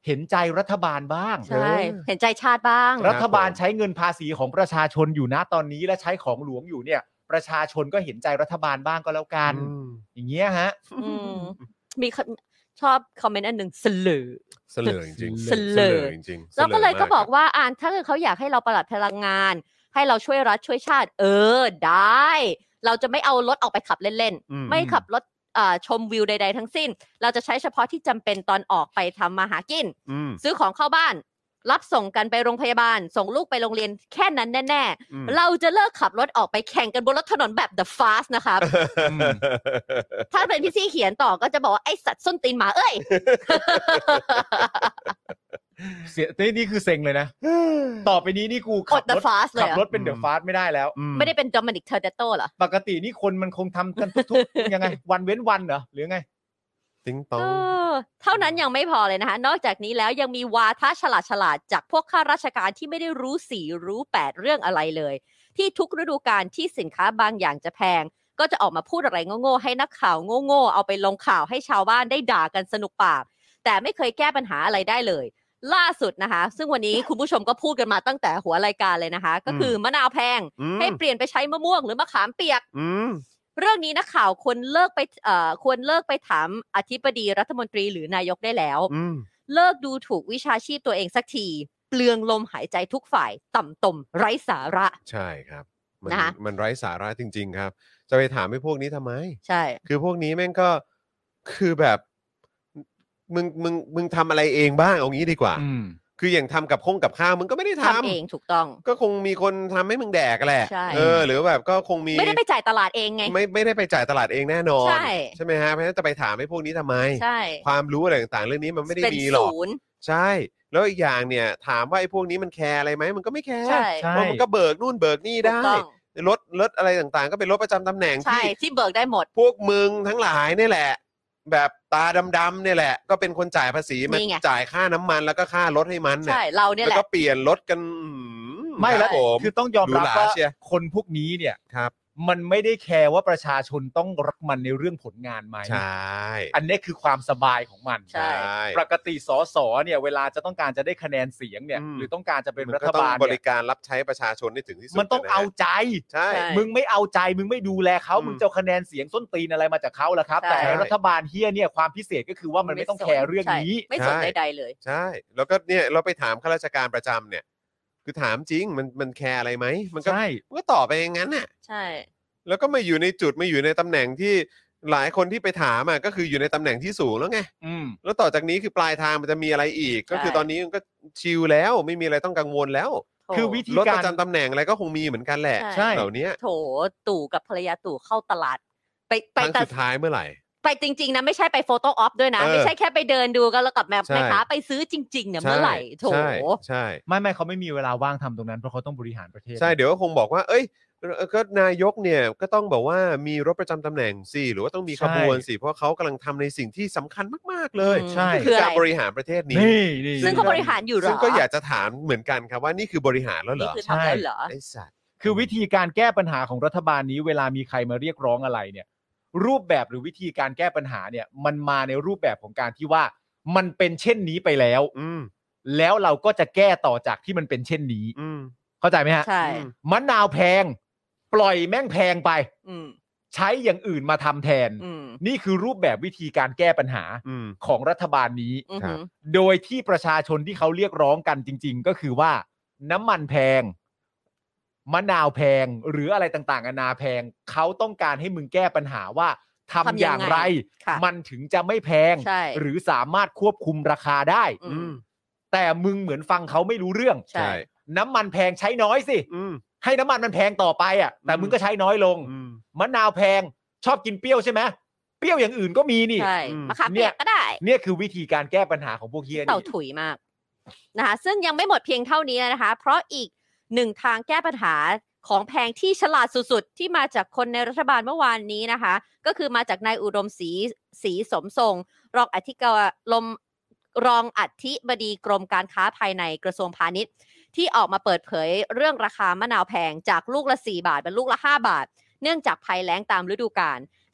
เห็นใจรัฐบาลบ้างใช่เห็นใจชาติบ้างรัฐบาลใช้เงินภาษีของประชาชนอยู่นะตอนนี้และใช้ของหลวงอยู่เนี่ยประชาชนก็เห็นใจรัฐบาลบ้างก็แล้วกันอย่างเงี้ยฮะมีชอบคอมเมนต์อันหนึ่งเสลอเสลอจริงเสลอจริงแล้วก็เลยก็บอกว่าอ่านถ้าเกิดเขาอยากให้เราประหยัดพลังงานให้เราช่วยรัฐช่วยชาติเออได้เราจะไม่เอารถออกไปขับเล่นๆไม่ขับรถชมวิวใดๆทั้งสิ้นเราจะใช้เฉพาะที่จำเป็นตอนออกไปทำมาหากินซื้อของเข้าบ้านรับส่งกันไปโรงพยาบาลส่งลูกไปโรงเรียนแค่นั้นแน่ๆเราจะเลิกขับรถออกไปแข่งกันบนรถถนนแบบ The Fast นะครับ ถ้าเป็นพี่ซี่เขียนต่อก็จะบอกว่าไอ้สัตว์ส้นตีนหมาเอ้ยเสียนี่นี่คือเซ็งเลยนะต่อไปนี้นี่กูขับรถขับรถเป็น The Fast ไม่ได้แล้วไม่ได้เป็น Dominic Toretto เหรอปกตินี่คนมันคงทำกันทุกๆยังไงวันเว้นวันเหรอหรือไงติ๊งตองเท่านั้นยังไม่พอเลยนะคะนอกจากนี้แล้วยังมีวาทะฉลาดฉลาดจากพวกข้าราชการที่ไม่ได้รู้สี่รู้แปดเรื่องอะไรเลยที่ทุกฤดูกาลที่สินค้าบางอย่างจะแพงก็จะออกมาพูดอะไรโง่ๆให้นักข่าวโง่ๆเอาไปลงข่าวให้ชาวบ้านได้ด่ากันสนุกปากแต่ไม่เคยแก้ปัญหาอะไรได้เลยล่าสุดนะคะซึ่งวันนี้คุณผู้ชมก็พูดกันมาตั้งแต่หัวรายการเลยนะคะก็คือมะนาวแพงให้เปลี่ยนไปใช้มะม่วงหรือมะขามเปียกเรื่องนี้นักข่าวควรเลิกไปเอ่อควรเลิกไปถามอธิบดีรัฐมนตรีหรือนายกได้แล้วเลิกดูถูกวิชาชีพตัวเองสักทีเปลืองลมหายใจทุกฝ่ายต่ำตมไร้สาระใช่ครับมันมันไร้สาระจริงๆครับจะไปถามให้พวกนี้ทำไมใช่คือพวกนี้แม่งก็คือแบบมึงมึงมึงทำอะไรเองบ้างเอางี้ดีกว่าคืออย่างทำกับคงกับข้าวมึงก็ไม่ได้ทำทำเองถูกต้องก็คงมีคนทำให้มึงแดกแหละเออหรือแบบก็คงมีไม่ได้ไปจ่ายตลาดเองไงไม่ไม่ได้ไปจ่ายตลาดเองแน่นอนใช่ใช่ไหมฮะเพราะฉะนั้นจะไปถามให้พวกนี้ทำไมใช่ความรู้อะไรต่างๆเรื่องนี้มันไม่ได้มีหรอกใช่แล้วอีกอย่างเนี่ยถามว่าไอ้พวกนี้มันแคร์อะไรไหมมันก็ไม่แคร์เพราะมันก็เบิกนู่นเบิกนี่ได้รถรถอะไรต่างๆก็เป็นรถประจำตำแหน่งที่ที่เบิกได้หมดพวกมึงทั้งหลายนี่แหละแบบตาดำๆเนี่ยแหละก็เป็นคนจ่ายภาษีมาจ่ายค่าน้ำมันแล้วก็ค่ารถให้มันเนี่ยใช่เราเนี่ยแหละแล้วก็เปลี่ยนรถกันไม่แล้วคือต้องยอมรับว่าคนพวกนี้เนี่ยครับมันไม่ได้แคร์ว่าประชาชนต้องรักมันในเรื่องผลงานไหมใช่อันนี้คือความสบายของมันใช่ปกติสสเนี่ยเวลาจะต้องการจะได้คะแนนเสียงเนี่ยหรือต้องการจะเป็นรัฐบาลบริการรับใช้ประชาชนได้ถึงที่สุดมันต้องเอาใจใช่มึงไม่เอาใจมึงไม่ดูแลเขามึงจะคะแนนเสียงส้นตีนอะไรมาจากเขาล่ะครับแต่รัฐบาลเฮียเนี่ยความพิเศษก็คือว่ามันไม่ต้องแคร์เรื่องนี้ไม่สนใดๆเลยใช่แล้วก็เนี่ยเราไปถามข้าราชการประจำเนี่ยคือถามจริงมันมันแคร์อะไรไหมมันก็มันก็ตอบไปอย่างนั้นน่ะใช่แล้วก็มาอยู่ในจุดมาอยู่ในตำแหน่งที่หลายคนที่ไปถามอ่ะก็คืออยู่ในตำแหน่งที่สูงแล้วไงแล้วต่อจากนี้คือปลายทางมันจะมีอะไรอีกก็คือตอนนี้มันก็ชิลแล้วไม่มีอะไรต้องกังวลแล้วคือวิธีการรถประจำตำแหน่งอะไรก็คงมีเหมือนกันแหละใช่เหล่านี้โถตู่กับภรรยาตู่เข้าตลาดไปไปสุดท้ายเมื่อไหร่ไปจริงๆนะไม่ใช่ไปโฟโต้ออฟด้วยนะไม่ใช่แค่ไปเดินดูกันแล้วกับแม่แม่ค้าไปซื้อจริงๆเนี่ยเมื่อไหร่โถใช่ไม่ไม่เขาไม่มีเวลาว่างทำตรงนั้นเพราะเขาต้องบริหารประเทศใช่เดี๋ยวก็คงบอกว่าเอ้ยก็นายกเนี่ยก็ต้องบอกว่ามีรถประจำตำแหน่งสิหรือว่าต้องมีขบวนสิเพราะเขากำลังทำในสิ่งที่สำคัญมากๆเลยใช่คือการบริหารประเทศนี้ซึ่งเขาบริหารอยู่หรอซึ่งก็อยากจะถามเหมือนกันครับว่านี่คือบริหารแล้วเหรอใช่ไอ้สัตว์คือวิธีการแก้ปัญหาของรัฐบาลนี้เวลามีใครมาเรียกร้องอะไรเนี่ยรูปแบบหรือวิธีการแก้ปัญหาเนี่ยมันมาในรูปแบบของการที่ว่ามันเป็นเช่นนี้ไปแล้วแล้วเราก็จะแก้ต่อจากที่มันเป็นเช่นนี้เข้าใจไหมฮะใช่มะนาวแพงปล่อยแม่งแพงไปใช้อย่างอื่นมาทำแทนนี่คือรูปแบบวิธีการแก้ปัญหาของรัฐบาลนี้โดยที่ประชาชนที่เขาเรียกร้องกันจริงๆก็คือว่าน้ำมันแพงมะนาวแพงหรืออะไรต่างๆนานาแพงเขาต้องการให้มึงแก้ปัญหาว่าทำอย่างไรมันถึงจะไม่แพงหรือสามารถควบคุมราคาได้แต่มึงเหมือนฟังเขาไม่รู้เรื่องน้ำมันแพงใช้น้อยสิให้น้ำมันมันแพงต่อไปอ่ะแต่มึงก็ใช้น้อยลงมะนาวแพงชอบกินเปรี้ยวใช่ไหมเปรี้ยวอย่างอื่นก็มีนี่มะขามเปียกก็ได้เนี่ยคือวิธีการแก้ปัญหาของพวกเฮียนี่เต่าถุยมากนะคะซึ่งยังไม่หมดเพียงเท่านี้นะคะเพราะอีกหนึ่งทางแก้ปัญหาของแพงที่ฉลาดสุดๆที่มาจากคนในรัฐบาลเมื่อวานนี้นะคะก็คือมาจากนายอุดมศรีศรีสมทรงรองอธิการลมรองอธิบดีกรมการค้าภายในกระทรวงพาณิชย์ที่ออกมาเปิดเผยเรื่องราคามะนาวแพงจากลูกละสี่บาทเป็นลูกละห้าบาทเนื่องจากภัยแล้งตามฤดูกาล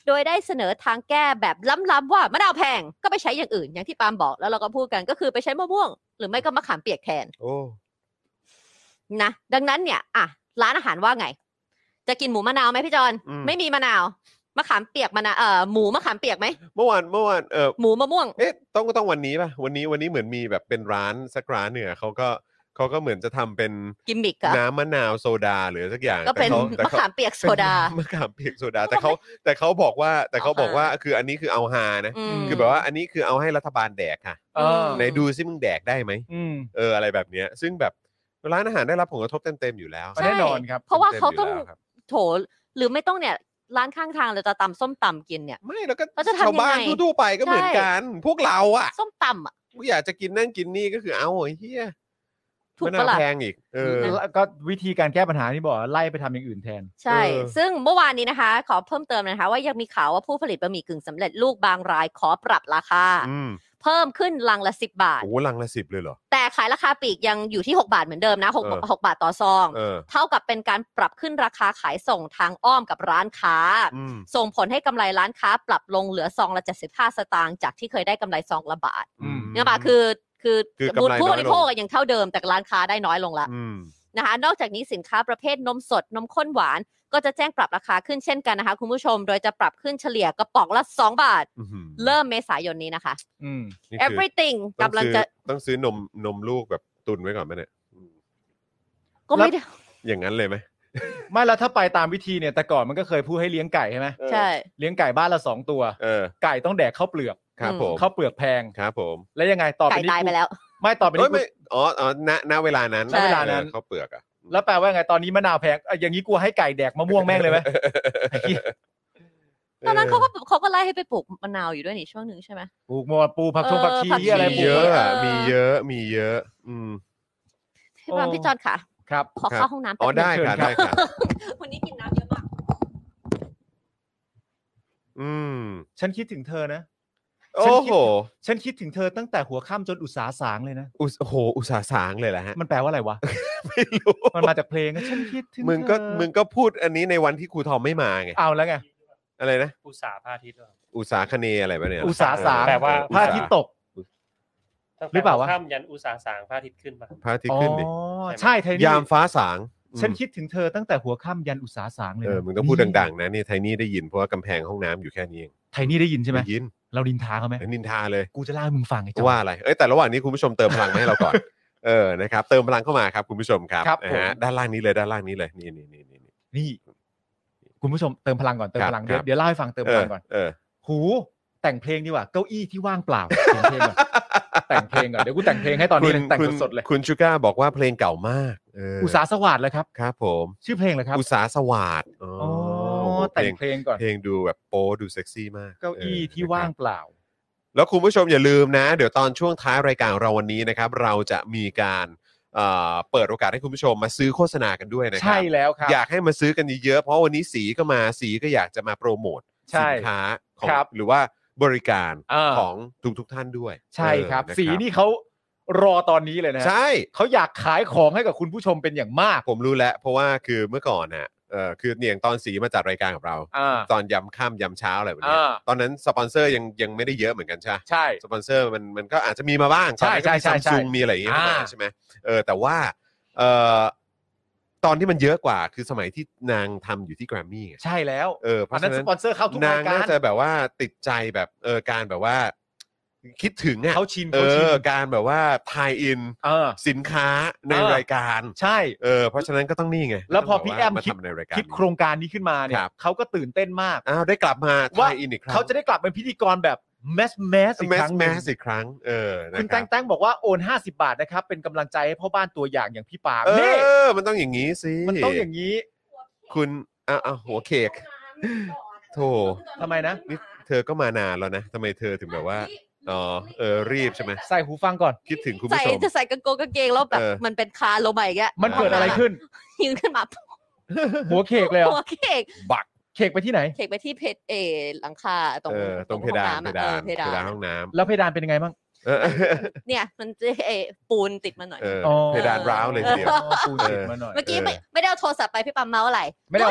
โดยได้เสนอทางแก้แบบล้ำๆว่ามะนาวแพงก็ไปใช้อย่างอื่นอย่างที่ปาล์มบอกแล้วเราก็พูดกันก็คือไปใช้มะม่วงหรือไม่ก็มะขามเปียกแทนโอ้นะดังนั้นเนี่ยอ่ะร้านอาหารว่าไงจะกินหมูมะนาวไหมพี่จอนไม่มีมะนาวมะขามเปียกมะนาวเอ่อหมูมะขามเปียกไหมเมื่อวานเมื่อวานเออหมูมะม่วงเอ๊ะต้องก็ต้องวันนี้ป่ะวันนี้วันนี้เหมือนมีแบบเป็นร้านสักร้านเนี่ยเขาก็เขาก็เหมือนจะทำเป็นกิมมิกอะน้ำมะนาวโซดาหรือสักอย่างก็เป็นมะขามเปียกโซดามะขามเปียกโซดาแต่เขาแต่เขาบอกว่าแต่เขาบอกว่าคืออันนี้คือเอาฮานะคือแบบว่าอันนี้คือเอาให้รัฐบาลแดกค่ะไหนดูซิมึงแดกได้ไหมเอออะไรแบบเนี้ยซึ่งแบบร้านอาหารได้รับผลกระทบเต็มๆอยู่แล้วแน่นอนครับเพราะว่าเขาต้องโถหรือไม่ต้องเนี่ยร้านข้างทางเราจะตำส้มตำกินเนี่ยไม่แล้วก็ชาวบ้านทั่วๆไปก็เหมือนกันพวกเราอ่ะส้มตำอ่ะอยากจะกินนั่นกินนี่ก็คือเอาไอ้เหี้ยถูกปะล่ะแพงอีกเออก็วิธีการแก้ปัญหาที่บอกไล่ไปทำอย่างอื่นแทนใช่ซึ่งเมื่อวานนี้นะคะขอเพิ่มเติมนะคะว่ายังมีข่าวว่าผู้ผลิตบะหมี่กึ่งสำเร็จรูปบางรายขอปรับราคาเพิ่มขึ้นลังละสิบบาทโอ้ลังละสิบเลยเหรอแต่ขายราคาปลีกยังอยู่ที่หกบาทเหมือนเดิมนะหก หกบาทต่อซองเท่ากับเป็นการปรับขึ้นราคาขายส่งทางอ้อมกับร้านค้าส่งผลให้กำไรร้านค้าปรับลงเหลือซองละเจ็ดสิบห้าสตางค์จากที่เคยได้กำไรซองละบาทเนี่ยมาคือคือผู้บริโภคยังเท่าเดิมแต่ร้านค้าได้น้อยลงละนะคะนอกจากนี้สินค้าประเภทนมสดนมข้นหวานก็จะแจ้งปรับราคาขึ้นเช่นกันนะคะคุณผู้ชมโดยจะปรับขึ้นเฉลี่ยกระป๋องละสองบาทเริ่มเมษายนนี้นะคะ everything กำลังจะต้องซื้อนมนมลูกแบบตุนไว้ก่อนไหมเนี่ยก็ไม่ได้อย่างนั้นเลยไหมไม่แล้วถ้าไปตามวิธีเนี่ยแต่ก่อนมันก็เคยพูดให้เลี้ยงไก่ใช่ไหมใช่เลี้ยงไก่บ้านละสองตัวไก่ต้องแดกข้าวเปลือกครับผมข้าวเปลือกแพงครับผมแล้วยังไงต่อไปนี้ไก่ตายไปแล้วไม่ต่อไปนี้ไม่อ๋ออ๋อณณเวลานั้นณเวลานั้นข้าวเปลือกอ่ะแล้วแปลว่าไงตอนนี้มะนาวแพงอย่างนี้กลัวให้ไก่แดกมะม่วงแม่งเลยไหมตอนนั้นเขาก็เขาก็ไล่ให้ไปปลูกมะนาวอยู่ด้วยนี่ช่วงหนึ่งใช่ไหมปลูกมะปูผักชงผักชีอะไรเยอะมีเยอะมีเยอะอืมพี่บอลพี่จอดค่ะครับขอเข้าห้องน้ำอ๋อได้ค่ะได้ค่ะวันนี้กินน้ำเยอะมากอืมฉันคิดถึงเธอนะโอ้โหฉันคิดถึงเธอตั้งแต่หัวค่ำจนอุตสาสางเลยนะโอ้โหอุตสาสางเลยแหละฮะมันแปลว่าอะไรวะไม่รู้มันมาจากเพลงฉันคิดถึงมึงก็มึงก็พูดอันนี้ในวันที่ครูทอมไม่มาไงเอาแล้วไงอะไรนะอุตสาพระอาทิตย์อุตสาคเนอะไรแบบเนี้ยอุตสาสางแปลว่าพระอาทิตย์ตกหรือเปล่าวะค่ำยันอุตสาสางพระอาทิตย์ขึ้นป่ะพระอาทิตย์ขึ้นดิอ๋อใช่ไทนี่ยามฟ้าสางฉันคิดถึงเธอตั้งแต่หัวค่ำยันอุตสาสางเลยเออมึงต้องพูดดังๆนะนี่ไทนี่ได้ยินเพราะว่ากำแพงห้องน้ำอยู่แค่นี้เองไทนี่ได้ยินใช่ไหมได้ยินเรานินทาเขาไหมนินทาเลยกูจะเล่าให้มึงฟังไอ้เจ้าว่าอะไรเอ้ยแต่ระหว่างนี้คุณผู้ชมเติมพลังมาให้เราก่อนเออนะครับเติมพลังเข้ามาครับคุณผู้ชมครับนะฮะด้านล่างนี้เลยด้านล่างนี้เลยนี่นี่นี่นี่นี่คุณผู้ชมเติมพลังก่อนเติมพลังเดี๋ยวเดี๋ยวเล่าให้ฟังเติมพลังก่อนเออหูแต่งเพลงดีกว่าเก้าอี้ที่ว่างเปล่าแต่งเพลงก่อนแต่งเพลงก่อนเดี๋ยวกูแต่งเพลงให้ตอนนี้แต่งสดๆเลยคุณชูก้าบอกว่าเพลงเก่ามากอุตสาสวัสดิ์เลยครับครับผมชื่อเพลงเลยครับอุตสาสวัสดิ์อ๋อแต่งเพลงก่อนเพลงดูแบบโป๊ดูเซ็กซี่มากเก้าอี้ที่ว่างเปล่าแล้วคุณผู้ชมอย่าลืมนะเดี๋ยวตอนช่วงท้ายรายการเราวันนี้นะครับเราจะมีการเปิดโอกาสให้คุณผู้ชมมาซื้อโฆษณากันด้วยนะครับใช่แล้วครับอยากให้มาซื้อกันเยอะๆเพราะวันนี้สีก็มาสีก็อยากจะมาโปรโมทสินค้าของหรือว่าบริการของทุกๆท่านด้วยใช่ครับสีนี่เขารอตอนนี้เลยนะใช่เขาอยากขายของให้กับคุณผู้ชมเป็นอย่างมากผมรู้แล้วเพราะว่าคือเมื่อก่อนน่ะเออคือเนี่ยตอนสีมาจัดรายการกับเราตอนยำค่ำยำเช้าอะไรแบบนี้ตอนนั้นสปอนเซอร์ยังยังไม่ได้เยอะเหมือนกันใช่ใช่สปอนเซอร์มันมันก็อาจจะมีมาบ้างใช่ใช่ใช่ซัมซุงมีอะไรอย่างเงี้ยใช่ไหมเออแต่ว่าเออตอนที่มันเยอะกว่าคือสมัยที่นางทำอยู่ที่แกรมมี่ใช่แล้วเออเพราะฉะนั้นสปอนเซอร์เข้าทุกรายการนางน่าจะแบบว่าติดใจแบบเออการแบบว่าคิดถึงอ่ะเขาชินเขาชินการแบบว่าทายอินสินค้าในรายการใช่เออเพราะฉะนั้นก็ต้องนี่ไงแล้วพอพี่แอมคิดคิดโครงการนี้ขึ้นมาเนี่ยเขาก็ตื่นเต้นมากอ้าวได้กลับมาทายอินอีกครั้งเขาจะได้กลับเป็นพิธีกรแบบแมสแมสอีกครั้งแมสอีกครั้งเออคุณแตงแตงบอกว่าโอนห้าสิบบาทนะครับเป็นกำลังใจให้พ่อบ้านตัวอย่างอย่างพี่ปาล์มเออมันต้องอย่างนี้สิมันต้องอย่างนี้คุณอ้าวหัวเค้กโธ่ทำไมนะนี่เธอก็มานานแล้วนะทำไมเธอถึงแบบว่าอ๋อเออรีบใช่ไหมใส่หูฟังก่อนคิดถึงคุณผู้ชมใส่จะใส่กางเกงกางเกงแล้วแบบมันเป็นคาลงมาอย่างเงี้ยมันเกิดอะไรขึ้นยืนขึ้นมาหัวเค้กเลยหัวเค้กบักเค้กไปที่ไหนเค้กไปที่เพดเอหลังคาตรงตรงเพดานเพดานเพดานห้องน้ำแล้วเพดานเป็นยังไงบ้างเนี่ยมันจะปูนติดมาหน่อยเพดานร้าวเลยทีเดียวปูนติดมาหน่อยเมื่อกี้ไม่ไม่ได้เอาโทรศัพท์ไปพี่ปั๊มเมาส์อะไรคุณผู้ชม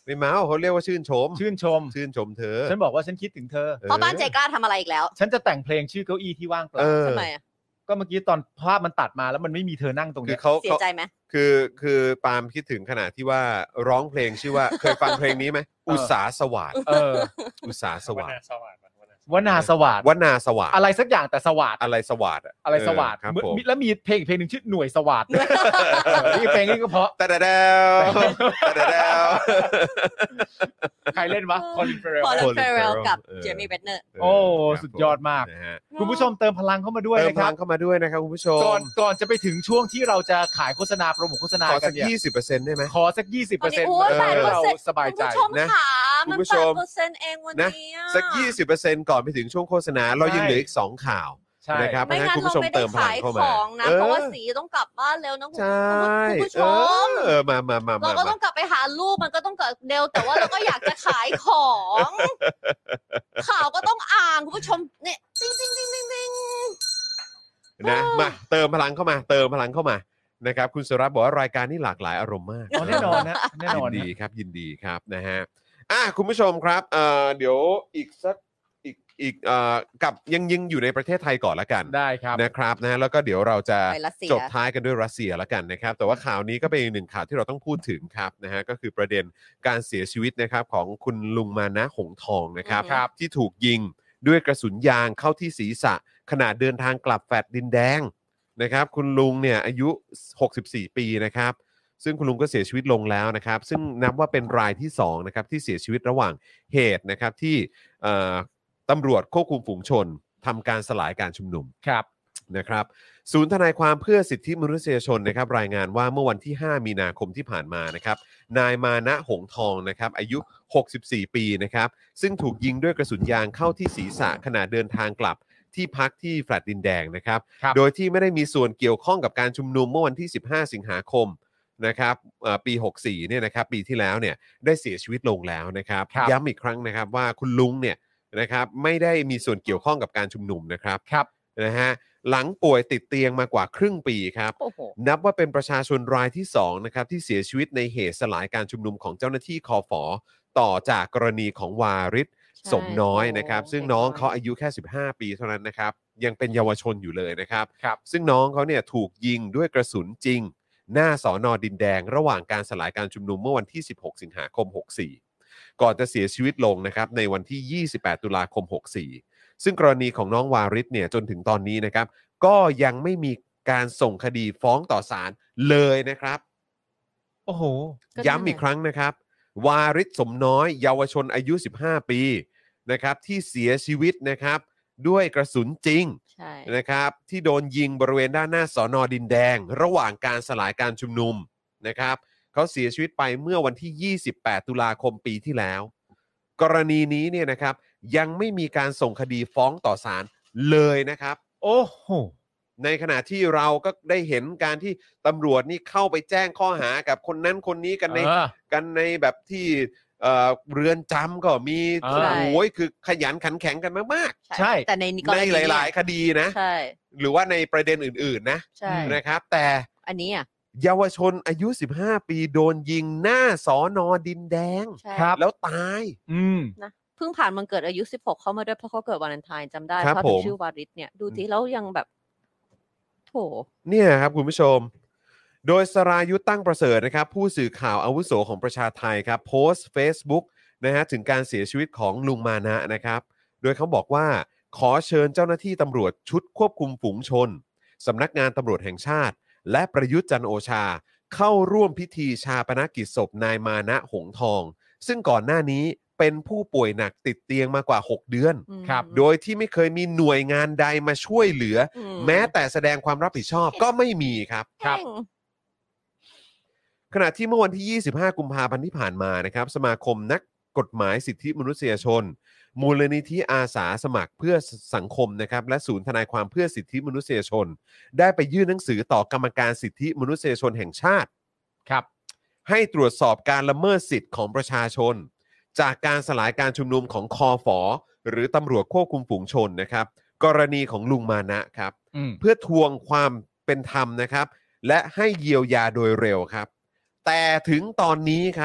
ไม่เมาเขาเรียกว่าชื่นชมชื่นชมชื่นชมเธอฉันบอกว่าฉันคิดถึงเธอเพราะบ้านใจกล้าทำอะไรอีกแล้วฉันจะแต่งเพลงชื่อเก้าอี้ที่ว่างเปล่าทำไมอ่ะก็เมื่อกี้ตอนภาพมันตัดมาแล้วมันไม่มีเธอนั่งตรงคืนี้อเขาเสียใจไหมคือคือปาล์มคิดถึงขนาดที่ว่าร้องเพลงชื่อว่า เคยฟังเพลงนี้ไหมอุตสาสวัสดิ์เอออุตสาสวัสดิ์วนาสวัสดิ์วนาสวัสดิ์อะไรสักอย่างแต่สวัสดิ์อะไรสวัสดิ์อะไรสวัสดิ์ครับเหมือนผมแล้วมีเพลงอีกเพลงหนึ่งชื่อหน่วยสวัสดิ์นี่เพลงนี้ก็เพราะแต่เดวแต่เดวใครเล่นวะคอลินเฟรลพอล Colin เฟรล Farrell กับเออเจมี่เบตเนอร์โอ้สุดยอดมากนะฮะคุณผู้ชมเติมพลังเข้ามาด้วยเติมนะพครัลับงเข้ามาด้วยนะครับคุณผู้ชมก่อนก่อนจะไปถึงช่วงที่เราจะขายโฆษณาโปรโมทโฆษณาขอกัสันกเนี่ยยี่สิบเปอร์เซ็นต์ได้ไหมขอสักยี่สิบเปอร์เซ็นต์โอ้ยเพื่อเราแปดเปอร์เซ็นต์สบายใจคุณผู้ชมนะขาคุมัณนผู้แปชดมเปอร์เซ็นต์เองวันนะนี้อะสัก ยี่สิบเปอร์เซ็นต์ ก่อนไปถึงช่วงโฆษณาเรายังเหลืออีกสองข่าวใช่นะครับไม่งั้นคุณเราผู้ชมไม่เติได้มพลัขาง ยเข้าขมาองนะเออเพราะว่าสีต้องกลับบ้านเร็วนะคุณใช่คุณผู้ชมเออมามามาเรามาก็ต้องกลับไปหาลูกมันก็ต้องกลับเร็วแต่ว่าเราก็อยากจะขายของ ข่าวก็ต้องอ่านคุณผู้ชมเนี่ยติ้งติ้งติ้งติ้งติ้งนะมาเติมพลังเข้ามา เติมพลังเข้ามานะครับคุณสุรัตน์บอกว่ารายการนี้หลากหลายอารมณ์มากอ๋อแน่นอนนะแน่นยิอนนนะดีครับยินดีครับนะฮะอ่ะคุณผู้ชมครับเอ่อเดี๋ยวอีกสักอีกอีกเอ่อกับยังยังอยู่ในประเทศไทยก่อนละกันได้ครับนะครับนะแล้วก็เดี๋ยวเราจะไปรัสเซียจบท้ายกันด้วยรัสเซียละกันนะครับแต่ว่าข่าวนี้ก็เป็นอีกหนึ่งข่าวที่เราต้องพูดถึงครับนะฮะก็คือประเด็นการเสียชีวิตนะครับของคุณลุงมานะหงทองนะครับครับที่ถูกยิงด้วยกระสุนยางเข้าที่ศีรษะขณะเดินทางกลับแฟลตดินแดงนะครับคุณลุงเนี่ยอายุหกสิบสี่ปีนะครับซึ่งคุณลุงก็เสียชีวิตลงแล้วนะครับซึ่งนับว่าเป็นรายที่สองนะครับที่เสียชีวิตระหว่างเหตุนะครับที่เอ่อตำรวจควบคุมฝูงชนทำการสลายการชุมนุมครับนะครับศูนย์ทนายความเพื่อสิทธิมนุษยชนนะครับรายงานว่าเมื่อวันที่ห้ามีนาคมที่ผ่านมานะครับนายมานะหงทองนะครับอายุหกสิบสี่ปีนะครับซึ่งถูกยิงด้วยกระสุนยางเข้าที่ศีรษะขณะเดินทางกลับที่พักที่แฟลตดินแดงนะครับครับโดยที่ไม่ได้มีส่วนเกี่ยวข้องกับการชุมนุมเมื่อวันที่สิบห้าสิงหาคมนะครับเอ่อปีหกสิบสี่เนี่ยนะครับปีที่แล้วเนี่ยได้เสียชีวิตลงแล้วนะครับครับย้ำอีกครั้งนะครับว่าคุณลุงเนี่ยนะครับไม่ได้มีส่วนเกี่ยวข้องกับการชุมนุมนะครับครับนะฮะหลังป่วยติดเตียงมากว่าครึ่งปีครับโอ้โหนับว่าเป็นประชาชนรายที่สองนะครับที่เสียชีวิตในเหตุสลายการชุมนุมของเจ้าหน้าที่คอฝอต่อจากกรณีของวาริศใช่สมน้อยนะครับโอ้ซึ่งน้องเขาอายุแค่สิบห้าปีเท่านั้นนะครับยังเป็นเยาวชนอยู่เลยนะครับครับซึ่งน้องเขาเนี่ยถูกยิงด้วยกระสุนจริง หน้าสอนอดินแดงระหว่างการสลายการชุมนุมเมื่อวันที่สิบหกสิงหาคมหกสี่ก่อนจะเสียชีวิตลงนะครับในวันที่ยี่สิบแปดตุลาคมหกสี่ซึ่งกรณีของน้องวาริศเนี่ยจนถึงตอนนี้นะครับก็ยังไม่มีการส่งคดีฟ้องต่อศาลเลยนะครับโอ้โหก็นั่นย้ำอีกครั้งนะครับ วาริศสมน้อยเยาวชนอายุสิบห้าปีนะครับที่เสียชีวิตนะครับด้วยกระสุนจริงใช่นะครับที่โดนยิงบริเวณด้านหน้าสอนอดินแดง ระหว่างการสลายการชุมนุมนะครับเขาเสียชีวิตไปเมื่อวันที่ยี่สิบแปดตุลาคมปีที่แล้ว กรณีนี้เนี่ยนะครับยังไม่มีการส่งคดีฟ้องต่อศาลเลยนะครับโอ้โหในขณะที่เราก็ได้เห็นการที่ตำรวจนี่เข้าไปแจ้งข้อหากับคนนั้นคนนี้กันในเออกันในแบบที่เอ่อเรือนจำก็มีเอโอ้อโหคือขยันขันแข็งกันมากใช่แต่ในกๆรในณีหเนี่ลาย ๆ คดีนะใช่หรือว่าในประเด็นอื่น ๆ นะใช่นะครับ แต่อันนี้อ่ะเยาวชนอายุสิบห้าปีโดนยิงหน้าสอนอดินแดงใช่ครับแล้วตายอืมนะเพิ่งผ่านวันเกิดอายุสิบหกเข้ามาด้วยเพราะเขาเกิดวันอังคารจำได้ครับเขาถึผงมชื่อวาริศเนี่ยดูสิแล้วยังแบบโถเนี่ยครับคุณผู้ชม โดยสรายุทธ์ตั้งประเสริฐนะครับผู้สื่อข่าวอาวุโสของประชาไทยครับโพสต์ Facebook นะฮะถึงการเสียชีวิตของลุงมานะนะครับโดยเขาบอกว่าขอเชิญเจ้าหน้าที่ตำรวจชุดควบคุมฝูงชนสำนักงานตำรวจแห่งชาติ และประยุทธ์จันทร์โอชา เข้าร่วมพิธีชาปนกิจศพนายมานะหงทอง ซึ่งก่อนหน้านี้เป็นผู้ป่วยหนักติดเตียงมากว่าหกเดือนอืมครับโดยที่ไม่เคยมีหน่วยงานใดมาช่วยเหลืออืแม้แต่แสดงความรับผิดชอบก็ไม่มีครับครับเก่งขณะที่เมื่อวันที่ ยี่สิบห้า กุมภาพันธ์ที่ผ่านมานะครับสมาคมนักกฎหมายสิทธิมนุษยชน มูลนิธิอาสาสมัครเพื่อสังคมนะครับและศูนย์ทนายความเพื่อสิทธิมนุษยชน ได้ไปยื่นหนังสือต่อกรรมการสิทธิมนุษยชนแห่งชาติครับให้ตรวจสอบการละเมิดสิทธิ์ของประชาชน จากการสลายการชุมนุมของคอฝอหรือตำรวจควบคุมฝูงชนนะครับกรณีของลุงมานะครับอืมเพื่อทวงความเป็นธรรมนะครับและให้เยียวยาโดยเร็วครับ แต่ถึงตอนนี้ครับ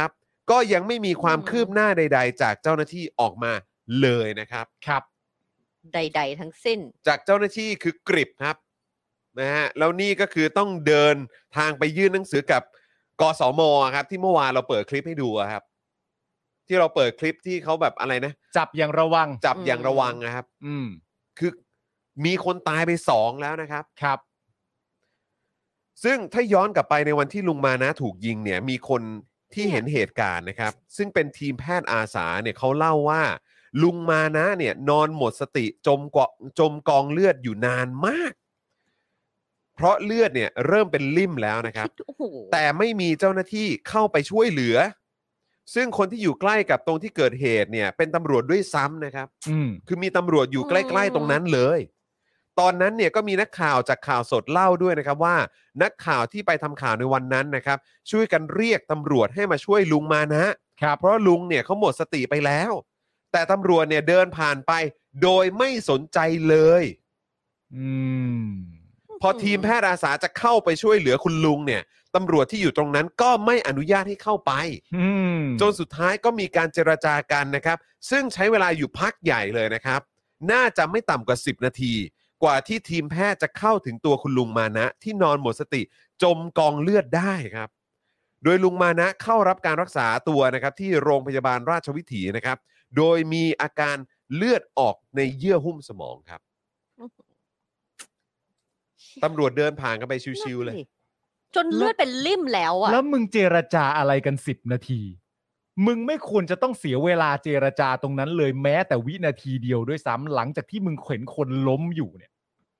ก็ยังไม่มีความคืบหน้าใดๆจากเจ้าหน้าที่ออกมาเลยนะครับครับใดๆทั้งสิ้นจากเจ้าหน้าที่คือกริบครับนะฮะแล้วนี่ก็คือต้องเดินทางไปยื่นหนังสือกับกสมครับที่เมื่อวานเราเปิดคลิปให้ดูครับที่เราเปิดคลิปที่เขาแบบอะไรนะจับอย่างระวังจับอย่างระวังนะครับอืมคือมีคนตายไปสองแล้วนะครับครับซึ่งถ้าย้อนกลับไปในวันที่ลุงมานะถูกยิงเนี่ยมีคนที่เห็นเหตุการณ์นะครับซึ่งเป็นทีมแพทย์อาสาเนี่ยเขาเล่าว่าลุงมานะเนี่ยนอนหมดสติจมกจมกองเลือดอยู่นานมากเพราะเลือดเนี่ยเริ่มเป็นลิ่มแล้วนะครับแต่ไม่มีเจ้าหน้าที่เข้าไปช่วยเหลือซึ่งคนที่อยู่ใกล้กับตรงที่เกิดเหตุเนี่ยเป็นตำรวจด้วยซ้ำนะครับคือมีตำรวจอยู่ใกล้ๆตรงนั้นเลยตอนนั้นเนี่ยก็มีนักข่าวจากข่าวสดเล่าด้วยนะครับว่านักข่าวที่ไปทำข่าวในวันนั้นนะครับช่วยกันเรียกตำรวจให้มาช่วยลุงมานะครับเพราะลุงเนี่ยเขาหมดสติไปแล้วแต่ตำรวจเนี่ยเดินผ่านไปโดยไม่สนใจเลยอืมพอทีมแพทย์อาสาจะเข้าไปช่วยเหลือคุณลุงเนี่ยตำรวจที่อยู่ตรงนั้นก็ไม่อนุญาตให้เข้าไปจนสุดท้ายก็มีการเจรจากันนะครับซึ่งใช้เวลาอยู่พักใหญ่เลยนะครับน่าจะไม่ต่ำกว่าสิบนาทีกว่าที่ทีมแพทย์จะเข้าถึงตัวคุณลุงมานะที่นอนหมดสติจมกองเลือดได้ครับโดยลุงมานะเข้ารับการรักษาตัวนะครับที่โรงพยาบาลราชวิถีนะครับโดยมีอาการเลือดออกในเยื่อหุ้มสมองครับตำรวจเดินผ่านกันไปชิวๆเลยจนเลือดเป็นลิ่มแล้วอะแล้วมึงเจรจาอะไรกันสิบนาทีมึงไม่ควรจะต้องเสียเวลาเจรจาตรงนั้นเลยแม้แต่วินาทีเดียวด้วยซ้ำหลังจากที่มึงเห็นคนล้มอยู่เนี่ย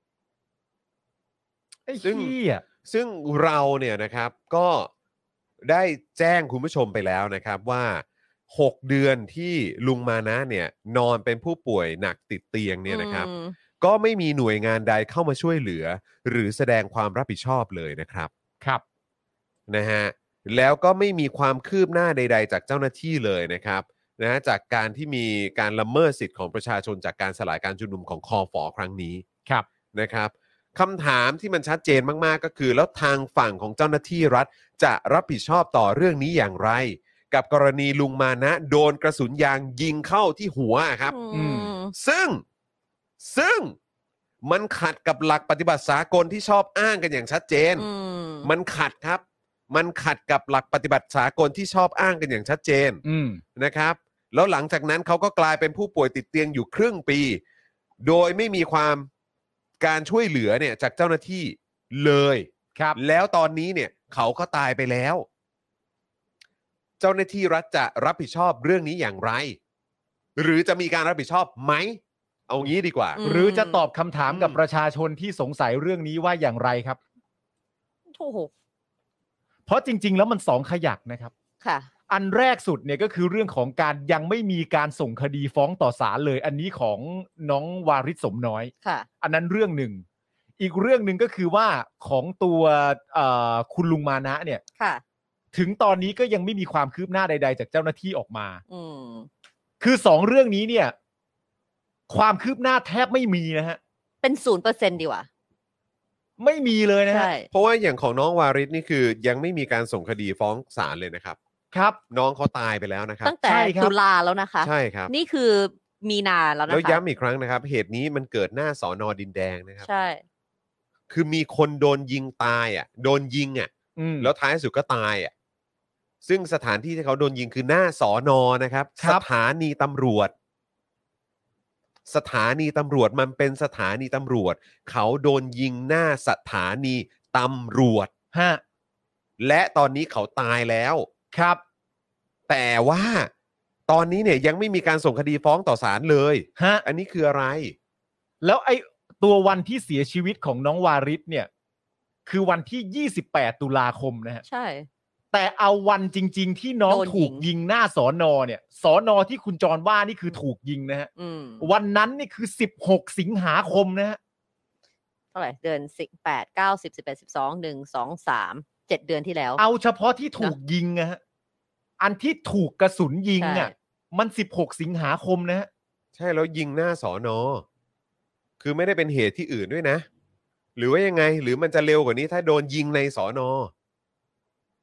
ไอ้เหี้ยซึ่งเราเนี่ยนะครับก็ได้แจ้งคุณผู้ชมไปแล้วนะครับว่าหกเดือนที่ลุงมานะเนี่ยนอนเป็นผู้ป่วยหนักติดเตียงเนี่ยนะครับก็ไม่มีหน่วยงานใดเข้ามาช่วยเหลือหรือแสดงความรับผิดชอบเลยนะครับครับนะฮะแล้วก็ไม่มีความคืบหน้าใดๆจากเจ้าหน้าที่เลยนะครับนะจากการที่มีการละเมิดสิทธิ์ของประชาชนจากการสลายการชุมนุมของคอฟอครั้งนี้ครับนะครับคำถามที่มันชัดเจนมากๆก็คือแล้วทางฝั่งของเจ้าหน้าที่รัฐจะรับผิดชอบต่อเรื่องนี้อย่างไรกับกรณีลุงมานะโดนกระสุนยางยิงเข้าที่หัวครับซึ่งซึ่งมันขัดกับหลักปฏิบัติสากลที่ชอบอ้างกันอย่างชัดเจนมันขัดครับมันขัดกับหลักปฏิบัติสากลที่ชอบอ้างกันอย่างชัดเจนนะครับแล้วหลังจากนั้นเขาก็กลายเป็นผู้ป่วยติดเตียงอยู่ครึ่งปีโดยไม่มีความการช่วยเหลือเนี่ยจากเจ้าหน้าที่เลยครับแล้วตอนนี้เนี่ยเขาก็ตายไปแล้วเจ้าหน้าที่รัฐจะรับผิดชอบเรื่องนี้อย่างไรหรือจะมีการรับผิดชอบไหมเอางี้ดีกว่าหรือจะตอบคำถามกับประชาชนที่สงสัยเรื่องนี้ว่าอย่างไรครับถูกเพราะจริงๆแล้วมันสองขยักนะครับค่ะอันแรกสุดเนี่ยก็คือเรื่องของการยังไม่มีการส่งคดีฟ้องต่อศาลเลยอันนี้ของน้องวาริศสมน้อยค่ะอันนั้นเรื่องหนึ่งอีกเรื่องหนึ่งก็คือว่าของตัวคุณลุงมานะเนี่ยค่ะถึงตอนนี้ก็ยังไม่มีความคืบหน้าใดๆจากเจ้าหน้าที่ออกมาอืมคือสองเรื่องนี้เนี่ยความคืบหน้าแทบไม่มีนะฮะเป็นศูนย์เปอร์เซ็นต์ดีกว่าไม่มีเลยนะฮะเพราะว่าอย่างของน้องวาริศนี่คือยังไม่มีการส่งคดีฟ้องศาลเลยนะครับครับน้องเขาตายไปแล้วนะครับตั้งแต่ตุลาแล้วนะคะใช่ครับนี่คือมีนาแล้วนะคะแล้วย้ำอีกครั้งนะครับเหตุนี้มันเกิดหน้าสอนอดินแดงนะครับใช่คือมีคนโดนยิงตายอ่ะโดนยิงอ่ะแล้วท้ายสุดก็ตายอ่ะซึ่งสถานที่ที่เขาโดนยิงคือหน้าสอนอนะครับสถานีตำรวจสถานีตำรวจมันเป็นสถานีตำรวจเขาโดนยิงหน้าสถานีตำรวจฮะและตอนนี้เขาตายแล้วครับแต่ว่าตอนนี้เนี่ยยังไม่มีการส่งคดีฟ้องต่อศาลเลยฮะอันนี้คืออะไรแล้วไอ้ตัววันที่เสียชีวิตของน้องวาริศเนี่ยคือวันที่ยี่สิบแปดตุลาคมนะฮะใช่แต่เอาวันจริงๆที่น้องถูกยิงหน้าสอนอเนี่ยสอนอที่คุณจรว่านี่คือถูกยิงนะฮะวันนั้นนี่คือสิบหกสิงหาคมนะฮะเท่าไหร่เดือนสิบแปด เก้า สิบ สิบเอ็ด สิบสอง หนึ่ง สอง สาม เจ็ดเดือนที่แล้วเอาเฉพาะที่ถูกยิงนะฮะอันที่ถูกกระสุนยิงอ่ะมันสิบหกสิงหาคมนะฮะใช่แล้วยิงหน้าสอนอคือไม่ได้เป็นเหตุที่อื่นด้วยนะหรือว่ายังไงหรือมันจะเร็วกว่านี้ถ้าโดนยิงในสอนอ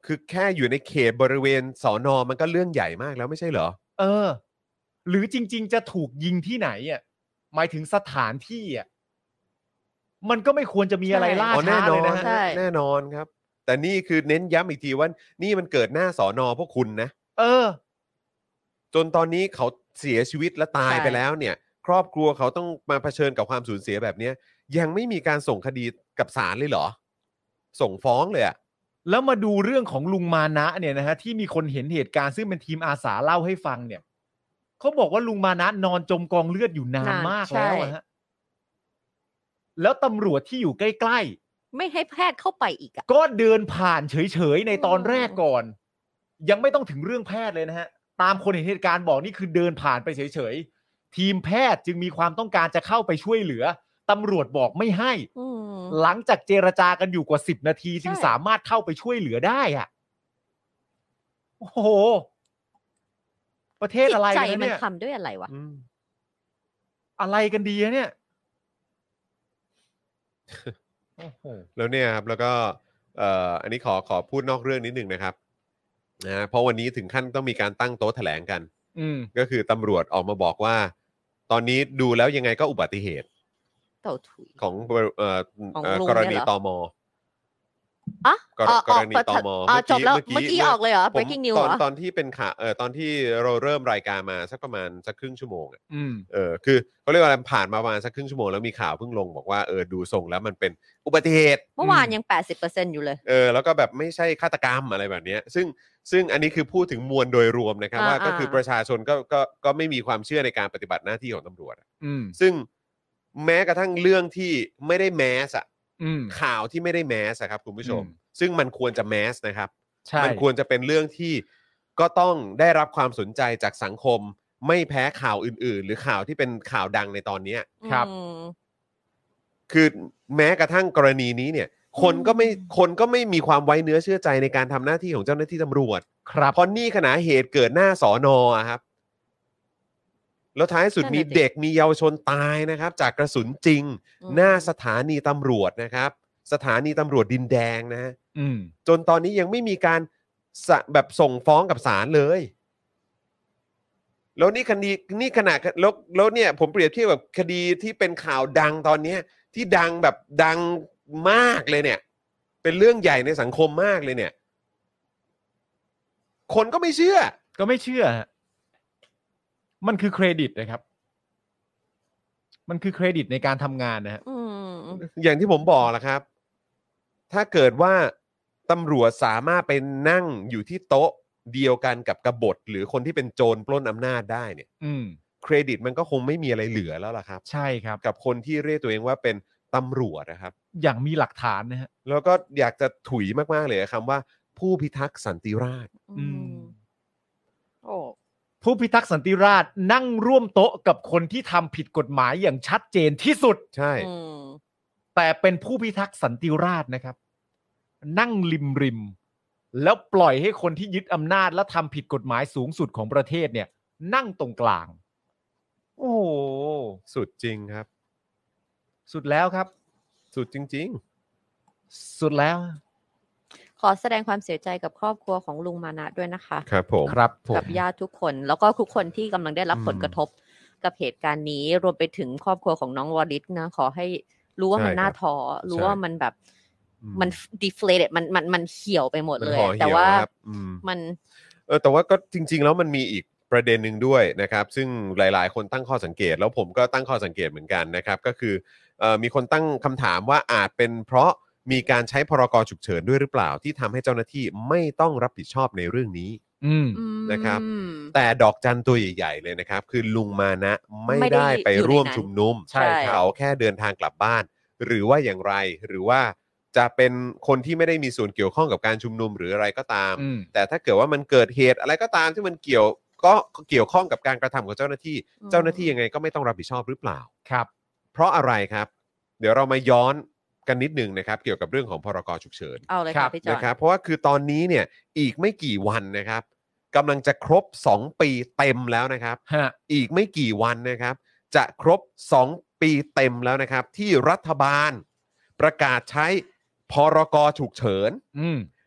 คือแค่อยู่ในเขตบริเวณสอนอมันก็เรื่องใหญ่มากแล้วไม่ใช่เหรอเออหรือจริงๆจะถูกยิงที่ไหนอ่ะหมายถึงสถานที่อ่ะมันก็ไม่ควรจะมีอะไรล่าช้าเลยนะฮะแน่นอนครับแต่นี่คือเน้นย้ำอีกทีว่านี่มันเกิดหน้าสอนอพวกคุณนะเออจนตอนนี้เขาเสียชีวิตและตายไปแล้วเนี่ยครอบครัวเขาต้องมาเผชิญกับความสูญเสียแบบนี้ยังไม่มีการส่งคดีกับศาลเลยเหรอส่งฟ้องเลยอะแล้วมาดูเรื่องของลุงมานะเนี่ยนะฮะที่มีคนเห็นเหตุการณ์ซึ่งเป็นทีมอาสาเล่าให้ฟังเนี่ยเขาบอกว่าลุงมานะนอนจมกองเลือดอยู่นานมากแล้วฮะแล้วตำรวจที่อยู่ใกล้ๆไม่ให้แพทย์เข้าไปอีกอะก็เดินผ่านเฉยๆในตอนแรกก่อนยังไม่ต้องถึงเรื่องแพทย์เลยนะฮะตามคนเห็นเหตุการณ์บอกนี่คือเดินผ่านไปเฉยๆทีมแพทย์จึงมีความต้องการจะเข้าไปช่วยเหลือตำรวจบอกไม่ให้หลังจากเจรจากันอยู่กว่าสิบนาทีจึงสามารถเข้าไปช่วยเหลือได้อ่ะโอ้โหประเทศอะไรกันเนี่ยมันทำด้วยอะไรวะอะไรกันดีเนี่ยแล้วเนี่ยครับแล้วก็เอ่ออันนี้ขอขอพูดนอกเรื่องนิดนึงนะครับนะเพราะวันนี้ถึงขั้นต้องมีการตั้งโต๊ะแถลงกันก็คือตำรวจออกมาบอกว่าตอนนี้ดูแล้วยังไงก็อุบัติเหตุของเอ่อกรณีตม. อ่ะกรณีตม. จบแล้วเมื่อกี้ออกเลยเหรอ breaking news ตอนตอนที่เป็นข่าวเออตอนที่เราเริ่มรายการมาสักประมาณสักครึ่งชั่วโมงอ่ะเออคือเขาเรียกว่าผ่านมาประมาณสักครึ่งชั่วโมงแล้วมีข่าวเพิ่งลงบอกว่าเออดูทรงแล้วมันเป็นอุบัติเหตุเมื่อวานยัง แปดสิบเปอร์เซ็นต์ อยู่เลยเออแล้วก็แบบไม่ใช่ฆาตกรรมอะไรแบบนี้ซึ่งซึ่งอันนี้คือพูดถึงมวลโดยรวมนะครับว่าก็คือประชาชนก็ก็ก็ไม่มีความเชื่อในการปฏิบัติหน้าที่ของตำรวจซึ่งแม้กระทั่งเรื่องที่ไม่ได้แมสอะข่าวที่ไม่ได้แมสครับคุณผู้ชมซึ่งมันควรจะแมสนะครับมันควรจะเป็นเรื่องที่ก็ต้องได้รับความสนใจจากสังคมไม่แพ้ข่าวอื่นๆหรือข่าวที่เป็นข่าวดังในตอนนี้ครับคือแม้กระทั่งกรณีนี้เนี่ยคนก็ไม่คนก็ไม่มีความไว้เนื้อเชื่อใจในการทำหน้าที่ของเจ้าหน้าที่ตำรวจครับเพราะนี่ขณะเหตุเกิดหน้าสอนอครับแล้วท้ายสุดมีเด็กมีเยาวชนตายนะครับจากกระสุนจริงหน้าสถานีตำรวจนะครับสถานีตำรวจดินแดงนะฮะจนตอนนี้ยังไม่มีการแบบส่งฟ้องกับศาลเลยแล้วนี่คดีนี่ขนาดแล้วแล้วเนี่ยผมเปรียบเทียบกับคดีที่เป็นข่าวดังตอนนี้ที่ดังแบบดังมากเลยเนี่ยเป็นเรื่องใหญ่ในสังคมมากเลยเนี่ยคนก็ไม่เชื่อก็ไม่เชื่อมันคือเครดิตนะครับมันคือเครดิตในการทำงานนะฮะอย่างที่ผมบอกแหละครับถ้าเกิดว่าตำรวจสามารถไปนั่งอยู่ที่โต๊ะเดียวกันกับกบฏหรือคนที่เป็นโจรปล้นอำนาจได้เนี่ยเครดิตมันก็คงไม่มีอะไรเหลือแล้วล่ะครับใช่ครับกับคนที่เรียกตัวเองว่าเป็นตำรวจนะครับอย่างมีหลักฐานนะฮะแล้วก็อยากจะถุยมากๆเลยคำว่าผู้พิทักษ์สันติราษฎร์โอ้ผู้พิทักษ์สันติราษฎร์นั่งร่วมโต๊ะกับคนที่ทำผิดกฎหมายอย่างชัดเจนที่สุดใช่แต่เป็นผู้พิทักษ์สันติราษฎร์นะครับนั่งริมริมแล้วปล่อยให้คนที่ยึดอำนาจและทำผิดกฎหมายสูงสุดของประเทศเนี่ยนั่งตรงกลางโอ้โหสุดจริงครับสุดแล้วครับสุดจริงๆสุดแล้วขอแสดงความเสียใจกับครอบครัวของลุงมานะด้วยนะคะครับผมครับผมกับญาติทุกคนแล้วก็ทุกคนที่กำลังได้รับผลกระทบกับเหตุการณ์นี้รวมไปถึงครอบครัวของน้องวอลิสนะขอให้รู้ว่ามันน่าท้อรู้ว่ามันแบบมัน deflated มันมันมันเหี่ยวไปหมดเลยแต่ว่ามันเออแต่ว่าก็จริงๆแล้วมันมีอีกประเด็นหนึ่งด้วยนะครับซึ่งหลายๆคนตั้งข้อสังเกตแล้วผมก็ตั้งข้อสังเกตเหมือนกันนะครับก็คือเอ่อมีคนตั้งคำถามว่าอาจเป็นเพราะมีการใช้พรกฉุกเฉินด้วยหรือเปล่าที่ทำให้เจ้าหน้าที่ไม่ต้องรับผิดชอบในเรื่องนี้นะครับแต่ดอกจันตัวใหญ่ๆเลยนะครับคือลุงมานะไม่ได้ไปร่วมชุมนุมเขาแค่เดินทางกลับบ้านหรือว่าอย่างไรหรือว่าจะเป็นคนที่ไม่ได้มีส่วนเกี่ยวข้องกับการชุมนุมหรืออะไรก็ตามแต่ถ้าเกิดว่ามันเกิดเหตุอะไรก็ตามที่มันเกี่ยวก็เกี่ยวข้องกับการกระทำของเจ้าหน้าที่เจ้าหน้าที่ยังไงก็ไม่ต้องรับผิดชอบหรือเปล่าครับเพราะอะไรครับเดี๋ยวเรามาย้อนกันนิดนึงนะครับเกี่ยวกับเรื่องของพรกฉุกเฉินเอาเลยครับพี่จอนนะครับเพราะว่าคือตอนนี้เนี่ยอีกไม่กี่วันนะครับกำลังจะครบสองปีเต็มแล้วนะครับอีกไม่กี่วันนะครับจะครบสองปีเต็มแล้วนะครับที่รัฐบาลประกาศใช้พรกฉุกเฉิน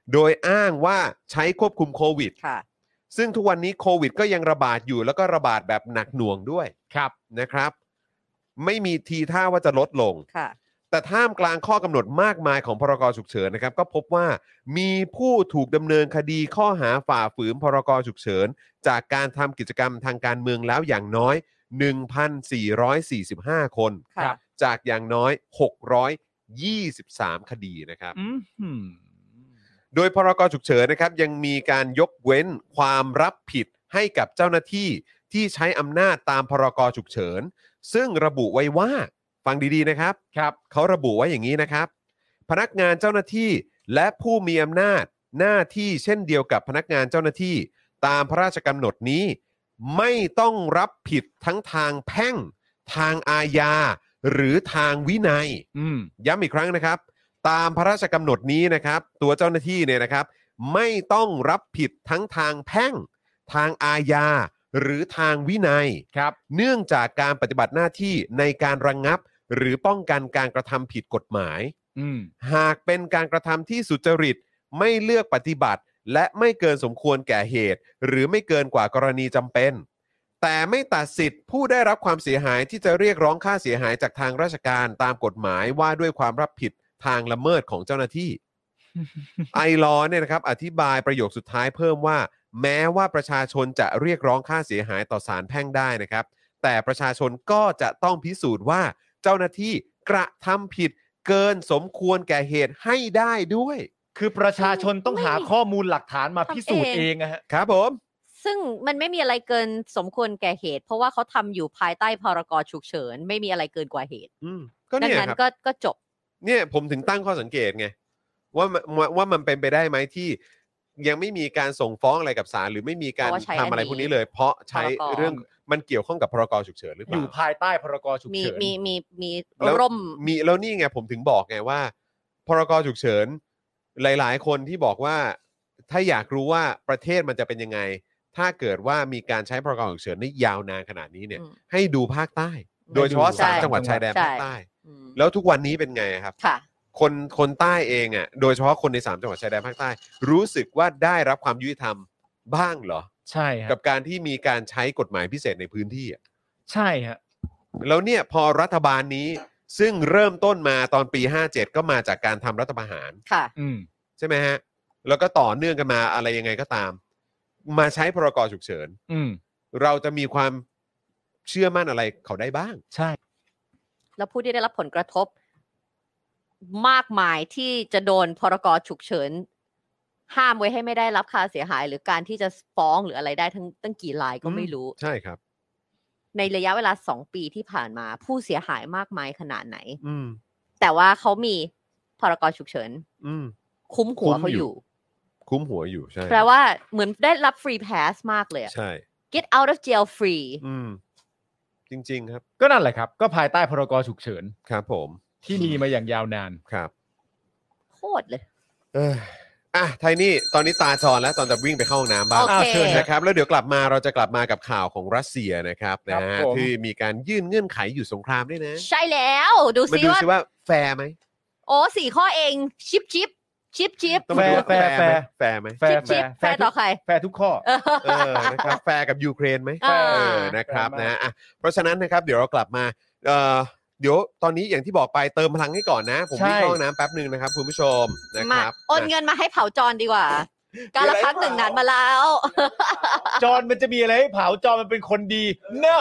โดยอ้างว่าใช้ควบคุมโควิดค่ะซึ่งทุกวันนี้โควิดก็ยังระบาดอยู่แล้วก็ระบาดแบบหนักหน่วงด้วยครับนะครับไม่มีทีท่าว่าจะลดลงค่ะแต่ท่ามกลางข้อกำหนดมากมายของพรกฉุกเฉินนะครับก็พบว่ามีผู้ถูกดำเนินคดีข้อหาฝ่าฝืนพรกฉุกเฉินจากการทำกิจกรรมทางการเมืองแล้วอย่างน้อย หนึ่งพันสี่ร้อยสี่สิบห้า คนจากอย่างน้อยหกร้อยยี่สิบสามคดีนะครับโดยพรกฉุกเฉินนะครับยังมีการยกเว้นความรับผิดให้กับเจ้าหน้าที่ที่ใช้อำนาจตามพรกฉุกเฉินซึ่งระบุไว้ว่าฟังดีๆนะครับครับเขาระบุไว้อย่างนี้นะครับพนักงานเจ้าหน้าที่และผู้มีอำนาจหน้าที่เช่นเดียวกับพนักงานเจ้าหน้าที่ตามพระราชกำหนดนี้ไม่ต้องรับผิดทั้งทางแพ่งทางอาญาหรือทางวินัยย้ำอีกครั้งนะครับตามพระราชกำหนดนี้นะครับตัวเจ้าหน้าที่เนี่ยนะครับไม่ต้องรับผิดทั้งทางแพ่งทางอาญาหรือทางวินัยครับเนื่องจากการปฏิบัติหน้าที่ในการระงับหรือป้องกันการกระทำผิดกฎหมายหากเป็นการกระทำที่สุจริตไม่เลือกปฏิบัติและไม่เกินสมควรแก่เหตุหรือไม่เกินกว่ากรณีจำเป็นแต่ไม่ตัดสิทธิ์ผู้ได้รับความเสียหายที่จะเรียกร้องค่าเสียหายจากทางราชการตามกฎหมายว่าด้วยความรับผิดทางละเมิดของเจ้าหน้าที่ ไอลอเนี่ยนะครับอธิบายประโยคสุดท้ายเพิ่มว่าแม้ว่าประชาชนจะเรียกร้องค่าเสียหายต่อศาลแพ่งได้นะครับแต่ประชาชนก็จะต้องพิสูจน์ว่าเจ้าหน้าที่กระทำผิดเกินสมควรแก่เหตุให้ได้ด้วยคือประชาชนต้องหาข้อมูลหลักฐานมาพิสูจน์เองอะฮะครับผมซึ่งมันไม่มีอะไรเกินสมควรแก่เหตุเพราะว่าเขาทำอยู่ภายใต้พรกฉุกเฉินไม่มีอะไรเกินกว่าเหตุดังนั้นก็ก็จบเนี่ยผมถึงตั้งข้อสังเกตไงว่าว่ามันเป็นไปได้ไหมที่ยังไม่มีการส่งฟ้องอะไรกับศาลหรือไม่มีการทำอะไรพวกนี้เลยเพราะใช้เรื่องมันเกี่ยวข้องกับพรกฉุกเฉินหรือเปล่าอยู่ภายใต้พรกฉุกเฉินมีมีมีมีร่มมีแล้วนี่ไงผมถึงบอกไงว่าพรกฉุกเฉินหลายๆคนที่บอกว่าถ้าอยากรู้ว่าประเทศมันจะเป็นยังไงถ้าเกิดว่ามีการใช้พรกฉุกเฉินนี่ยาวนานขนาดนี้เนี่ยให้ดูภาคใต้โดยเฉพาะสามจังหวัดชายแดนภาคใต้แล้วทุกวันนี้เป็นไงครับคนคนใต้เองอ่ะโดยเฉพาะคนในสามจังหวัดชายแดนภาคใต้รู้สึกว่าได้รับความยุติธรรมบ้างเหรอใช่ครับกับการที่มีการใช้กฎหมายพิเศษในพื้นที่อ่ะใช่ฮะแล้วเนี่ยพอรัฐบาลนี้ซึ่งเริ่มต้นมาตอนปีห้าเจ็ดก็มาจากการทำรัฐประหารค่ะอืมใช่ไหมฮะแล้วก็ต่อเนื่องกันมาอะไรยังไงก็ตามมาใช้พรกฉุกเฉินอืมเราจะมีความเชื่อมั่นอะไรเขาได้บ้างใช่แล้วผู้ที่ได้รับผลกระทบมากมายที่จะโดนพรกฉุกเฉินห้ามไว้ให้ไม่ได้รับค่าเสียหายหรือการที่จะฟ้องหรืออะไรได้ทั้งตั้งกี่รายก็ไม่รู้ใช่ครับในระยะเวลาสองปีที่ผ่านมาผู้เสียหายมากมายขนาดไหนอืมแต่ว่าเขามีพรกฉุกเฉินอืมคุ้มหัวเขาอยู่คุ้มหัวอยู่ใช่แปลว่าเหมือนได้รับฟรีพาสมากเลยใช่ get out of jail free อืมจริงๆครับก็นั่นแหละครับก็ภายใต้พรกฉุกเฉินครับผมที่มีมาอย่างยาวนานครับโคตรเลยเอออ่ะไทนี่ตอนนี้ตาจรแล้วตอนจะวิ่งไปเข้าห้องน้ำบ้างเชิญนะครับแล้วเดี๋ยวกลับมาเราจะกลับมากับข่าวของรัสเซียนะครับนะฮะที่มีการยื่นเงื่อนไขอยู่สงครามด้วยนะใช่แล้วดูซิว่าดูซิว่าแฟร์ไหมโอ้สี่ข้อเองชิปชิปชิปชิปแฟร์แฟร์แฟร์แฟร์ไหมแฟร์แฟร์ต่อใครแฟร์ทุกข้อเออนะครับแฟร์กับยูเครนไหมเออนะครับนะอ่ะเพราะฉะนั้นนะครับเดี๋ยวเรากลับมาเอ่อเดี๋ยวตอนนี้อย่างที่บอกไปเติมพลังให้ก่อนนะผมวิ่งเข้าห้องน้ำแป๊บนึงนะครับคุณผู้ชมนะครับโอนเงินมาให้เผาจอนดีกว่าการละครั้งหนึ่งนานมาแล้วจอนมันจะมีอะไรให้เผาจอนมันเป็นคนดีเนอะ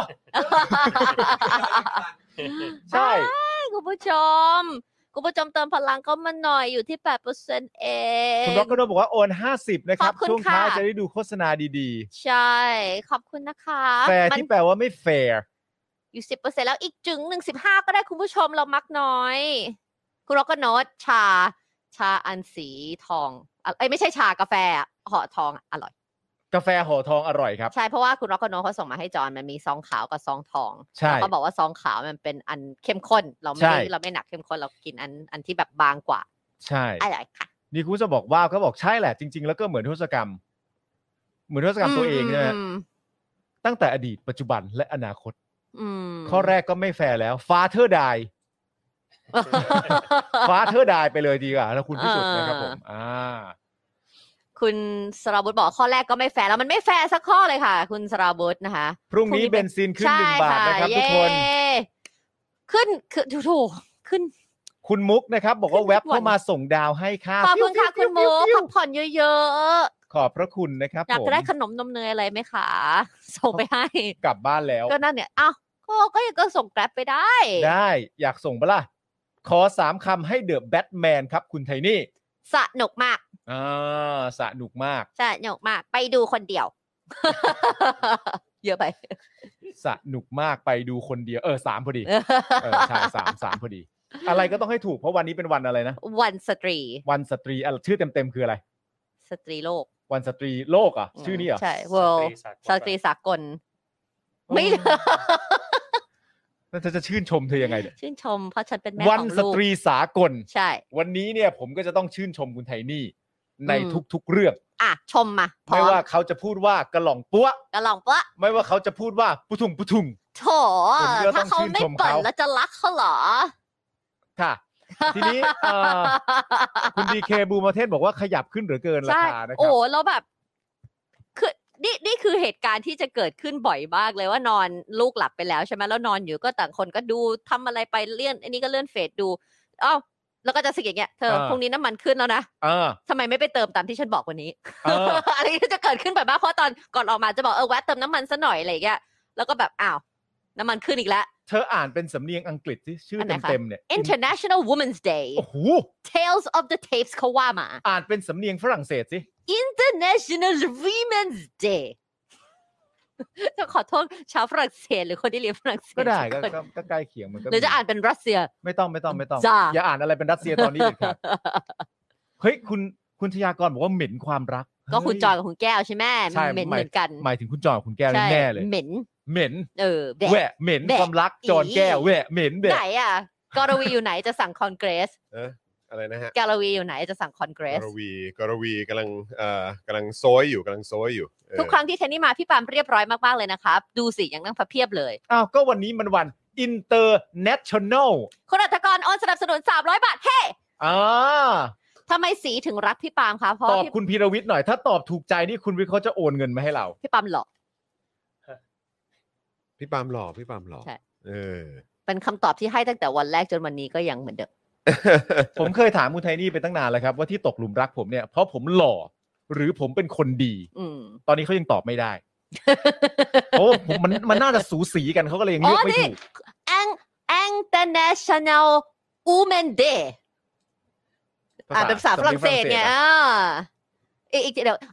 ใช่คุณผู้ชมคุณผู้ชมเติมพลังเข้ามาหน่อยอยู่ที่ แปดเปอร์เซ็นต์ เองคุณร็อกก็โดนบอกว่าโอนห้าสิบนะครับช่วงเช้าจะได้ดูโฆษณาดีๆใช่ขอบคุณนะคะแฟร์ที่แปลว่าไม่แฟร์อยู่ สิบเปอร์เซ็นต์ แล้วอีกจึงหนึ่ง สิบห้าก็ได้คุณผู้ชมเรามักน้อยคุณร็อกก็โน้ตชาชาอันสีทองเอ้ยไม่ใช่ชากาแฟห่อทองอร่อยกาแฟห่อทองอร่อยครับใช่เพราะว่าคุณร็อกก็โน้ตเขาส่งมาให้จอนมันมีซองขาวกับซองทองแล้วเขาบอกว่าซองขาวมันเป็นอันเข้มข้นเราไม่เราไม่หนักเข้มข้นเรากินอันอันที่แบบบางกว่าใช่อร่อยค่ะนี่คุณจะบอกว่าเขาบอกใช่แหละจริงๆแล้วก็เหมือนทศกรรมเหมือนทศกรรมตัวเองเนี่ยตั้งแต่อดีตปัจจุบันและอนาคตข้อแรกก็ไม่แฟร์แล้ว Father Die Father Die ไปเลยดีกว่าแล้วคุณพิสุทธิ์นะครับผมอ่าคุณสราวุธบอกข้อแรกก็ไม่แฟร์แล้วมันไม่แฟร์สักข้อเลยค่ะ คุณสราวุธนะคะพรุ่งนี้เบนซินขึ้นหนึ่งบาทนะครับทุกคนขึ้นคือถูกขึ้นคุณมุกนะครับบอกว่าแว็บเข้ามาส่งดาวให้ค่ะขอบคุณค่ะคุณมุกพักผ่อนเยอะๆขอบพระคุณนะครับอยากจะได้ขนมนมเนยอะไรไหมคะส่งไปให้กลับบ้านแล้วก็นั่นเนี่ยอ้าวก็ก็ยังก็ส่งแกร็บไปได้ได้อยากส่งปะล่ะขอสามคำให้เดอะแบทแมนครับคุณไทนี่สนุกมากอ่าสนุกมากสนุกมากไปดูคนเดียวเยอะไปสนุกมากไปดูคนเดียวเออสามพอดีเออใช่สามสามพอดีอะไรก็ต้องให้ถูกเพราะวันนี้เป็นวันอะไรนะวันสตรีวันสตรีอ่ะชื่อเต็มๆคืออะไรสตรีโลกวันสตรีโลกอ่ะชื่อนี้เหรอใช่ World สตรีสากลไม่แล้วจะชื่นชมเธอยังไงเนี่ยชื่นชมเพราะฉันเป็นแม่ของลูกวันสตรีสากลใช่วันนี้เนี่ยผมก็จะต้องชื่นชมคุณไทนี่ในทุกๆเรื่องอ่ะชมมาไม่ว่าเขาจะพูดว่ากระหล่องปั้วกระหล่องปั้วไม่ว่าเขาจะพูดว่าปุถุงปุถุงโถถ้าเขาไม่เปิดแล้วจะรักเขาเหรอค่ะทีนี้คุณดีเคบูมาเทนบอกว่าขยับขึ้นเหลือเกินราคานะครับโอ้แล้วแบบคือนี่นี่คือเหตุการณ์ที่จะเกิดขึ้นบ่อยมากเลยว่านอนลูกหลับไปแล้วใช่ไหมแล้วนอนอยู่ก็ต่างคนก็ดูทำอะไรไปเลื่อนอันนี้ก็เลื่อนเฟซดูอ้าวแล้วก็จะสิอย่างเงี้ยเธอพรุ่งนี้น้ำมันขึ้นแล้วนะทำไมไม่ไปเติมตามที่ฉันบอกวันนี้อะไรที่จะเกิดขึ้นแบบว่าเพราะตอนก่อนออกมาจะบอกเออแวะเติมน้ำมันซะหน่อยอะไรอย่างเงี้ยแล้วก็แบบอ้าวน้ำมันขึ้นอีกแล้วเธออ่านเป็นสำเนียงอังกฤษที่ชื่อเต็มๆเนี่ย International Women's Day โอ้โห Tales of the Tapes เขาว่ามาอ่านเป็นสำเนียงฝรั่งเศสสิ International Women's Day จะขอโทษชาวฝรั่งเศสหรือคนที่เรียนฝรั่งเศสก็ได้ก็ก็ใกล้เคียงมันก็หรือจะอ่านเป็นรัสเซียไม่ต้องไม่ต้องไม่ต้องอย่าอ่านอะไรเป็นรัสเซียตอนนี้เลยครับเฮ้ยคุณคุณชยากรบอกว่าเหม็นความรักก็คุณจอยกับคุณแก้วใช่ไหมเหม็นเหมือนกันหมายถึงคุณจอยกับคุณแก้วแน่เลยเหม็นเหม็นเออแหวะเหม็นความรักจอนแก้วแหวะเหม็นแบบไหนอ่ะกรวีอยู่ไหนจะสั่งคอนเกรสเอออะไรนะฮะกรวีอยู่ไหนจะสั่งคอนเกรสกรวีกรวีกำลังเอ่อกำลังโซยอยู่กำลังโซยอยู่ทุกครั้งที่เทนนี่มาพี่ปามเรียบร้อยมากๆเลยนะครับดูสิยังนั่งพับเพียบเลยอ้าวก็วันนี้มันวันอินเตอร์เนชั่นแนลคุณอัฐกรโอนสนับสนุนสามร้อยบาทเฮ้อ่าทำไมสีถึงรักพี่ปามคะเพราะตอบคุณพีรวิทย์หน่อยถ้าตอบถูกใจนี่คุณวิทย์เขาจะโอนเงินมาให้เราพี่ปามหล่อพี่ปามหล่อพี่ปามหล่อเออเป็นคำตอบที่ให้ตั้งแต่วันแรกจนวันนี้ก็ยังเหมือนเดิมผมเคยถามคุณไทนี่ไปตั้งนานแล้วครับว่าที่ตกหลุมรักผมเนี่ยเพราะผมหล่อหรือผมเป็นคนดีตอนนี้เขายังตอบไม่ได้โอ้ผมมันมันน่าจะสูสีกันเขาก็เลยยังเลือกไม่ถูก International Women Day อ่าเป็นภาษาฝรั่งเศสไงอ่าอีกเดี๋ยว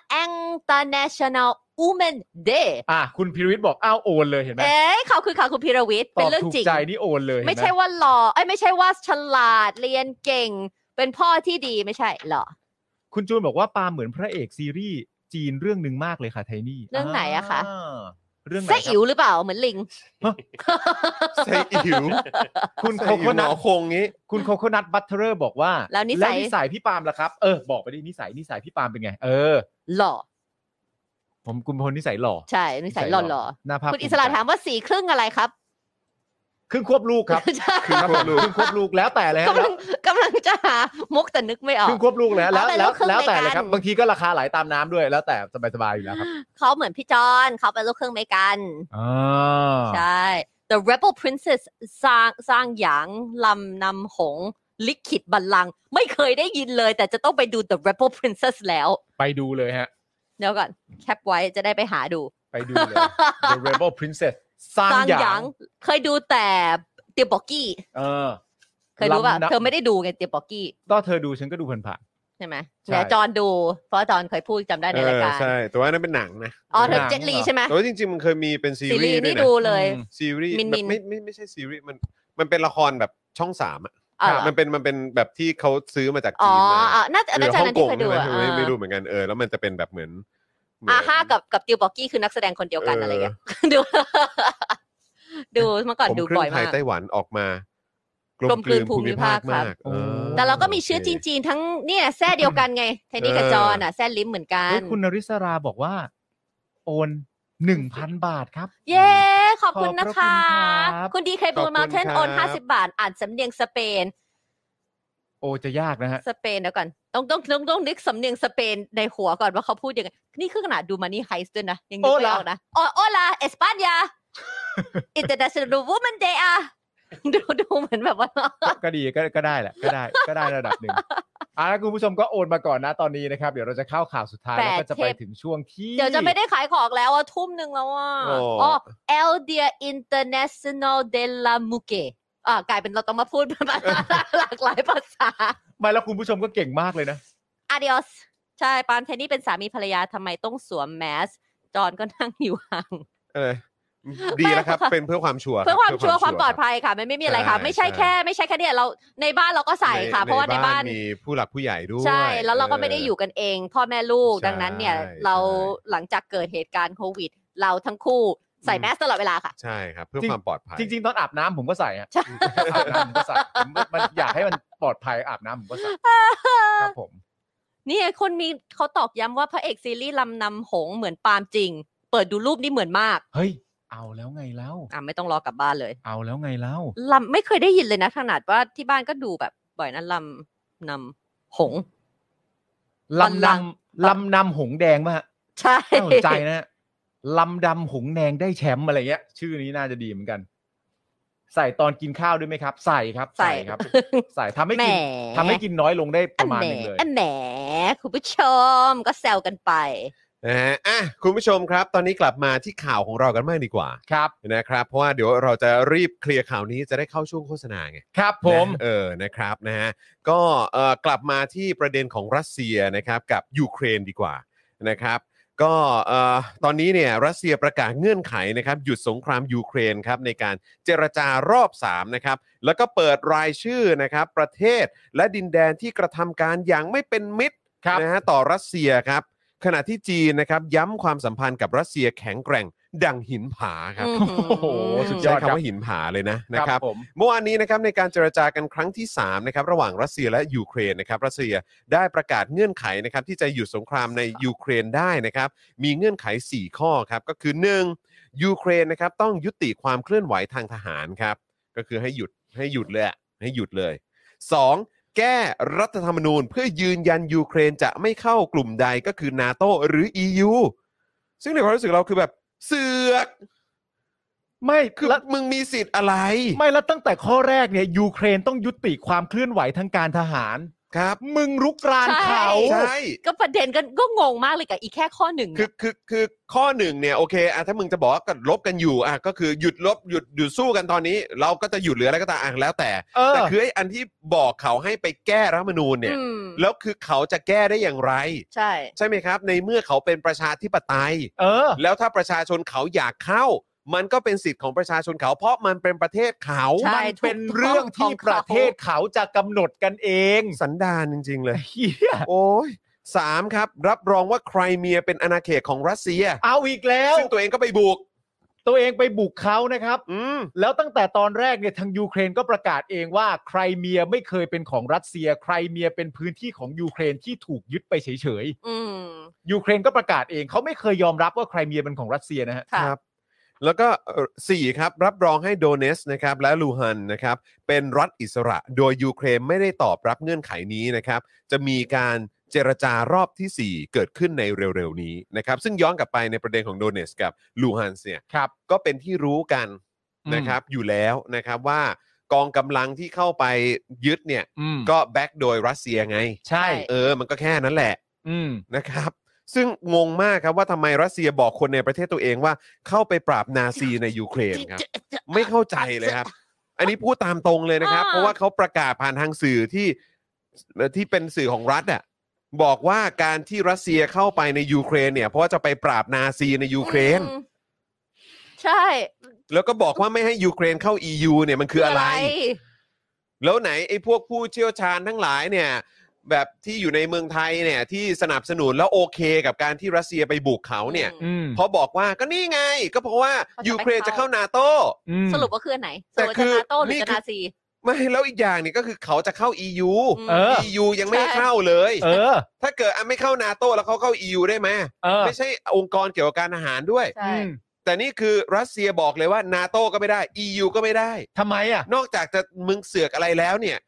International Women Day อ่ะคุณพีรวิทย์บอกอ้าวโอนเลยเห็นไหมเอ๊ะเขาคือเขาคุณพีรวิทย์เป็นเรื่องจริงตอบถูกใจนี่โอนเลยไม่ใช่ว่าหล่อเอ้ยไม่ใช่ว่าฉลาดเรียนเก่งเป็นพ่อที่ดีไม่ใช่หรอคุณจูนบอกว่าปาเหมือนพระเอกซีรีส์จีนเรื่องนึงมากเลยค่ะไทนี่เรื่องไหนอะคะเรื่องไหนไส้อิ๋วหรือเปล่าเหมือนลิงไส้อิ๋วคุณโคโคนัทคงงี้คุณโคโคนัทบัตเทอร์บอกว่าแล้วนิสัยพี่ปาล์มล่ะครับเออบอกไปดินิสัยนิสัยพี่ปาล์มเป็นไงเออหล่อผมคุณพลนิสัยหล่อใช่นิสัยหล่อหล่อคุณอิสระถามว่าสีครึ่งอะไรครับครึ่งควบลูกครับครึ่งควบลูกครึ่งควบลูกแล้วแต่เลยครับกำลังจะหามุกแต่นึกไม่ออกครึ่งควบลูกแล้วแล้วแล้วแล้วแต่เลยครับบางทีก็ราคาไหลตามน้ำด้วยแล้วแต่สบายๆอยู่แล้วครับเขาเหมือนพี่จอนเขาเป็นลูกครึ่งอเมริกันอ๋อใช่ The Rebel Princess สร้างสร้างหยางลำนำหงลิขิตบัลลังก์ไม่เคยได้ยินเลยแต่จะต้องไปดู The Rebel Princess แล้วไปดูเลยฮะเดี๋ยวก่อนแคปไว้จะได้ไปหาดูไปดูเลย The Rebel Princess สร้างหยางเคยดูแต่เตียบอกกี้เออเคยดูป่ะเธอไม่ได้ดูไงเตียบอกกี้ก็เธอดูฉันก็ดูผ่านๆใช่ไหมเดี๋ยวจอนดูเพราะจอนเคยพูดจำได้ในรายการใช่แต่ว่านั่นเป็นหนังนะอ๋อเธอเจ็ตลีใช่ไหมแต่ว่าจริงๆมันเคยมีเป็นซีรีส์นี่ดูเลยซีรีส์ไม่ไม่ไม่ใช่ซีรีส์มันมันเป็นละครแบบช่องสามอ่ะมันเป็นมันเป็นแบบที่เขาซื้อมาจากจีนมาอ๋อน่าจะน่าจะนั้นที่เคยดูไม่ไม่รู้เหมือนกันเออแล้วมันจะเป็นแบบเหมือนอาฮ่ากับกับติวบอกกี้คือนักแสดงคนเดียวกันอะไรเงี้ยดูดูเมื่อก่อนดูบ่อยมากไทยไต้หวันออกมากลมกลืนภูมิภาคครับแต่เราก็มีชื่อจีนๆทั้งเนี่ยแซ่เดียวกันไงไทนี่กับจอนอ่ะแซ่ลิ้มเหมือนกันคุณนริศราบอกว่าโอนหนึ่งพันบาทครับเย้ขอบคุณนะคะคุณดีเคบูลมาเทนโอนห้าสิบบาทอ่านสำเนียงสเปนอ้จะยากนะฮะสเปนเดี๋ยวก่อนต้องต้องต้องต้องนึกสำเนียงสเปนในหัวก่อนว่าเขาพูดยังไงนี่คือขนาดดูมานี่ไฮส์ด้วยนะยังนึกไม่ออกนะโอโอลาเอสปานยา International Women's Day อ่ะดูดูเหมือนแบบว่าก็ดีก็ก็ได้แหละก็ได้ก็ได้ระดับหนึ่งอ่ะคุณผู้ชมก็โอนมาก่อนนะตอนนี้นะครับเดี๋ยวเราจะเข้าข่าวสุดท้ายแล้วก็จะไปถึงช่วงที่เดี๋ยวจะไม่ได้ขายของแล้วอ่ะทุ่มนึงแล้วอ่ะอ๋อ El Dia International de la Mujer อ่ากลายเป็นเราต้องมาพูดหลากหลายภาษาไม่แล้วคุณผู้ชมก็เก่งมากเลยนะ Adios ใช่ปานเทนนี่เป็นสามีภรรยาทำไมต้องสวมแมสจอนก็นั่งอยู่ห่างเออดีแล้วครับเป็นเพื่อความชัวร์เพื่อความชัวร์ความปลอดภัยค่ะไม่ไม่มีอะไรค่ะไม่ใช่แค่ไม่ใช่แค่เนี่ยเราในบ้านเราก็ใส่ค่ะเพราะว่าในบ้านมีผู้หลักผู้ใหญ่ด้วยใช่แล้วเราก็ไม่ได้อยู่กันเองพ่อแม่ลูกดังนั้นเนี่ยเราหลังจากเกิดเหตุการณ์โควิดเราทั้งคู่ใส่แมสตลอดเวลาค่ะใช่ครับเพื่อความปลอดภัยจริงๆตอนอาบน้ำผมก็ใส่ฮะอาบน้ำผมก็ใส่มันอยากให้มันปลอดภัยอาบน้ำผมก็ใส่ครับผมนี่คนมีเขาตอกย้ำว่าพระเอกซีรีส์ลำนำหงเหมือนปาล์มจริงเปิดดูรูปนี่เหมือนมากเฮ้ยเอาแล้วไงแล้วอ่ะไม่ต้องรอกลับบ้านเลยเอาแล้วไงแล้วลำไม่เคยได้ยินเลยนะขนาดว่าที่บ้านก็ดูแบบบ่อยนะลำนำหงลำนำลำนำหงแดงป่ะฮะใช่น่าสนใจนะลำดำหงแดงได้แชมป์อะไรเงี้ยชื่อนี้น่าจะดีเหมือนกันใส่ตอนกินข้าวด้วยไหมครับใส่ครับใส่ครับใส่ทำให้กินทำให้กินน้อยลงได้ประมาณนึงเลยอันแหมคุณผู้ชมก็แซวกันไปนะฮะอ่ะคุณผู้ชมครับตอนนี้กลับมาที่ข่าวของเรากันมากดีกว่าครับนะครับเพราะว่าเดี๋ยวเราจะรีบเคลียร์ข่าวนี้จะได้เข้าช่วงโฆษณาไงครับผมเออนะครับนะฮะก็เอ่อกลับมาที่ประเด็นของรัสเซียนะครับกับยูเครนดีกว่านะครับก็เอ่อตอนนี้เนี่ยรัสเซียประกาศเงื่อนไขนะครับหยุดสงครามยูเครนครับในการเจรจารอบสามนะครับแล้วก็เปิดรายชื่อนะครับประเทศและดินแดนที่กระทำการอย่างไม่เป็นมิตรนะฮะต่อรัสเซียครับขณะที่จีนนะครับย้ำความสัมพันธ์กับรัสเซียแข็งแกร่งดังหินผาครับโอ้โหสุดยอดคำว่าหินผาเลยนะนะครับเมื่อวานนี้นะครับในการเจรจากันครั้งที่สามนะครับระหว่างรัสเซียและยูเครนนะครับรัสเซียได้ประกาศเงื่อนไขนะครับที่จะหยุดสงครามในยูเครนได้นะครับมีเงื่อนไขสี่ข้อครับก็คือหนึ่งยูเครนนะครับต้องยุติความเคลื่อนไหวทางทหารครับก็คือให้หยุดให้หยุดเลยให้หยุดเลยสองแก้รัฐธรรมนูญเพื่อยืนยันยูเครนจะไม่เข้ากลุ่มใดก็คือ NATO หรือ อี ยู ซึ่งในความรู้สึกเราคือแบบเสือกไม่คือมึงมีสิทธิ์อะไรไม่แล้วตั้งแต่ข้อแรกเนี่ยยูเครนต้องยุติความเคลื่อนไหวทางการทหารครับมึงรุกรานเขาใช่ก็ประเด็นก็ก็งงมากเลยกับอีกแค่ข้อหนึ่งคือคือคือข้อหนึ่งเนี่ยโอเคอ่ะถ้ามึงจะบอกว่าก็ลบกันอยู่อ่ะก็คือหยุดลบหยุดหยุดสู้กันตอนนี้เราก็จะหยุดหรืออะไรก็ตามอ่ะแล้วแต่แต่คือไอ้อันที่บอกเขาให้ไปแก้รัฐธรรมนูญเนี่ยแล้วคือเขาจะแก้ได้อย่างไรใช่ใช่ไหมครับในเมื่อเขาเป็นประชาธิปไตยเออแล้วถ้าประชาชนเขาอยากเข้ามันก็เป็นสิทธิ์ของประชาชนเขาเพราะมันเป็นประเทศเขามันเป็นเรื่องที่ประเทศเขาจะกำหนดกันเองสันดานจริงๆเลยโอ้ยสามครับรับรองว่าไครเมียเป็นอาณาเขตของรัสเซียเอาอีกแล้วซึ่งตัวเองก็ไปบุกตัวเองไปบุกเขานะครับอืมแล้วตั้งแต่ตอนแรกเนี่ยทางยูเครนก็ประกาศเองว่าไครเมียไม่เคยเป็นของรัสเซียไครเมียเป็นพื้นที่ของยูเครนที่ถูกยึดไปเฉยๆยูเครนก็ประกาศเองเขาไม่เคยยอมรับว่าไครเมียเป็นของรัสเซียนะฮะครับแล้วก็สี่ครับรับรองให้โดเนสนะครับและลูฮันนะครับเป็นรัฐอิสระโดยยูเครนไม่ได้ตอบรับเงื่อนไขนี้นะครับจะมีการเจรจารอบที่สี่เกิดขึ้นในเร็วๆนี้นะครับซึ่งย้อนกลับไปในประเด็นของโดเนสกับลูฮันเนี่ยครับก็เป็นที่รู้กันนะครับอยู่แล้วนะครับว่ากองกำลังที่เข้าไปยึดเนี่ยก็แบ็กโดยรัสเซียไงใช่เออมันก็แค่นั้นแหละนะครับซึ่งงงมากครับว่าทำไมรัสเซียบอกคนในประเทศตัวเองว่าเข้าไปปราบนาซีในยูเครนครับไม่เข้าใจเลยครับอันนี้พูดตามตรงเลยนะครับเพราะว่าเขาประกาศผ่านทางสื่อที่ที่เป็นสื่อของรัฐอ่ะบอกว่าการที่รัสเซียเข้าไปในยูเครนเนี่ยเพราะว่าจะไปปราบนาซีในยูเครนใช่แล้วก็บอกว่าไม่ให้ยูเครนเข้า อี ยู เนี่ยมันคืออะไรแล้วไหนไอ้พวกผู้เชี่ยวชาญทั้งหลายเนี่ยแบบที่อยู่ในเมืองไทยเนี่ยที่สนับสนุนแล้วโอเคกับการที่รัสเซียไปบุกเขาเนี่ยเพราะบอกว่าก็นี่ไงก็เพราะว่ายูเครนจะเข้านาโต้สรุปว่าคือไหนแต่คือนาโต้หรือนาซีไม่แล้วอีกอย่างนี่ก็คือเขาจะเข้า อี ยู อี ยู ยังไม่เข้าเลยเออถ้าเกิดไม่เข้านาโต้แล้วเขาเข้า อี ยู ได้ไหมไม่ใช่องค์กรเกี่ยวกับการอาหารด้วยแต่นี่คือรัสเซียบอกเลยว่านาโต้ก็ไม่ได้ อี ยู ก็ไม่ได้ทำไมอ่ะนอกจากจะมึงเสือกอะไรแล้วเนี่ย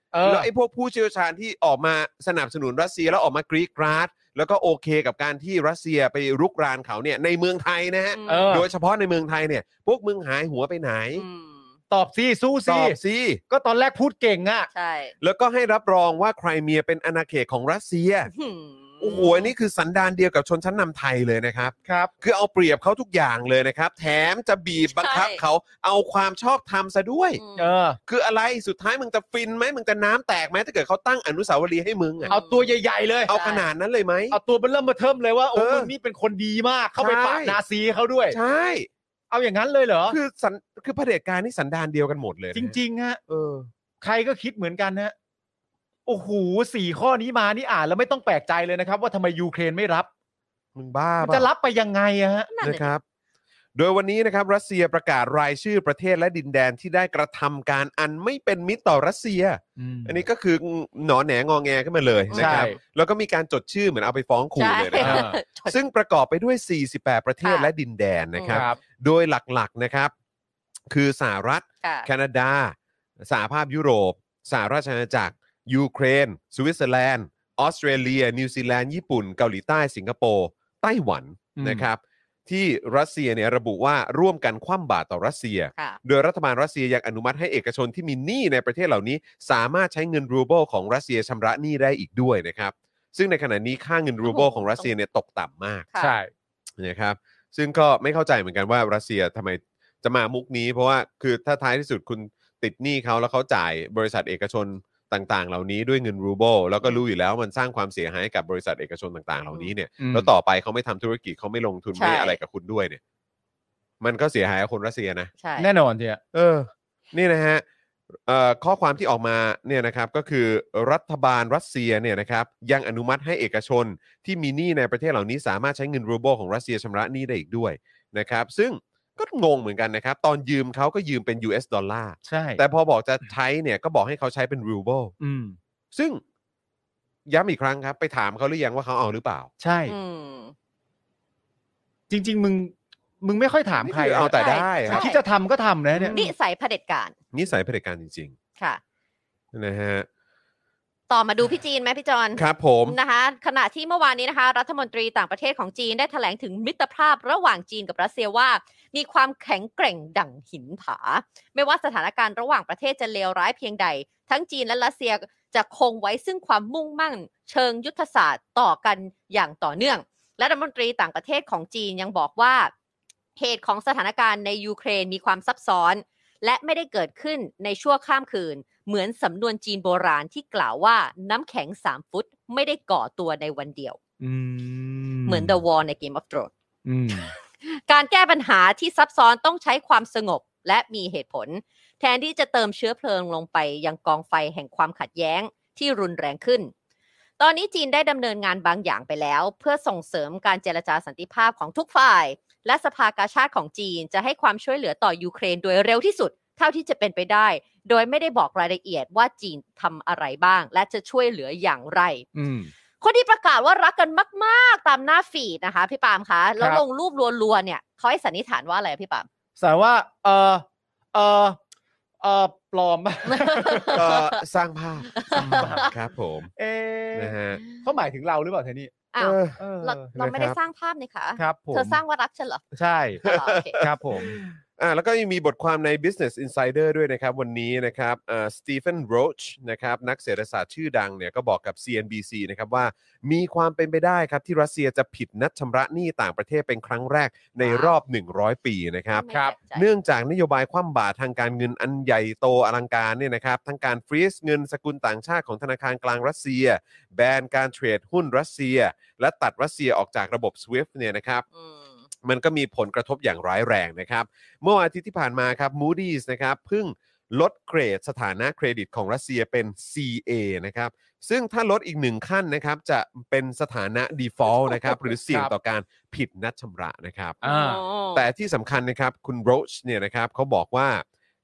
แล้วไอ้พวกผู้เชี่ยวชาญที่ออกมาสนับสนุนรัสเซียแล้วออกมากรี๊ดกราดแล้วก็โอเคกับการที่รัสเซียไปรุกรานเขาเนี่ยในเมืองไทยนะฮะโดยเฉพาะในเมืองไทยเนี่ยพวกมึงหายหัวไปไหนตอบสิสู้สิตอบสิก็ตอนแรกพูดเก่งอ่ะใช่แล้วก็ให้รับรองว่าไครเมียเป็นอาณาเขตของรัสเซียโอ้โหนี่คือสันดานเดียวกับชนชั้นนำไทยเลยนะครับครับคือเอาเปรียบเขาทุกอย่างเลยนะครับแถมจะบีบบังคับเขาเอาความชอบธรรมซะด้วยเออคืออะไรสุดท้ายมึงจะฟินไหมมึงจะน้ำแตกไหมถ้าเกิดเขาตั้งอนุสาวรีย์ให้มึงอ่ะเอาตัวใหญ่ๆเลยเอาขนาดนั้นเลยไหมเอาตัวเป็นเริ่มมาเทิมเลยว่าโอ้มึงนี่เป็นคนดีมากเข้าไปปราบนาซีเขาด้วยใช่เอาอย่างนั้นเลยเหรอคือสันคือเผด็จการนี่สันดานเดียวกันหมดเลยจริงๆฮะเออใครก็คิดเหมือนกันฮะโอ้โหสี่ข้อนี้มานี่อ่านแล้วไม่ต้องแปลกใจเลยนะครับว่าทำไมยูเครนไม่รับมึงบ้ามันจะรับไปยังไงอะฮะนะครับโดยวันนี้นะครับรัสเซียประกาศรายชื่อประเทศและดินแดนที่ได้กระทำการอันไม่เป็นมิตรต่อรัสเซีย อ, อันนี้ก็คือหนอแหนงอแงขึ้นมาเลยนะครับแล้วก็มีการจดชื่อเหมือนเอาไปฟ้องขู่เลยนะครับซึ่งประกอบไปด้วยสี่สิบแปดประเทศและดินแดนนะครับโดยหลักๆนะครับคือสหรัฐแคนาดาสหภาพยุโรปสหราชอาณาจักรยูเครนสวิตเซอร์แลนด์ออสเตรเลียนิวซีแลนด์ญี่ปุ่นเกาหลีใต้สิงคโปร์ไต้หวันนะครับที่รัสเซียเนี่ยระบุว่าร่วมกันคว่ำบาตรต่อรัสเซียโดยรัฐบาลรัสเซียยังอนุมัติให้เอกชนที่มีหนี้ในประเทศเหล่านี้สามารถใช้เงินรูเบิลของรัสเซียชำระหนี้ได้อีกด้วยนะครับซึ่งในขณะนี้ค่าเงินรูเบิลของรัสเซียเนี่ยตกต่ำมากใช่นะครับซึ่งก็ไม่เข้าใจเหมือนกันว่ารัสเซียทำไมจะมามุกนี้เพราะว่าคือถ้าท้ายที่สุดคุณติดหนี้เขาแล้วเขาจ่ายบริษัทเอกชนต่างๆเหล่านี้ด้วยเงินรูเบิลแล้วก็รู้อยู่แล้วมันสร้างความเสียหายกับบริษัทเอกชนต่างๆเหล่านี้เนี่ยแล้วต่อไปเขาไม่ทำธุรกิจเขาไม่ลงทุนไม่อะไรกับคุณด้วยเนี่ยมันก็เสียหายกับคนรัสเซียนะแน่นอนทีเออนี่นะฮะเอ่อข้อความที่ออกมาเนี่ยนะครับก็คือรัฐบาลรัสเซียเนี่ยนะครับยังอนุมัติให้เอกชนที่มีหนี้ในประเทศเหล่านี้สามารถใช้เงินรูเบิลของรัสเซียชำระหนี้ได้อีกด้วยนะครับซึ่งก็งงเหมือนกันนะครับตอนยืมเขาก็ยืมเป็น ยู เอส ดอลลาร์ใช่แต่พอบอกจะใช้เนี่ยก็บอกให้เขาใช้เป็นรูเบิลอืมซึ่งย้ำอีกครั้งครับไปถามเขาหรือยังว่าเขาเอาหรือเปล่าใช่จริงๆมึงมึงไม่ค่อยถามใครเอาแต่ได้ที่จะทำก็ทำนะเนี่ยนิสัยเผด็จการนิสัยเผด็จการจริงๆค่ะนะฮะต่อมาดูพี่จีนไหมพี่จอนครับผมนะคะขณะที่เมื่อวานนี้นะคะรัฐมนตรีต่างประเทศของจีนได้แถลงถึงมิตรภาพระหว่างจีนกับรัสเซียว่ามีความแข็งแกร่งดั่งหินผาไม่ว่าสถานการณ์ระหว่างประเทศจะเลวร้ายเพียงใดทั้งจีนและรัสเซียจะคงไว้ซึ่งความมุ่งมั่นเชิงยุทธศาสตร์ต่อกันอย่างต่อเนื่องและรัฐมนตรีต่างประเทศของจีนยังบอกว่าเหตุของสถานการณ์ในยูเครนมีความซับซ้อนและไม่ได้เกิดขึ้นในชั่วข้ามคืนเหมือนสำนวนจีนโบราณที่กล่าวว่าน้ำแข็งสามฟุตไม่ได้ก่อตัวในวันเดียวเหมือน The Wall ใน Game of Thrones การแก้ปัญหาที่ซับซ้อนต้องใช้ความสงบและมีเหตุผลแทนที่จะเติมเชื้อเพลิงลงไปยังกองไฟแห่งความขัดแย้งที่รุนแรงขึ้นตอนนี้จีนได้ดำเนินงานบางอย่างไปแล้วเพื่อส่งเสริมการเจรจาสันติภาพของทุกฝ่ายและสภากาชาดของจีนจะให้ความช่วยเหลือต่อยูเครนโดยเร็วที่สุดเท่าที่จะเป็นไปได้โดยไม่ได้บอกรายละเอียดว่าจีนทำอะไรบ้างและจะช่วยเหลืออย่างไรคนที่ประกาศว่ารักกันมากๆตามหน้าฟีดนะคะพี่ปาล์มคะแล้วลงรูปรัวๆเนี่ยเขาให้สันนิษฐานว่าอะไรพี่ปาล์มสันว่าเออเออเออปลอมเออสร้างภาพครับผมเอ๊ะเขาหมายถึงเราหรือเปล่าเทนี่อ้าวเราเราไม่ได้สร้างภาพนี่ค่ะเธอสร้างว่ารักฉันเหรอใช่ครับผมอ่าแล้วก็ยังมีบทความใน Business Insider ด้วยนะครับวันนี้นะครับอ่าสตีเฟนโรชนะครับนักเศรษฐศาสตร์ชื่อดังเนี่ยก็บอกกับ ซี เอ็น บี ซี นะครับว่ามีความเป็นไปได้ครับที่รัสเซียจะผิดนัดชำระหนี้ต่างประเทศเป็นครั้งแรกในรอบหนึ่งร้อยปีนะครับเนื่องจากนโยบายคว่ำบาตรทางการเงินอันใหญ่โตอลังการเนี่ยนะครับทั้งการฟรีซเงินสกุลต่างชาติของธนาคารกลางรัสเซียแบนการเทรดหุ้นรัสเซียและตัดรัสเซียออกจากระบบ สวิฟต์ เนี่ยนะครับมันก็มีผลกระทบอย่างร้ายแรงนะครับเมื่อวันอาทิตย์ที่ผ่านมาครับ Moody's นะครับเพิ่งลดเกรดสถานะเครดิตของรัสเซียเป็น ซี เอ นะครับซึ่งถ้าลดอีกหนึ่งขั้นนะครับจะเป็นสถานะ default นะครับหรือเสี่ยงต่อการผิดนัดชำระนะครับแต่ที่สำคัญนะครับคุณโรชเนี่ยนะครับเขาบอกว่า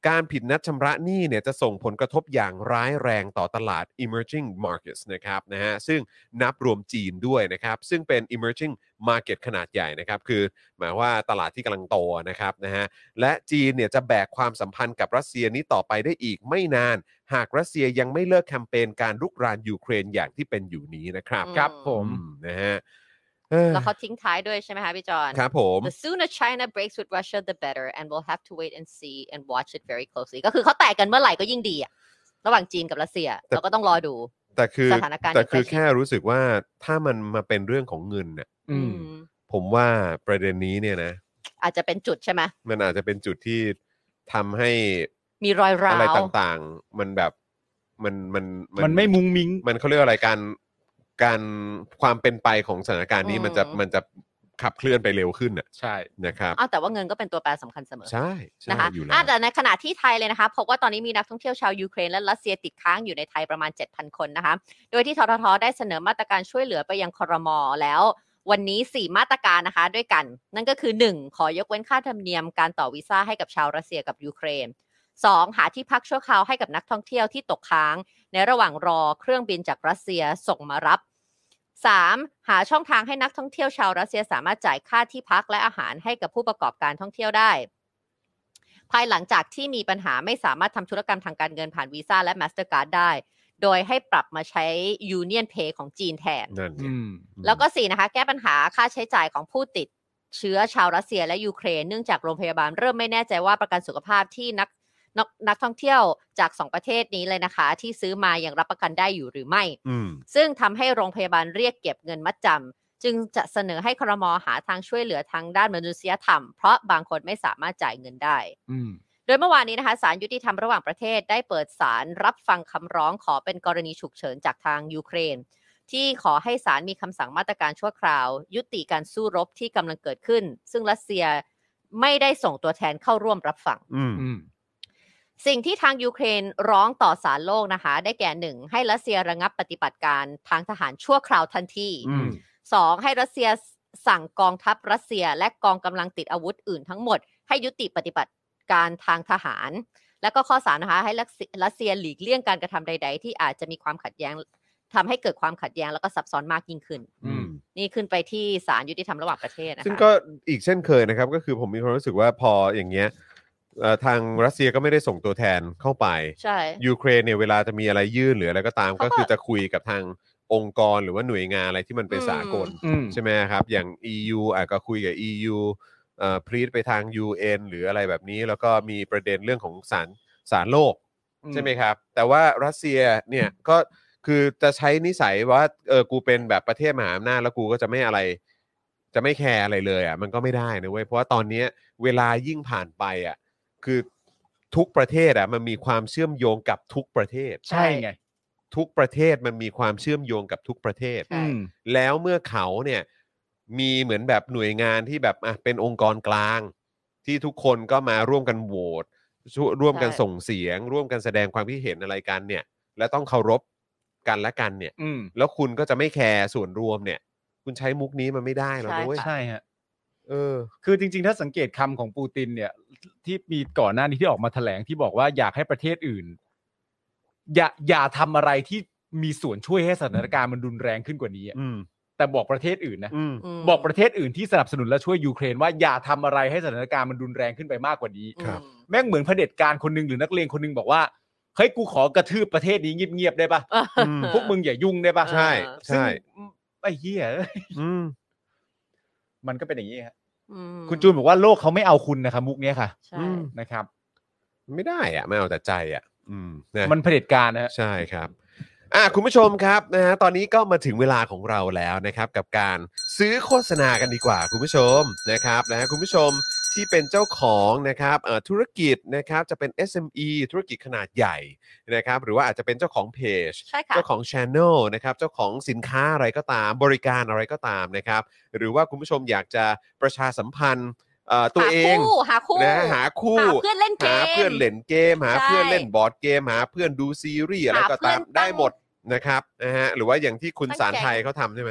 การผิดนัดชำระหนี้เนี่ยจะส่งผลกระทบอย่างร้ายแรงต่อตลาด emerging markets นะครับนะฮะซึ่งนับรวมจีนด้วยนะครับซึ่งเป็น emerging market ขนาดใหญ่นะครับคือหมายว่าตลาดที่กำลังโตนะครับนะฮะและจีนเนี่ยจะแบกความสัมพันธ์กับรัสเซียนี้ต่อไปได้อีกไม่นานหากรัสเซียยังไม่เลิกแคมเปญการรุกรานยูเครนอย่างที่เป็นอยู่นี้นะครับครับผมอืมนะฮะแล้วเขาทิ้งท้ายด้วยใช่ไหมคะพี่จอนครับผม The sooner China breaks with Russia the better and we'll have to wait and see and watch it very closely ก็คือเขาแตกกันเมื่อไหร่ก็ยิ่งดีอะระหว่างจีนกับรัสเซียเราก็ต้องรอดูแต่คือสถานการณ์แต่คือที่ใกล้ชิดแค่รู้สึกว่าถ้ามันมาเป็นเรื่องของเงินเนี่ยอืมอืมผมว่าประเด็นนี้เนี่ยนะอาจจะเป็นจุดใช่ไหมมันอาจจะเป็นจุดที่ทำให้มีรอยร้าวอะไรต่างๆ มันแบบมันมันมันไม่มุงมิงมันเขาเรียกอะไรการการความเป็นไปของสถานการณ์นี้มันจะมันจะขับเคลื่อนไปเร็วขึ้นอ่ะใช่นะครับอ้าวแต่ว่าเงินก็เป็นตัวแปรสำคัญเสมอใช่ใช่นะคะอยู่แล้วอ่ะแต่ในขณะที่ไทยเลยนะคะพบว่าตอนนี้มีนักท่องเที่ยวชาวยูเครนและรัสเซียติดค้างอยู่ในไทยประมาณ เจ็ดพัน คนนะคะโดยที่ทททได้เสนอมาตรการช่วยเหลือไปยังครม.แล้ววันนี้สี่มาตรการนะคะด้วยกันนั่นก็คือหนึ่งขอยกเว้นค่าธรรมเนียมการต่อวีซ่าให้กับชาวรัสเซียกับยูเครนสองหาที่พักชั่วคราวให้กับนักท่องเที่ยวที่ตกค้างในระหว่างรอเครื่องบินจากรัสเซียส่งมารับสามหาช่องทางให้นักท่องเที่ยวชาวรัสเซียสามารถจ่ายค่าที่พักและอาหารให้กับผู้ประกอบการท่องเที่ยวได้ภายหลังจากที่มีปัญหาไม่สามารถทำธุรกรรมทางการเงินผ่านวีซ่าและ Mastercard ได้โดยให้ปรับมาใช้ Union Pay ของจีนแทนนั่นไงอืมแล้วก็สี่นะคะแก้ปัญหาค่าใช้จ่ายของผู้ติดเชื้อชาวรัสเซียและยูเครนเนื่องจากโรงพยาบาลเริ่มไม่แน่ใจว่าประกันสุขภาพที่นักนักนักท่องเที่ยวจากสองประเทศนี้เลยนะคะที่ซื้อมายังรับประกันได้อยู่หรือไม่อืมซึ่งทำให้โรงพยาบาลเรียกเก็บเงินมัดจำจึงจะเสนอให้ครม.หาทางช่วยเหลือทางด้านมนุษยธรรมเพราะบางคนไม่สามารถจ่ายเงินได้อืมโดยเมื่อวานนี้นะคะศาลยุติธรรมระหว่างประเทศได้เปิดศาลรับฟังคำร้องขอเป็นกรณีฉุกเฉินจากทางยูเครนที่ขอให้ศาลมีคำสั่งมาตรการชั่วคราวยุติการสู้รบที่กำลังเกิดขึ้นซึ่งรัสเซียไม่ได้ส่งตัวแทนเข้าร่วมรับฟังอืมอืมสิ่งที่ทางยูเครนร้องต่อศาลโลกนะคะได้แก่หนึ่งให้รัสเซียระงับปฏิบัติการทางทหารชั่วคราวทันทีอืมสองให้รัสเซียสั่งกองทัพรัสเซียและกองกำลังติดอาวุธอื่นทั้งหมดให้ยุติปฏิบัติการทางทหารและก็ข้อสามนะคะให้รัสเซียหลีกเลี่ยงการกระทำใดๆที่อาจจะมีความขัดแย้งทำให้เกิดความขัดแย้งแล้วก็ซับซ้อนมากยิ่งขึ้นอืมนี่ขึ้นไปที่ศาลยุติธรรมระหว่างประเทศนะคะซึ่งก็อีกเช่นเคยนะครับก็คือผมมีความรู้สึกว่าพออย่างเงี้ยเอ่อทางรัสเซียก็ไม่ได้ส่งตัวแทนเข้าไปใช่ยูเครนเนี่ยเวลาจะมีอะไรยื่นหรืออะไรก็ตามเขาก็ก็คือจะคุยกับทางองค์กรหรือว่าหน่วยงานอะไรที่มันเป็นอืมสากลอืมใช่ไหมครับอย่าง อี ยู อ่ะก็คุยกับ อี ยู เอ่อพรีดไปทาง ยู เอ็น หรืออะไรแบบนี้แล้วก็มีประเด็นเรื่องของศาลศาลโลกอืมใช่ไหมครับแต่ว่ารัสเซียเนี่ยก็คือจะใช้นิสัยว่าเออกูเป็นแบบประเทศมหาอำนาจแล้วกูก็จะไม่อะไร จะไม่แคร์อะไรเลยอ่ะมันก็ไม่ได้นะเว้ยเพราะว่าตอนนี้เวลายิ่งผ่านไปอ่ะคือทุกประเทศอ่ะมันมีความเชื่อมโยงกับทุกประเทศใช่ไงทุกประเทศมันมีความเชื่อมโยงกับทุกประเทศใช่อืมแล้วเมื่อเขาเนี่ยมีเหมือนแบบหน่วยงานที่แบบอ่ะเป็นองค์กรกลาง ที่ทุกคนก็มาร่วมกันโหวตช่วยร่วมกันส่งเสียง ร่วมกันแสดงความคิดเห็นอะไรกันเนี่ย และต้องเคารพกันและกันเนี่ยอืมแล้วคุณก็จะไม่แคร์ส่วนรวมเนี่ย คุณใช้มุกนี้มันไม่ได้หรอกนะเว้ยใช่ฮะเออคือจริงๆ ถ้าสังเกตคำของปูตินเนี่ย ที่มีก่อนหน้านี้ที่ออกมาแถลงที่บอกว่าอยากให้ประเทศอื่น อย่าอย่าทำอะไรที่มีส่วนช่วยให้สถานการณ์มันรุนแรงขึ้นกว่านี้อะอืมแต่บอกประเทศอื่นนะอืมมบอกประเทศอื่นที่สนับสนุนและช่วยยูเครนว่าอย่าทำอะไรให้สถานการณ์มันรุนแรงขึ้นไปมากกว่านี้ครับอืมแม่งเหมือนเผด็จการคนหนึงหรือนักเลงคนหนึงบอกว่าเฮ้ยกูขอกระทืบประเทศนี้เงียบๆได้ปะอืมพวกมึงอย่ายุ่งได้ปะใช่ซึ่งใช่ไอ้เหี้ยอืมมันก็เป็นอย่างนี้ฮะอืมคุณจูนบอกว่าโลกเขาไม่เอาคุณนะครับมุกเนี้ยค่ะใช่อืมนะครับไม่ได้อ่ะไม่เอาแต่ใจอ่ะ อืมนะมันเผด็จการนะฮะใช่ครับอ่ะคุณผู้ชมครับนะฮะตอนนี้ก็มาถึงเวลาของเราแล้วนะครับกับการซื้อโฆษณากันดีกว่าคุณผู้ชมนะครับนะฮะคุณผู้ชมที่เป็นเจ้าของนะครับเอ่อธุรกิจนะครับจะเป็น เอส เอ็ม อี ธุรกิจขนาดใหญ่นะครับหรือว่าอาจจะเป็นเจ้าของเพจใช่ค่ะเจ้าของ Channel นะครับเจ้าของสินค้าอะไรก็ตามบริการอะไรก็ตามนะครับหรือว่าคุณผู้ชมอยากจะประชาสัมพันธ์เอ่อตัวเองหาคู่นะหาคู่หาเพื่อนเล่นเกมหาเพื่อนเล่นเกมหาใช่เพื่อนเล่นบอร์ดเกมหาเพื่อนดูซีรีส์อะไรก็ตามหาเพื่อนตั้งได้หมดนะครับนะฮะหรือว่าอย่างที่คุณตั้งสารแก๊งไทยเขาทำใช่ไหม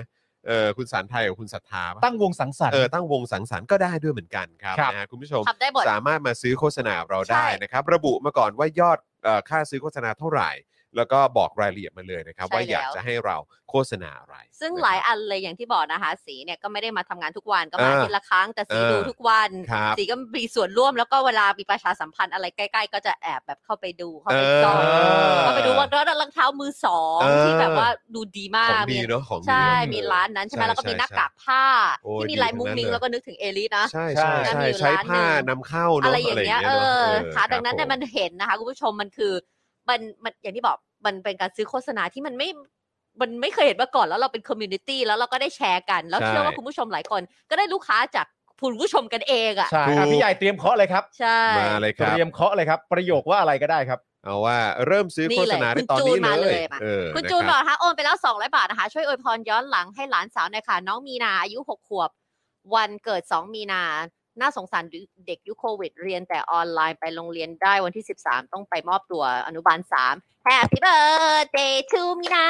เออคุณสารไทยกับคุณศรัทธาปะตั้งวงสังสรรค์เออตั้งวงสังสรรค์ก็ได้ด้วยเหมือนกันครับครับนะฮะคุณผู้ชมทำได้หมดสามารถมาซื้อโฆษณาเราใช่ได้นะครับระบุมาก่อนว่ายอดเอ่อค่าซื้อโฆษณาเท่าไหร่ แล้วก็บอกรายละเอียดมาเลยนะครับใช่ว่าอยากแล้วจะให้เราโฆษณาอะไรซึ่งนะครับหลายอันเลยอย่างที่บอกนะคะ สีเนี่ยก็ไม่ได้มาทำงานทุกวันก็มาอ่าทีละครั้งแต่สีเออดูทุกวันครับสีก็มีส่วนร่วมแล้วก็เวลามีประชาสัมพันธ์อะไรใกล้ๆก็จะแอบแบบเข้าไปดูเข้าไปจองเออเข้าไปดูว่ารองเท้ามือสองเออที่แบบว่าดูดีมาของกดีเนาะของดีใช่เนอะมีร้านนั้นใช่ไหมใช่แล้วก็มีใช่หน้ากากผ้าโอ้ยที่มีดีลายทั้งมุ้งนั้นมิ้งเลยแล้วก็นึกถึงเอลิสนะใช่ใช่นั่ใช่นมีอยู่ใช้ร้านหนึ่งผ้านำเข้าเนอะอะไรอย่างเงี้ยะเอไรอเนอะค่ะรับดังนั้นเนี่ยผมันเห็นนะคะคุณผู้ชมมันคือมันมันอย่างที่บอกมันเป็นการซื้อโฆษณาที่มันไม่มันไม่เคยเห็นมาก่อนแล้วเราเป็นคอมมูนิตี้แล้วเราก็ได้แชร์กัน แล้วใช่เชื่อว่าคุณผู้ชมหลายคนก็ได้ลูกค้าจากคุณผู้ชมกันเองอ่ะใช่ถูกอ่ะพี่ใหญ่เตรียมเคาะเลยครับใช่มาเลยคเตรับรียมเคาะเลยครับ ประโยคว่าอะไรก็ได้ครับเอาว่าเริ่มซื้อนี่โฆเลยษณาได้คุณตอนจูนี้นมาเลเลย ยมาเออคุณนะจูนคบรัอบ กนะคะโอนไปแล้วสองร้อยบาทนะคะช่วยอวยพรย้อนหลังให้หลานสาวหน่อยค่ะน้องมีนาอายุหกขวบวันเกิดสองมีนาน่าสงสารเด็กยุคโควิดเรียนแต่ออนไลน์ไปโรงเรียนได้วันที่สิบสามต้องไปมอบตัวอนุบาลสาม Happy birthday to มีนา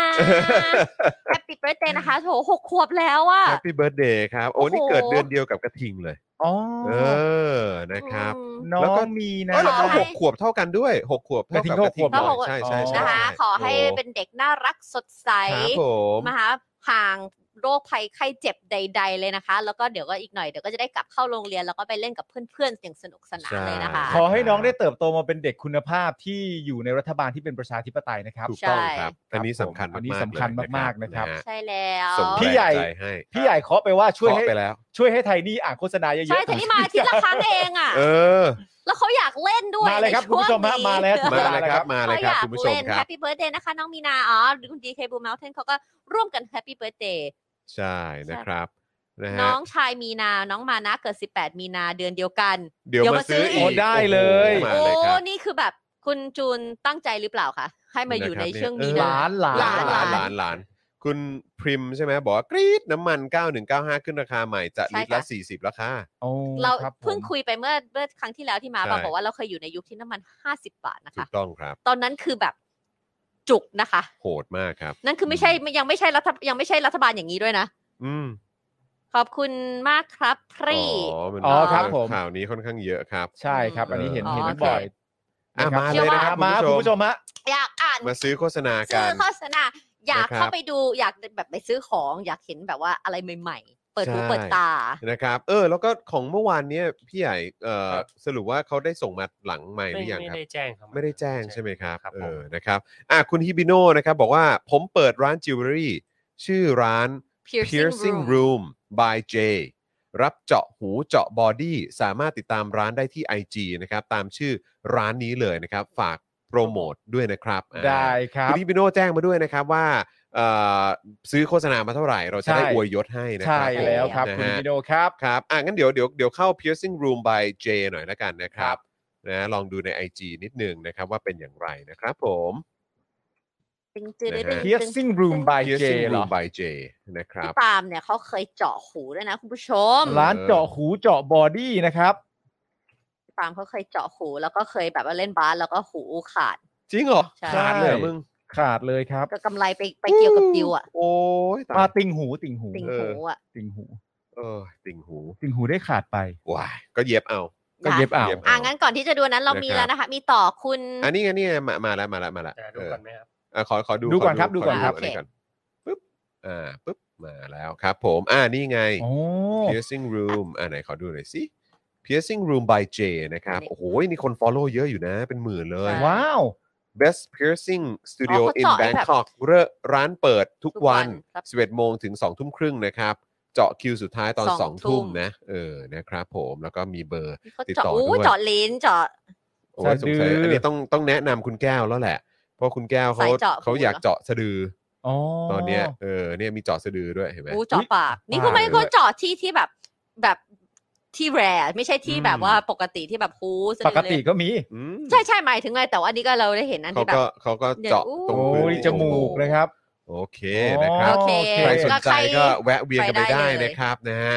Happy birthday นะคะโถหกขวบแล้วอะแฮปปี้เบิร์ดเดย์ครับ โอ้โอ้โหนี่เกิดเดือนเดียวกับกระทิงเลยอ๋อเออนะครับอืมน้แล้วอก็งมีนะเอ้ยแล้วก็ขอให้หกขวบเท่ากันด้วยหกขวบเท่ากับกระทิงกระทิงเท่าเลหกยใช่ใช่ใช่นะคะใช่ขอให้โเป็นเด็กน่ารักสดใสครับผมนะคะห่างโรคภัยไข้เจ็บใด ๆ เลยนะคะ แล้วก็เดี๋ยวก็อีกหน่อยเดี๋ยวก็จะได้กลับเข้าโรงเรียนแล้วก็ไปเล่นกับเพื่อนๆอย่างสนุกสนานเลยนะคะขอให้น้องได้เติบโตมาเป็นเด็กคุณภาพที่อยู่ในรัฐบาลที่เป็นประชาธิปไตยนะครับถูกต้องใช่ครับ อันนี้สำคัญอัมากๆนนี้สำคัญเลยมากๆนะครับฮใช่แล้วส่งพี่แรงใหญ่ใจให้พี่ใหญ่เคาะไปว่าช่วยเคาะให้ไปแล้วช่วยให้ไทยนี่อ่านโฆษณาเยอะๆใช่แต่นี่มาอาที่ละครั้งเองอ่ะเออแล้วเขาอยากเล่นด้วยมาเลยครับในคุณผู้ชมฮะช่วงนี้มาแล้วมาเลยครับมาเลยเขาคอรับยากคุณผู้ชมเล่นครับแฮปปี้เบิร์ดเดย์นะคะน้องมีนาอ๋อคุณดีเคบูม Mountain เขาก็ร่วมกันแฮปปี้เบิร์ดเดย์ใช่นะครับนะฮะน้องชายมีนา น้องมานะเกิดสิบแปดมีนาเดือนเดียวกันเดี๋ยวมาซื้อเดี๋ยวมาซื้ออีอีกกได้เลยโอ้โหมาโอ้เลยครับนี่คือแบบคุณจูนตั้งใจหรือเปล่าคะให้มาอยู่ในนะครับช่วงเนี่นี้ยนะหลานหลานหลานหลานหลานหลานคุณพริมใช่ไหมบอกว่ากรี๊ดน้ำมันเก้าหนึ่งเก้าห้าขึ้นราคาใหม่จะลิตรละสี่สิบราคาโอ้เราครับผมเพิ่งคุยไปเมื่อเมื่อครั้งที่แล้วที่มาใช่บอกบอกว่าเราเคยอยู่ในยุคที่น้ำมันห้าสิบบาทนะถูคะกต้องครับตอนนั้นคือแบบจุกนะคะโหดมากครับนั่นคือไม่ใช่ยังไม่ใช่รัฐยังไม่ใช่รัฐบาลอย่างนี้ด้วยนะอืมขอบคุณมากครับพรีอ๋อมันอ๋อครับผมข่าวนี้ค่อนข้างเยอะครับใช่ครับ อันนี้เห็นอ๋อเห็นโอเคบ่อยอ่ะนะครับมาเลยนะครับมาคุคุณ ณผู้ผู้ชชมมฮะอยากอ่านมาซื้อโฆษณาซื้กัอน โฆษณาอยากนะครับเข้าไปดูอยากแบบไปซื้อของอยากเห็นแบบว่าอะไรใหม่ๆ เปิดหูใช่เปิดตานะครับ เออ แล้วก็ของเมื่อวานเนี้ยพี่ใหญ่เอ่อครับสรุปว่าเขาได้ส่งมาหลังใหม่หไม่รือยังไม่ครับได้แจ้งครับไม่ได้แจ้งใช่ไหมครับครับเอผมอนะครับอ่ะคุณฮิบิโน่นะครับบอกว่าผมเปิดร้านจิวเวลรี่ชื่อร้าน Piercing Piercing Room Room by J รับเจาะหูเจาะบอดี้สามารถติดตามร้านได้ที่ ไอ จี นะครับตามชื่อร้านนี้เลยนะครับ ฝากโปรโมทด้วยนะครับอ่าได้ครับคุณฮิบิโน่แจ้งมาด้วยนะครับว่าเอ่อซื้อโฆษณามาเท่าไหร่เราจะได้ใช่อวยยศให้นะคใช่รับแล้วครับนะคุณฮะพี่โนครับครับอ่ะงั้นเดี๋ยวเดี๋ยวเดี๋ยวเข้า Piercing Room by J หน่อยแล้วกันนะครับนะลองดูใน ไอ จี นิดนึงนะครับว่าเป็นอย่างไรนะครับผมตึงตึงนะฮะตึงตึง Piercing Room by J Piercing เหรอ Room by J นะครับพี่ปาล์มเนี่ยเขาเคยเจาะหูด้วยนะคุณผู้ชมร้านเจาะหูเจาะบอดี้นะครับพี่ปาล์มเขาเคยเจาะหูแล้วก็เคยแบบว่าเล่นบาสแล้วก็หูขาดจริงเหรอใช่ขาดเลยเหรอมึงขาดเลยครับก็กำไรไปไปเกี่ยวกับดิวอะโอ้ยตามาย ติ่งหูติ่งหูติ่งเออหูอะติ่งหูเออติ่งหูติ่งหูได้ขาดไปว้ายก็เย็บเอาก็เย็บเอาเย็บอ่ะงั้นก่อนที่จะดูนั้นเรามีนะครับแล้วนะคะ มีต่อคุณอันนี้ไงนี่ไงมามาแล้วมาแล้วมาแล้วจะดูเออก่อนไหมครับอ่ะขอขอดูดูก่อนขครับดูก่อนครับขนนี้ก่อนปึ๊บอ่าปึ๊บมาแล้วครับผมอ่านี่ไงโอ้ Piercing Room อ่าไหนขอดูหน่อยสิ Piercing Room by J นะครับนี่โอ้โหนี่คน follow เยอะอยู่นะ เป็นหมื่นเลยใช่ว้าว Best Piercing Studio อ๋อเขา in เจาะให้แบบ Bangkok เริ่มร้านเปิดทุกทุกวัวันนครับสิบเอ็ดโมงถึงสองทุ่มครึ่งนะครับ เจาะคิวสุดท้ายตอนสองสองทุ่มทุ่มนะ เออ นะครับผม แล้วก็มีเบอร์เขาติดเจาะต่ออู้ด้วยเจาะลิ้นเจาะโอ้ยสงสัยสะดืออัอันนี้ต้องต้องแนะนำคุณแก้วแล้วแหละ เพราะคุณแก้วเขาสายเจาะเขาหูอยากเหรอเจาะสะดืออ๋อตอนเนี้ย เออ เนี่ยมีเจาะสะดือด้วยเห็นไหมอู้เจาะปาก นี่ปากก็ไม่เลยก็เจาะที่ที่แบบแบบที่แรไม่ใช่ที่อืมแบบว่าปกติที่แบบหูสะปดือกติเลยก็มีอืมใช่ใช่หมายถึงไงแต่ว่าอันนี้ก็เราได้เห็นอันเขาที่แบก็บเขาก็เจาะเนี่ยตรงโอ้พื้นยที่จมูกนะครับโอเคนะครับโอเคใครสนก็ใจใครก็แวะเวียนกันไปไปได้ได้เลยนะครับนะฮะ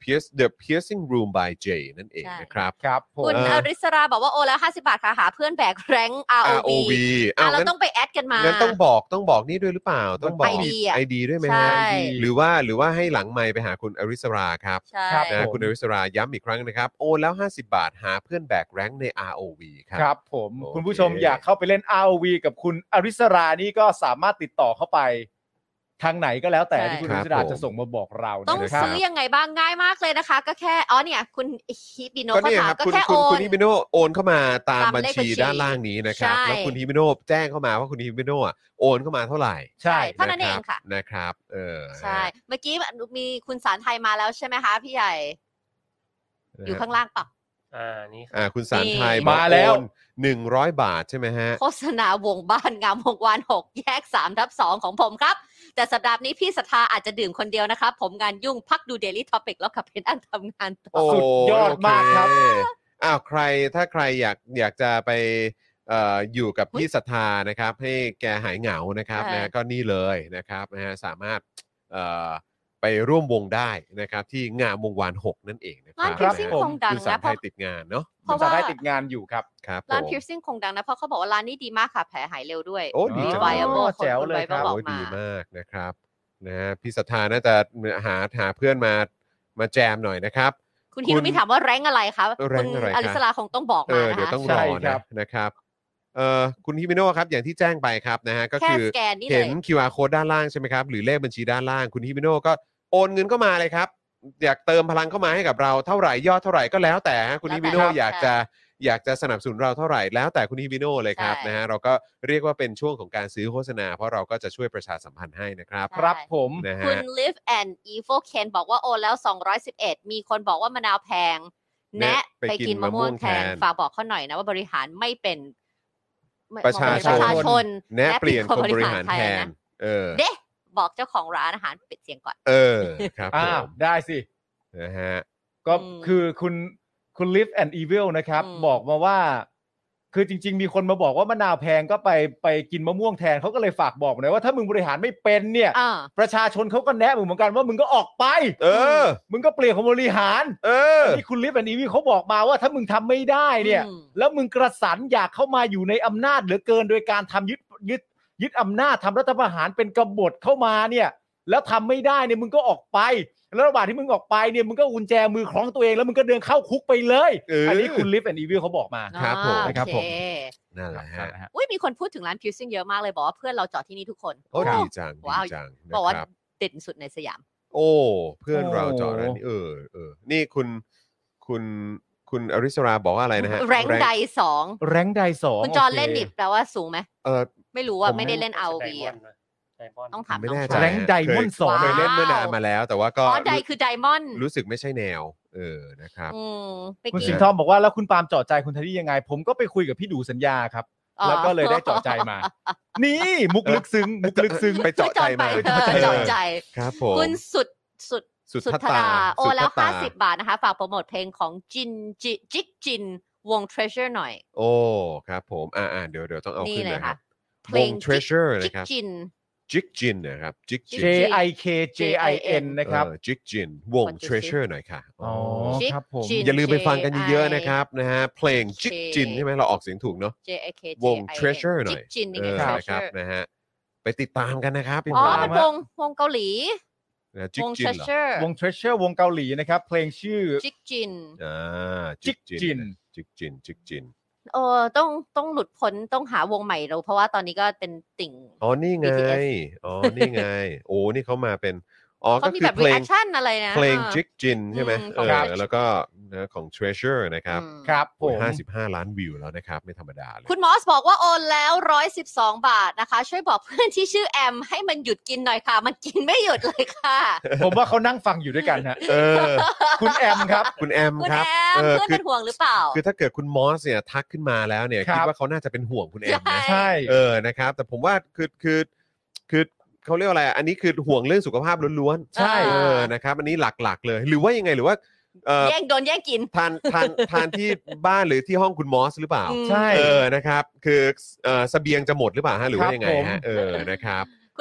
Pierce The Piercing Room by Jay นั่นเองใช่นะครับครับผมคุณอริสราบอกว่าโอแล้วห้าสิบบาทค่ะหาเพื่อนแบกแรง อาร์ โอ วีอาร์ โอ วีอ่ะอ้าวเรางั้นต้องไปแอดกันมางั้นต้องบอกต้องบอกนี่ด้วยหรือเปล่าต้องบอกไอดีอะไอดีด้วยไหมใช่ฮะหรือว่าหรือว่าให้หลังไมค์ไปหาคุณอริสราครับใช่ครับนะผมคุณอริสราย้ำอีกครั้งนะครับโอนแล้วห้าสิบบาทหาเพื่อนแบกแรงค์ใน อาร์ โอ วี ครับครับผมโอเคคุณผู้ชมอยากเข้าไปเล่น อาร์ โอ วี กับคุณอริสรานี่ก็สามารถติดต่อเข้าไปทางไหนก็แล้วแต่ใช่ที่คุณอริสราจะส่งมาบอกเราต้องนะครับซื้อยังไงบ้างง่ายมากเลยนะคะ ก็แค่อ๋อเนี่ยคุณฮิบิโนก็เขาเนี่ยถาคมรับก็คุณแค่คุโอณคุนณฮิบิโนโอนเข้ามาตามตามบัญเลขชีบัญชีด้านล่างนี้นะครับใช่แล้วคุณฮิบิโนแจ้งเข้ามาว่าคุณฮิบิโนอ่ะโอนเข้ามาเท่าไหร่ใช่เท่านั้นเองค่ะนะครับเออใช่ เมื่อกี้มีคุณสารไทยมาแล้วใช่ไหมคะพี่ใหญ่ อยู่ข้างล่างปะอ่านี่ครับอ่าคุณสารไทยนี่บอกมาแล้วโอนหนึ่งร้อยบาทใช่ไหมฮะโฆษณาวงบ้านงามวงวานหกแยกสามทับสองของผมครับ แต่สัปดาห์นี้พี่ศรัทธาอาจจะดื่มคนเดียวนะครับ ผมงานยุ่งพักดู Daily Topic แล้วขับเพนอังทำงานต่อโอ้สุดยอดมากครับโอเอ้าวใครถ้าใครอยากอยากจะไปเอ่ออยู่กับพี่ศรัทธานะครับ ให้แกหายเหงานะครับใช่นะก็นี่เลยนะครับนะฮะสามารถเอ่อไปร่วมวงได้นะครับที่งามวงวานหกนั่นเองนะคร้านรับพิซซิ่งนะฮะคงดังคุณสานะรเพไทราะยติดงานเนาะเพราะจะว่าได้ติดงานอยู่ครับครับร้านผมพิซซิ่งคงดังนะเพราะเขาบอกว่าร้านนี้ดีมากค่ะแผลหายเร็วด้วยโอ้ดีจัง Viable แจ๋วเลยครับนโอ้บอกยมาดีมากนะครับนะฮะพี่ศรัทธาน่าจะหาหาเพื่อนมามาแจมหน่อยนะครับคุณฮิโนมิถามว่าแรงอะไรครับแรงอะไรคุณครับอลิสลาคงต้องบอกเอมาอนะเดี๋ยวคะต้องรใช่อครันะบนะครับเอ่อคุณฮิมิโนะครับอย่างที่แจ้งไปครับนะฮะก็แค่คือสแกนนี่เลเห็นยคิว อาร์ Code ด้านล่างใช่ไหมครับหรือเลขบัญชีด้านล่างคุณฮิมิโนก็โอนเงินเข้ามาเลยครับอยากเติมพลังเข้ามาให้กับเราเท่าไหร่ยอดเท่าไหร่ก็แล้วแต่ฮะคุณแล้วฮิแต่มิโนครับอยากจะอยากจะสนับสนุนเราเท่าไหร่แล้วแต่คุณฮิมิโนเลยครับใช่นะฮะเราก็เรียกว่าเป็นช่วงของการซื้อโฆษณาเพราะเราก็จะช่วยประชาสัมพันธ์ให้นะครับครับผมนะคุฮะณ Live and Evil Ken บอกว่าโอนแล้วสองร้อยสิบเอ็ดมีคนบอกว่ามะนาวแพงแนะแนะไปไปกินกินมะม่วงแทมะม่วงนแทนฝากบอกเขาหน่อยนะว่าบริหารไม่เป็นไม่ประชาชนประชาชนแนะเปลี่ยนคนบริหารไทยแทนนะเออเด้บอกเจ้าของร้านอาหารปิดเสียงก่อนเออครับผอ้าวมได้สินะฮะก็อืมคือคุณคุณ Live and Evil นะครับอืมบอกมาว่า คือจริง ๆ มีคนมาบอกว่ามะนาวแพงก็ไปไปกินมะม่วงแทนเขาก็เลยฝากบอกหน่อยว่าถ้ามึงบริหารไม่เป็นเนี่ยอ่าประชาชนเขาก็แนะมึงเหมือนกันว่ามึงก็ออกไปเออมึงก็เปลี่ยนคนบริหารเออที่คุณ Live and Evil เขาบอกมาว่าถ้ามึงทำไม่ได้เนี่ยอืมแล้วมึงกระสันอยากเข้ามาอยู่ในอำนาจเหลือเกินโดยการทำยึดยึดยึดอำนาจทำรัฐประหารเป็นกบฏเข้ามาเนี่ย แล้วทำไม่ได้เนี่ยมึงก็ออกไป แล้วระหว่างที่มึงออกไปเนี่ยมึงก็กุญแจมือคล้องตัวเองแล้วมึงก็เดินเข้าคุกไปเลยเอออัอันนี้คุณ Live and Evil เขาบอกมาครับผมอ่านะครับผมโอเนั่นแหละฮะอุ้ยมีคนพูดถึงร้านพิซซิ่งเยอะมากเลยบอกว่าเพื่อนเราจอดที่นี่ทุกคนโอ้ดีจังดีว้าวจังนะบอกว่าครับเด่นสุดในสยามโอ้เพื่อนโอ้เราจอดร้านนี้เออเออนี่คุณคุณคุณอริสราบอกว่าอะไรนะฮะแรงใดสองแรงค์ใดสองคุณจอนโคเล่นดิแปลว่าสูงไหมเออไม่รู้อ่ะผมไม่ได้เล่นเอาวีไดมอนด์นะไดมอนด์ต้องถามไม่น้องแน่ชใจายแรงค์ไดมอนด์สองเคยเล่นว้าวเมื่อนานมาแล้ว แต่ว่าก็อ๋อไดคือไดมอนด์รู้สึกไม่ใช่แนว เออนะครับอืมไปคุณกิสินงห์ทองบอกว่าแล้วคุณปาล์มเจาะใจคุณไทนี่ยังไง ผมก็ไปคุยกับพี่ดูสัญญาครับอ๋อแล้วก็เลยได้เจาะใจมา นี่มุกลึกซึ้งมุกลึกซึ้งไปเจาะใจมาเออเจาะใจครับผมคุณสุดสุดสุดสุดทัตธตาดาโอแล้วสุดทัตตาห้าสิบบาทนะคะ ฝากโปรโมทเพลงของจินจิจิกจินวง Treasure หน่อยโอ้ครับผมอ่าอ่าเดี๋ยวเดี๋ยวต้องเอานี่ขึ้นเลยนะครัค่ะบเพลวงง Treasure จินะกครับจินจิกจินนะครับจิกจิน J I K J I N นะครับจิกจินวงกดดูสิ Treasure หน่อยค่ะอ๋อจิกครับผมจินอย่าลืมไปฟังกัน J I เยอะๆนะครับนะฮะเพลงจิกจินใช่ไหมเราออกเสียงถูกเนาะ J I K วง J I N Treasure หน่อยจิกจินนี่เอไงอนะครับ Treasure นะฮะไปติดตามกันนะครับอ๋อตามเป็นฮะวงวงเกาหลีนะจิวกงจินเหรอ Treasure วง Treasure วงเกาหลีนะครับ เพลงชื่อจิกจินอ่าจิกจินจิกจินจิกจินเออต้องต้องหลุดพ้นต้องหาวงใหม่เราเพราะว่าตอนนี้ก็เป็นติ่งอ๋อนี่ไงบี ที เอสอ๋อนี่ไง โอ้นี่เขามาเป็นอ๋อเขาก็มีคือแบบเพลง reaction อะไรนะเพลงออจิกจินใช่ไหมอืมเออครับแล้วก็นะของ Treasure นะครับอืมครับผโอ้ยมห้าสิบห้าล้านวิวแล้วนะครับ ไม่ธรรมดาเลยคุณมอสบอกว่าโอนแล้วร้อยสิบสองบาทนะคะ ช่วยบอกเพื่อนที่ชื่อแอมให้มันหยุดกินหน่อยค่ะ มันกินไม่หยุดเลยค่ะผมว่าเขานั่งฟังอยู่ด้วยกันฮะเออคุณแอมครับคุณแอมคุณครับแอมเออเพื่อนคือเป็นห่วงหรือเปล่าคือถ้าเกิดคุณมอสเนี่ยทักขึ้นมาแล้วเนี่ยครับคิดว่าเขาน่าจะเป็นห่วงคุณแอมนะใช่เออนะครับ แต่ผมว่าคือคือคือเขาเรียกว่าอะไรอ่ะอันนี้คือห่วงเรื่องสุขภาพล้วนๆใช่เออนะครับ อันนี้หลักๆเลย หรือว่ายังไงหรือว่าเออแย่งโดนแย่งกินทานทานทานที่บ้านหรือที่ห้องคุณมอสหรือเปล่าอืมใช่เออนะครับ คือเออเสบียงจะหมดหรือเปล่าฮะหรือว่ายังไงครับผมฮะเออนะครับ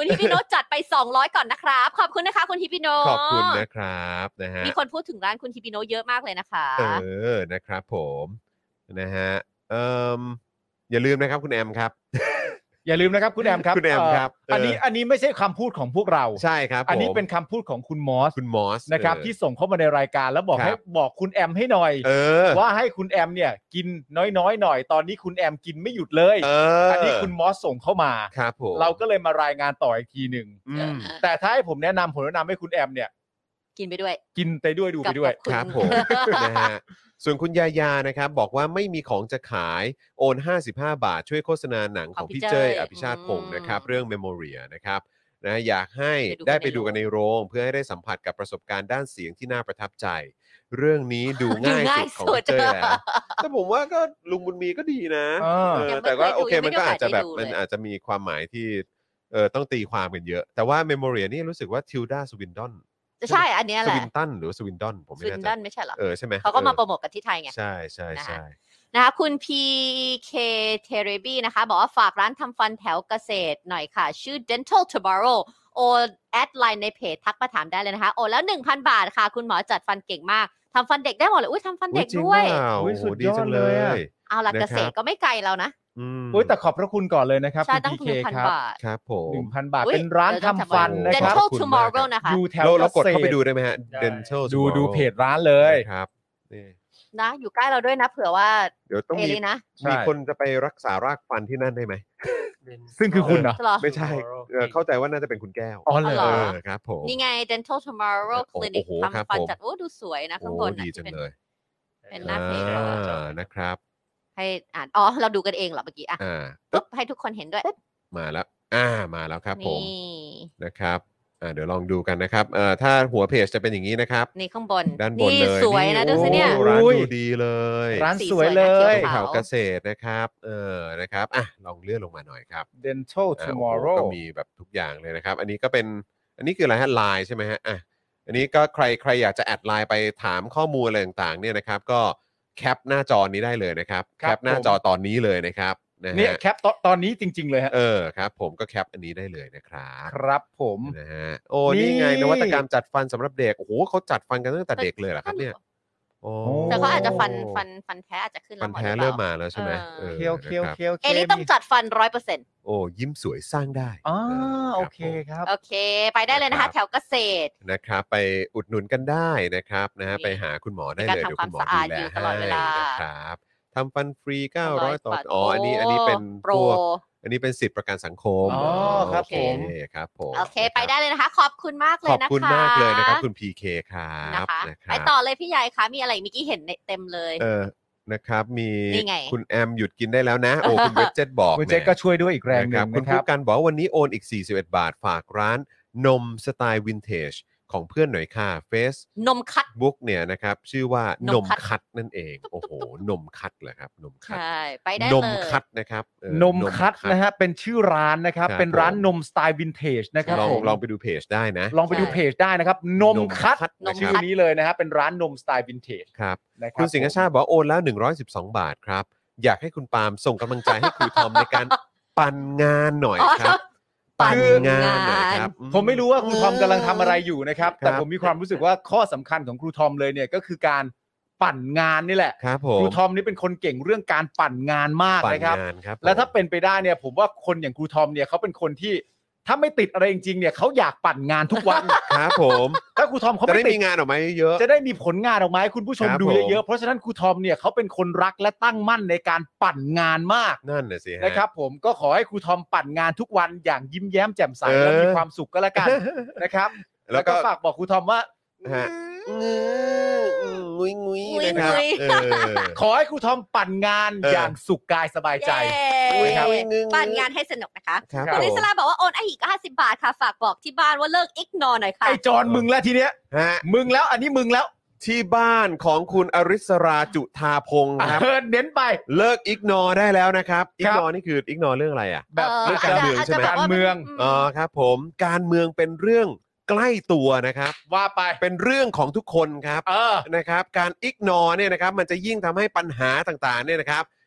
คุณฮิปิโนะจัดไปสองร้อยก่อนนะครับขอบคุณนะคะคุณฮิปิโนะขอบคุณนะครับนะฮะมีคนพูดถึงร้านคุณฮิปิโนะเยอะมากเลยนะคะเออนะครับผมนะฮะเอ่ออย่าลืมนะครับคุณแอมครับอย่าลืมนะครับคุณแอมครับคุณแอมครับเอ่ออันนี้อันนี้ไม่ใช่คำพูดของพวกเราใช่ครับอันนี้ผมเป็นคำพูดของคุณมอสคุณมอสนะครับเออที่ส่งเข้ามาในรายการแล้วบอกครับให้บอกคุณแอมให้หน่อยเออว่าให้คุณแอมเนี่ยกินน้อยๆหน่อยตอนนี้คุณแอมกินไม่หยุดเลยเอออันนี้คุณมอสส่งเข้ามาครับผมเราก็เลยมารายงานต่ออีกทีหนึ่งอืมแต่ถ้าให้ผมแนะนำผมแนะนำให้คุณแอมเนี่ยกินไปด้วยกินไปด้วยดูไปด้วยกับครับผม นะฮะส่วนคุณยายานะครับบอกว่าไม่มีของจะขายโอนห้าสิบห้าบาทช่วยโฆษณาหนังของพี่เจ้ยอภิชาติพงศ์นะครับเรื่อง Memoria นะครับนะอยากให้ได้ไปดูกันในโรงเพื่อให้ได้สัมผัสกับประสบการณ์ด้านเสียงที่น่าประทับใจ เรื่องนี้ดูง่ายสุดของพี่เจ้ยแล้วแต่ผมว่าก็ลุงบุญมีก็ดีนะเออเออยังไม่แต่ก็เคยดูโอเคยังไม่มันก็อาจจะแบบได้ดูเลยมันอาจจะมีความหมายที่เออต้องตีความกันเยอะ แต่ว่า Memoria นี่รู้สึกว่าทิลดาสวินดอนใช่อันเนี้ยสแหละวินตันหรือสวินดอนผมสไม่วิแน่นใจดันไม่ใช่เหรอเออใช่ไหมเขาก็มาออโปรโมทกันที่ไทยไงใช่ใช่นะใช่ฮะ นะคะคุณ พี เค Terebi นะคะบอกว่าฝากร้านทำฟันแถวเกษตรหน่อยค่ะ ชื่อ Dental Tomorrow โอแอดไลน์ในเพจทักมาถามได้เลยนะคะโอนแล้ว หนึ่งพัน บาทค่ะ คุณหมอจัดฟันเก่งมากทำฟันเด็กได้หมดเลยอุ้ยทำฟันเด็กอุ๊จริงด้วยเปล่าอุ๊ยโอ้โหสุดดียอดจังเลเลยอะยเอาล่ะนะครับเกษตรก็ไม่ไกลแล้วนะอืมอุ้ยแต่ขอบพระคุณก่อนเลยนะครับใช่คุณตั้งพีหนึ่เคงพันครับบาทครับผมหนึ่งพันบาทอุ๊ยเป็นร้านเดี๋ยวต้องทำฟันทำนะครับ Dental ขอบคุณมาก Tomorrow นะคะอยู่แถวเราเรากดเษตรเข้าไปดูได้ไหมฮะได้ Dental ดู Tomorrow ดูเพจร้านเลยนะครับนี่นะอยู่ใกล้เราด้วยนะเผื่อว่าเดี๋ยวต้องเอมีลีนะใช่มีคนจะไปรักษารากฟันที่นั่นได้ไหมซึ่งคือคุณเหรอเหรอไม่ใช่เออเข้าใจว่าน่าจะเป็นคุณแก้วอ๋อเหรอ๋อเอเหรอครับผมนี่ไง Dental Tomorrow โอ้โห Clinic ครับทำฟันผมจัดโอ้ดูสวยนะข้างบโอ้นน่ะดีที่จังเป็นเลยเป็นหน้าเพจอ่เขาานะครับให้อ่านอ๋อเราดูกันเองเหรอเมื่อกี้อ่ะอ่าปุ๊บให้ทุกคนเห็นด้วยมาแล้วอ่ามาแล้วครับผมนี่นะครับอ่าเดี๋ยวลองดูกันนะครับเอ่อถ้าหัวเพจจะเป็นอย่างนี้นะครับนี่ข้างบนด้านบนเลยสวยนะดูสิเนี่ยโอ้ร้านอุ้ยดูดีเลยร้านสีสวยเลสวยยนะแถวเกษตรนะครับเออนะครับอ่ะลองเลื่อนลงมาหน่อยครับ Dental อ่าโอ้โห Tomorrow ก็มีแบบทุกอย่างเลยนะครับ อันนี้ก็เป็นอันนี้คืออะไรฮะไลน์ใช่ไหมฮะอ่ะอันนี้ก็ใครใครอยากจะแอดไลน์ไปถามข้อมูลอะไรต่างๆเนี่ยนะครับ ก็แคปหน้าจอนี้ได้เลยนะครับครัแคบปหน้าผมจอตอนนี้เลยนะครับนะเนี่ยฮะแคปตอนตอนนี้จริง ๆ เลยฮะเออครับ ผมก็แคปอันนี้ได้เลยนะครับครับผมนะฮะโอ้นี่นี่ไงนวัตกรรมจัดฟันสำหรับเด็กโอ้โหเขาจัดฟันกันตั้งแต่เด็กเลยเหรอครับเนี่ยโอ้แต่เขาอาจจะฟันฟันฟันแท้อาจจะขึ้นฟัแล้วนหมดแท้หรือเปเริ่ล่ามมาแล้วใช่ไหมเออออเคียวเคียวนะครับเคียวเอลิต้องจัดฟันร้อยเปอร์เซ็นต์โอ้ยิ้มสวยสร้างได้อ๋อเโอเคผมครับโอเค ไปได้เลยนะครัคะบแถวเกษตรนะครับไปอุดหนุนกันได้นะครับนะฮะนี่ไปหาคุณหมอได้ในการเลยทำเดี๋ยวคุณหมอความสะอาดูดแลอยู่ตให้ลอดเวลานะครับทำฟันฟรี เก้าร้ร้ออย ย ต่อบาทอ๋ออันนี้อันนี้เป็นโปรพวกอันนี้เป็นสิทธิประกันสังคมอ๋อครับโอเคผมครับผมโอเคนะไปรับได้เลยนะคะ ขอบคุณมากเลขยอบนะคะคุณมากเลยนะครับคุณ พี เค ครับนะคะนะคไปรับต่อเลยพี่ใหญ่คะมีอะไรอีกเมื่อกี้เห็นเต็มเลยเออนะครับมีนี่ไงคุณแอมหยุดกินได้แล้วนะ โอ้คุณเวจเจ็ตบอกคุณเจ๊แหมก็ช่วยด้วยอีกแรงหนะคนึ่รับงคุณนะคผู้รับกันบอกว่าวันนี้โอนอีกสี่สิบเอ็ดบาทฝากร้านนมสไตล์วินเทจของเพื่อนหน่อยค่ะเฟซนมคัดบุ๊กเนี่ยนะครับชื่อว่าน นมมคัดคัดนั่นเองโอ้โหนมคัดเหรอครับนมคัดใช่ไปได้นเลมยคัดนะครับเออนมคัดนะฮะเป็นชื่อร้านนะครับครับเป็นร้านผมนมสไตล์วินเทจนะครับลองผมลองไปดูเพจได้นะลองไปดูใช่เพจได้นะครับ นมคัดนมชื่อคัดนี้เลยนะฮะเป็นร้านนมสไตล์วินเทจครับนะครัคุณสิงห์ชาติบอกว่าโอนแล้วหนึ่งร้อยสิบสองบาทครับอยากให้คุณปาล์มส่งกำลังใจให้ครูทอมในการปั่นงานหน่อยอ๋อครับปั่นงานหน่อยครับผมไม่รู้ว่าครูทอมกำลังทำอะไรอยู่นะครับครับแต่ผมมีความรู้สึกว่าข้อสำคัญของครูทอมเลยเนี่ยก็คือการปั่นงานนี่แหละครับผคมรูทอมนี่เป็นคนเก่งเรื่องการปั่นงานมากปั่นนะครับงานครับและถ้าผมเป็นไปได้เนี่ยผมว่าคนอย่างครูทอมเนี่ยเขาเป็นคนที่ถ้าไม่ติดอะไรจริงๆเนี่ยเขาอยากปั่นงานทุกวันครับผมถ้าครูทอมเขาจะไม่ได้ติมีดงานออกมาเยอะจะได้มีผลงานออกมาให้คุณผู้ชมครับดูผมเยอะๆเพราะฉะนั้นครูทอมเนี่ยเขาเป็นคนรักและตั้งมั่นในการปั่นงานมากนั่นน่ะสิฮะนะครับผมก็ขอให้ครูทอมปั่นงานทุกวันอย่างยิ้มแย้มแจ่มใสเออและมีความสุขก็แล้วกันนะครับแล้แล้ว วก็ก็ฝากบอกครูทอมว่าฮะงุ้ยงุ้ยงุ้ยนะครับงุ้ยเออขอให้ครูทอมปั่นงานเออออย่างสุขกายสบายใจเย้ครับปั่นงานให้สนุกนะคะครับคุณผอิมสลาบอกว่าโอนไออีกห้าสิบบาทค่ะ ฝากบอกที่บ้านว่าเลิกอิกนอหน่อยค่ะไอ้จอนมึงแล้วทีเนี้ยฮะมึงแล้วอันนี้มึงแล้วที่บ้านของคุณอริสราจุธาพงศ์ครับเออเน้นไปเลิกอิกนอได้แล้วนะครับอิคกรับนอนี่คืออิกนอเรื่องอะไรอ่ะแบบเออเรื่องการเมืองอาจใช่ไหมจะแบบว่าการเมืองมอ๋อครับผมการเมืองเป็นเรื่องใกล้ตัวนะครับว่าไปเป็นเรื่องของทุกคนครับเออนะครับการอิกนอเนี่ยนะครับมันจะยิ่งทำให้ปัญหาต่างๆเนี่ยนะครับ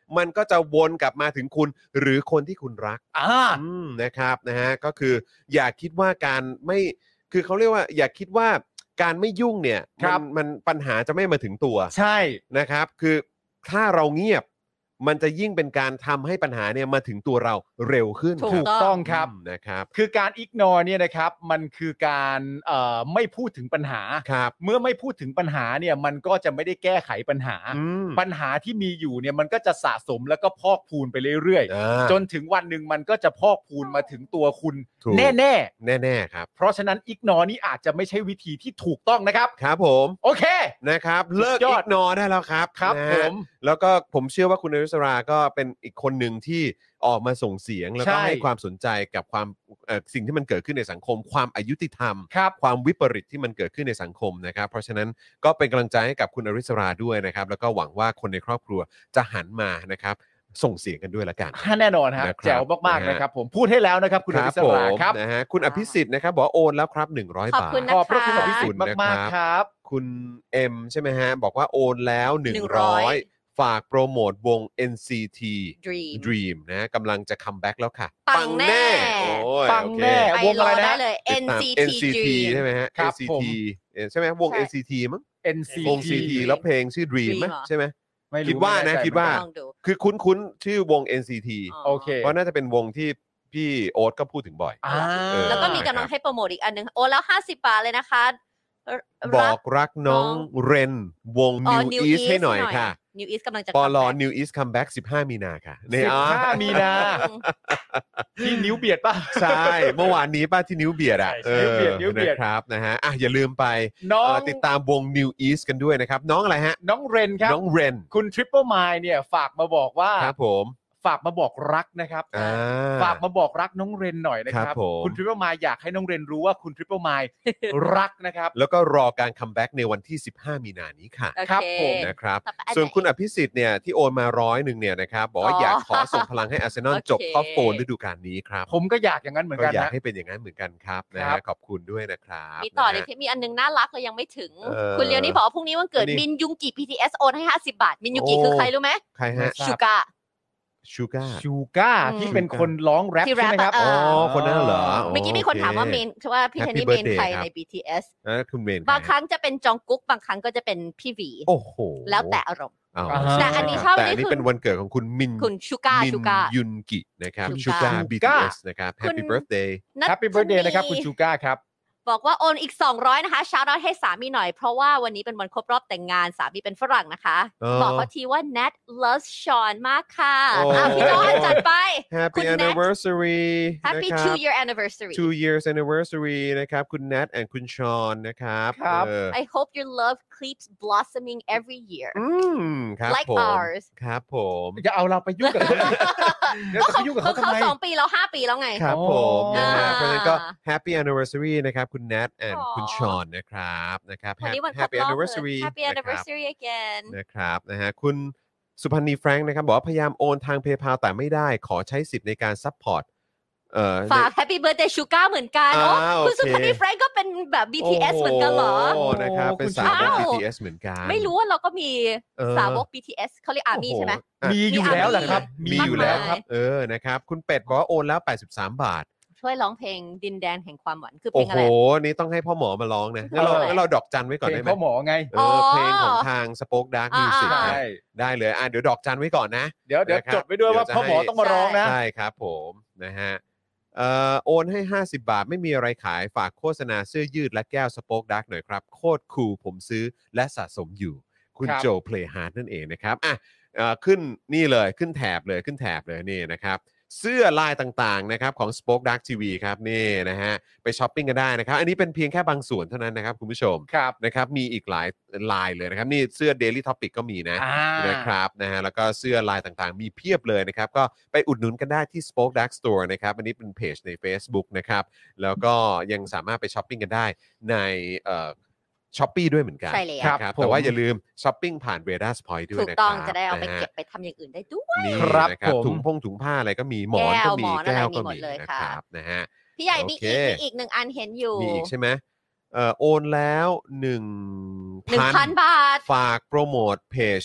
มันก็จะวนกลับมาถึงคุณหรือคนที่คุณรักอ่าอืมนะครับนะฮะก็คืออย่าคิดว่าการไม่คือเขาเรียกว่าอย่าคิดว่าการไม่ยุ่งเนี่ยครัมันบมันปัญหาจะไม่มาถึงตัวใช่นะครับคือถ้าเราเงียบมันจะยิ่งเป็นการทำให้ปัญหาเนี่ยมาถึงตัวเราเร็วขึ้นถูถูกต้องครับอืมนะครับคือการอิกนอร์เนี่ยนะครับมันคือการเอ่อไม่พูดถึงปัญหาครับเมื่อไม่พูดถึงปัญหาเนี่ยมันก็จะไม่ได้แก้ไขปัญหาอืมปัญหาที่มีอยู่เนี่ยมันก็จะสะสมแล้วก็พอกพูนไปเรื่อยอ่าๆจนถึงวันหนึ่งมันก็จะพอกพูนมาถึงตัวคุณถูกแน่แน่ๆครับๆเพราะฉะนั้นอิกนอร์นี่อาจจะไม่ใช่วิธีที่ถูกต้องนะครับครับผมโอเคนะครับเลิกสุดยอิอดกนอได้แล้วครับครับนะฮะผมแล้วก็ผมเชื่อว่าคุณอริสราก็เป็นอีกคนหนึ่งที่ออกมาส่งเสียงแล้วก็ใช่ให้ความสนใจกับความเอ่อสิ่งที่มันเกิดขึ้นในสังคม ความอายุติธรรมครับความวิปริตที่มันเกิดขึ้นในสังคมนะครับ เพราะฉะนั้นก็เป็นกำลังใจให้กับคุณอริสราด้วยนะครับ แล้วก็หวังว่าคนในครอบครัวจะหันมานะครับส่งเสียงกันด้วยละกันแน่นอนฮะนะครับแจ๋วมากนะๆฮะนะครับผมพูดให้แล้วนะครับ คุณอริสผราม ครับนะฮะคุณอภิสิทธิ์นะครับบอกว่าโอนแล้วครับหนึ่งร้อยขอบบาทคุณนะขอบพระคะคุณอภิสิทธิ์มาก ๆ ครับคุณเอ็มใช่ไหมฮะบอกว่าโอนแล้วหนึ่งหนึ่งร้ร้ออย ยฝากโปรโมทวง เอ็น ซี ที Dream Dream นะกำลังจะคัมแบ็กแล้วค่ะปังแน่โอ้ยปังแน่โอไปเควงอะไรรอนะได้เลยติดตามเอ็น ซี ทีเอ็น ซี ที Dream ใช่ไหมฮะครับเอ็น ซี ทีผมเอ่อใช่ไหมวงใช่เอ็น ซี ที มั้งเอ็น ซีวง ซี ที แล้วเพลงชื่อ Dream ไหม Dream เหรอใช่ไหมไม่รู้คิดว่านะไม่แใจคิดว่าเหมือนลกันองดูคือคุ้นๆชื่อวง เอ็น ซี ทีโอเคเพราะน่าจะเป็นวงที่พี่โอ๊ตก็พูดถึงบ่อยอ่าเออแล้วก็มีกำลังให้โปรโมทอีกอันหนึงโอ้แล้วห้าสิบบาทเลยนะคะเอ่อบ รัอกรักน้องเรนวงอ๋อ New New East East ให้หน่อยค่ะ New East กำลังจะปอลอ comeback New East Comeback สิบห้ามีนาค่ะเนี่ยสิบอ่ะห้ามีนา ที่นิ้วเบียดป่ะใช่ เมื่อวานนี้ป้าที่นิ้วเบียดอ่ะใช่ออนิ้วเบียดนิ้วเบียดนะครับนะฮะอ่ะอย่าลืมไปน้องเอ่อติดตามวง New East กันด้วยนะครับ น้องอะไรฮะน้องเรนครับน้องเรนคุณทริปเปิลไมล์เนี่ยฝากมาบอกว่าครับผมฝากมาบอกรักนะครับอ่าฝากมาบอกรักน้องเรนหน่อยนะคครัรับบผมคุณทริปเปิลไมล์อยากให้น้องเรนรู้ว่าคุณทริปเปิลไมล์รักนะครับแล้วก็รอการคัมแบ็กในวันที่สิบห้ามีนานี้ค่ะโอครับเคผมนะครับต่อไปอันไหนส่วนคุณอภิสิทธิ์เนี่ยที่โอนมาร้อยหนึ่งเนี่ยนะครับบอกว่าอ๋ออยากขอส่งพลังให้อาร์เซนอลโอเคจบท็อปโฟร์ฤดูกาลนี้ครับผมก็อยากอย่างนั้นเหมือนก็กันอยากนะให้เป็นอย่างนั้นเหมือนกันครับนะครัฮะบขอบคุณด้วยนะครับมีต่อนะเลยฮะมีอันนึงน่ารักเลยยังไม่ถึงเออคุณเลียวนี่บอกว่าพรุ่งนี้วันเกิดอันนี้มินยุงกิ พี ที เอส โอนให้ห้าสิบบาท มินยุงกิโอ้คือใครรู้ไหมใครฮะชูกาชูก้าชูก้าอืมที่เป็นคนร้องแรปที่ใช่ไหมครับแรปอะอ๋เออคนนั้นเหรอเมื่อกี้มีคนถามว่าเมนว่าพี่เทน Happy นี่เมน birthday ใครครับใน บี ที เอสแล้วคุณเมนบางครั้งจะเป็นจองกุ๊กบางครั้งก็จะเป็นพี่หวีโอ้โหแล้วแต่อารมณ์เอาอ่าแต่อันนี้ชอบแต่อัอันนนี้นี้คือเป็นวันเกิดของคุณมินคุณชูก้ามินชูก้ายุนกินะครับชูชูก้าก้าชูบีก้าทีเอสนะครับคุณ Happy birthday นัทแฮปปี้เบิร์ดเดย์นะครับคุณชูก้าครับบอกว่าโอนอีกสองร้อยนะคะชาร์ตให้สามีหน่อยเพราะว่าวันนี้เป็นวันครบรอบแต่งงานสามีเป็นฝรั่งนะคะเออบอกเขาทีว่า Nat loves Sean มากค่ะโอ้อ่ะพี่จอนจัดไป Happy คุณ Nat anniversary Happy นะครับ two year anniversary two years anniversary นะครับคุณ Nat and คุณชอนนะครับครับเออ I hope your love keeps blossoming every year อืมครับ like ผม ours ครับผมจะเอาเราไปยุ่งกับเขาเดี๋ยวก็จะไปเขายุ่งกับเขาเขาทำเขาไมสองปีแล้วห้าปีแล้วไงครับผมอ๋อนะฮะอ่าเพราะฉะนั้นก็ Happy anniversary นะครับคุณ Nat and อ๋อคุณชอนนะครับนะครับวันนี้วันครบ Happy รอบเลย anniversary Happy นะครับ anniversary again นะครับนะฮะคุณสุพันธ์นีแฟรงค์นะครับบอกว่าพยายามโอนทาง PayPal แต่ไม่ได้ขอใช้สิทธิ์ในการซัพพอร์ตเอ่อฝาก Happy Birthday Sugar เหมือนกันอ่าโอ้คุณโอเคสุพนีแฟรงก์ก็เป็นแบบ บี ที เอส เหมือนกันเหรอโอ้นะครับเป็นสาวกอ้าวบี ที เอส เหมือนกันไม่รู้ว่าเราก็มีเออสาวก บี ที เอส เขาเรียกอาร์มี่โอ้โหใช่ไหมอ่ะมีอยู่แล้วแหละครับมีอยู่แล้วครับเออนะครับคุณเป็ดบอกว่าโอนแล้วแปดสิบสามบาทช่วยร้องเพลงดินแดนแห่งความหวังคือเพลโอ้งโหอะไรนี่ต้องให้พ่อหมอมาร้องนะงั้นเราเอองั้นเราดอกจันไว้ก่อนเพลได้งไหมพ่อหมอไงเออเพลงของทางสป็อคดาร์กอ่ามิวสิกอ่าใช่ได้เลยอ่ะเดี๋ยวดอกจันไว้ก่อนนะเดี๋ยวเดี๋ยวนะครับจดไว้ด้วยว่าเดี๋ยวจะพ่อหมอให้ต้องมาร้องนะใช่ครับผมนะฮะเอ่อโอนให้ห้าสิบบาทไม่มีอะไรขายฝากโฆษณาเสื้อยืดและแก้วสป็อคดาร์กหน่อยครับโคตรคูลผมซื้อและสะสมอยู่ คุณครับโจเพลย์ฮาร์ดนั่นเองนะครับอ่ะเอ่อขึ้นนี่เลยขึ้นแถบเลยขึ้นแถบเลยนี่นะครับเสื้อลายต่างๆนะครับของ Spoke Dark ที วี ครับนี่นะฮะไปช้อปปิ้งกันได้นะครับอันนี้เป็นเพียงแค่บางส่วนเท่านั้นนะครับคุณผู้ชมครับนะครับมีอีกหลายลายเลยนะครับนี่เสื้อ Daily Topic ก็มีนะอ่านะครับนะฮะแล้วก็เสื้อลายต่างๆ มีเพียบเลยนะครับก็ไปอุดหนุนกันได้ที่ Spoke Dark Store นะครับอันนี้เป็นเพจใน Facebook นะครับแล้วก็ยังสามารถไปช้อปปิ้งกันได้ในเอ่อช้อปปี้ด้วยเหมือนกันใช่แล้วนะครับผมแต่ว่าอย่าลืมช้อปปิ้งผ่าน Radar Point ด้วยถูกนะคต้รัอบ งจะได้เอาไปนะฮะเก็บไปทำอย่างอื่นได้ด้วยนี่ครับนะครับผมถุงพงถุงผ้าอะไรก็มีหมอนแก้ก็วมีหมอนแก้วอะไรก็มีหมดมีเลยนะค่ะครับนะฮะพี่ใหญ่โอมีเคอีกมีอีกหนึ่งอันเห็นอยู่มีอีกใช่ไหมเอ่อโอนแล้วหนึ่งหนึ่งพันบาทฝากโปรโมทเพจ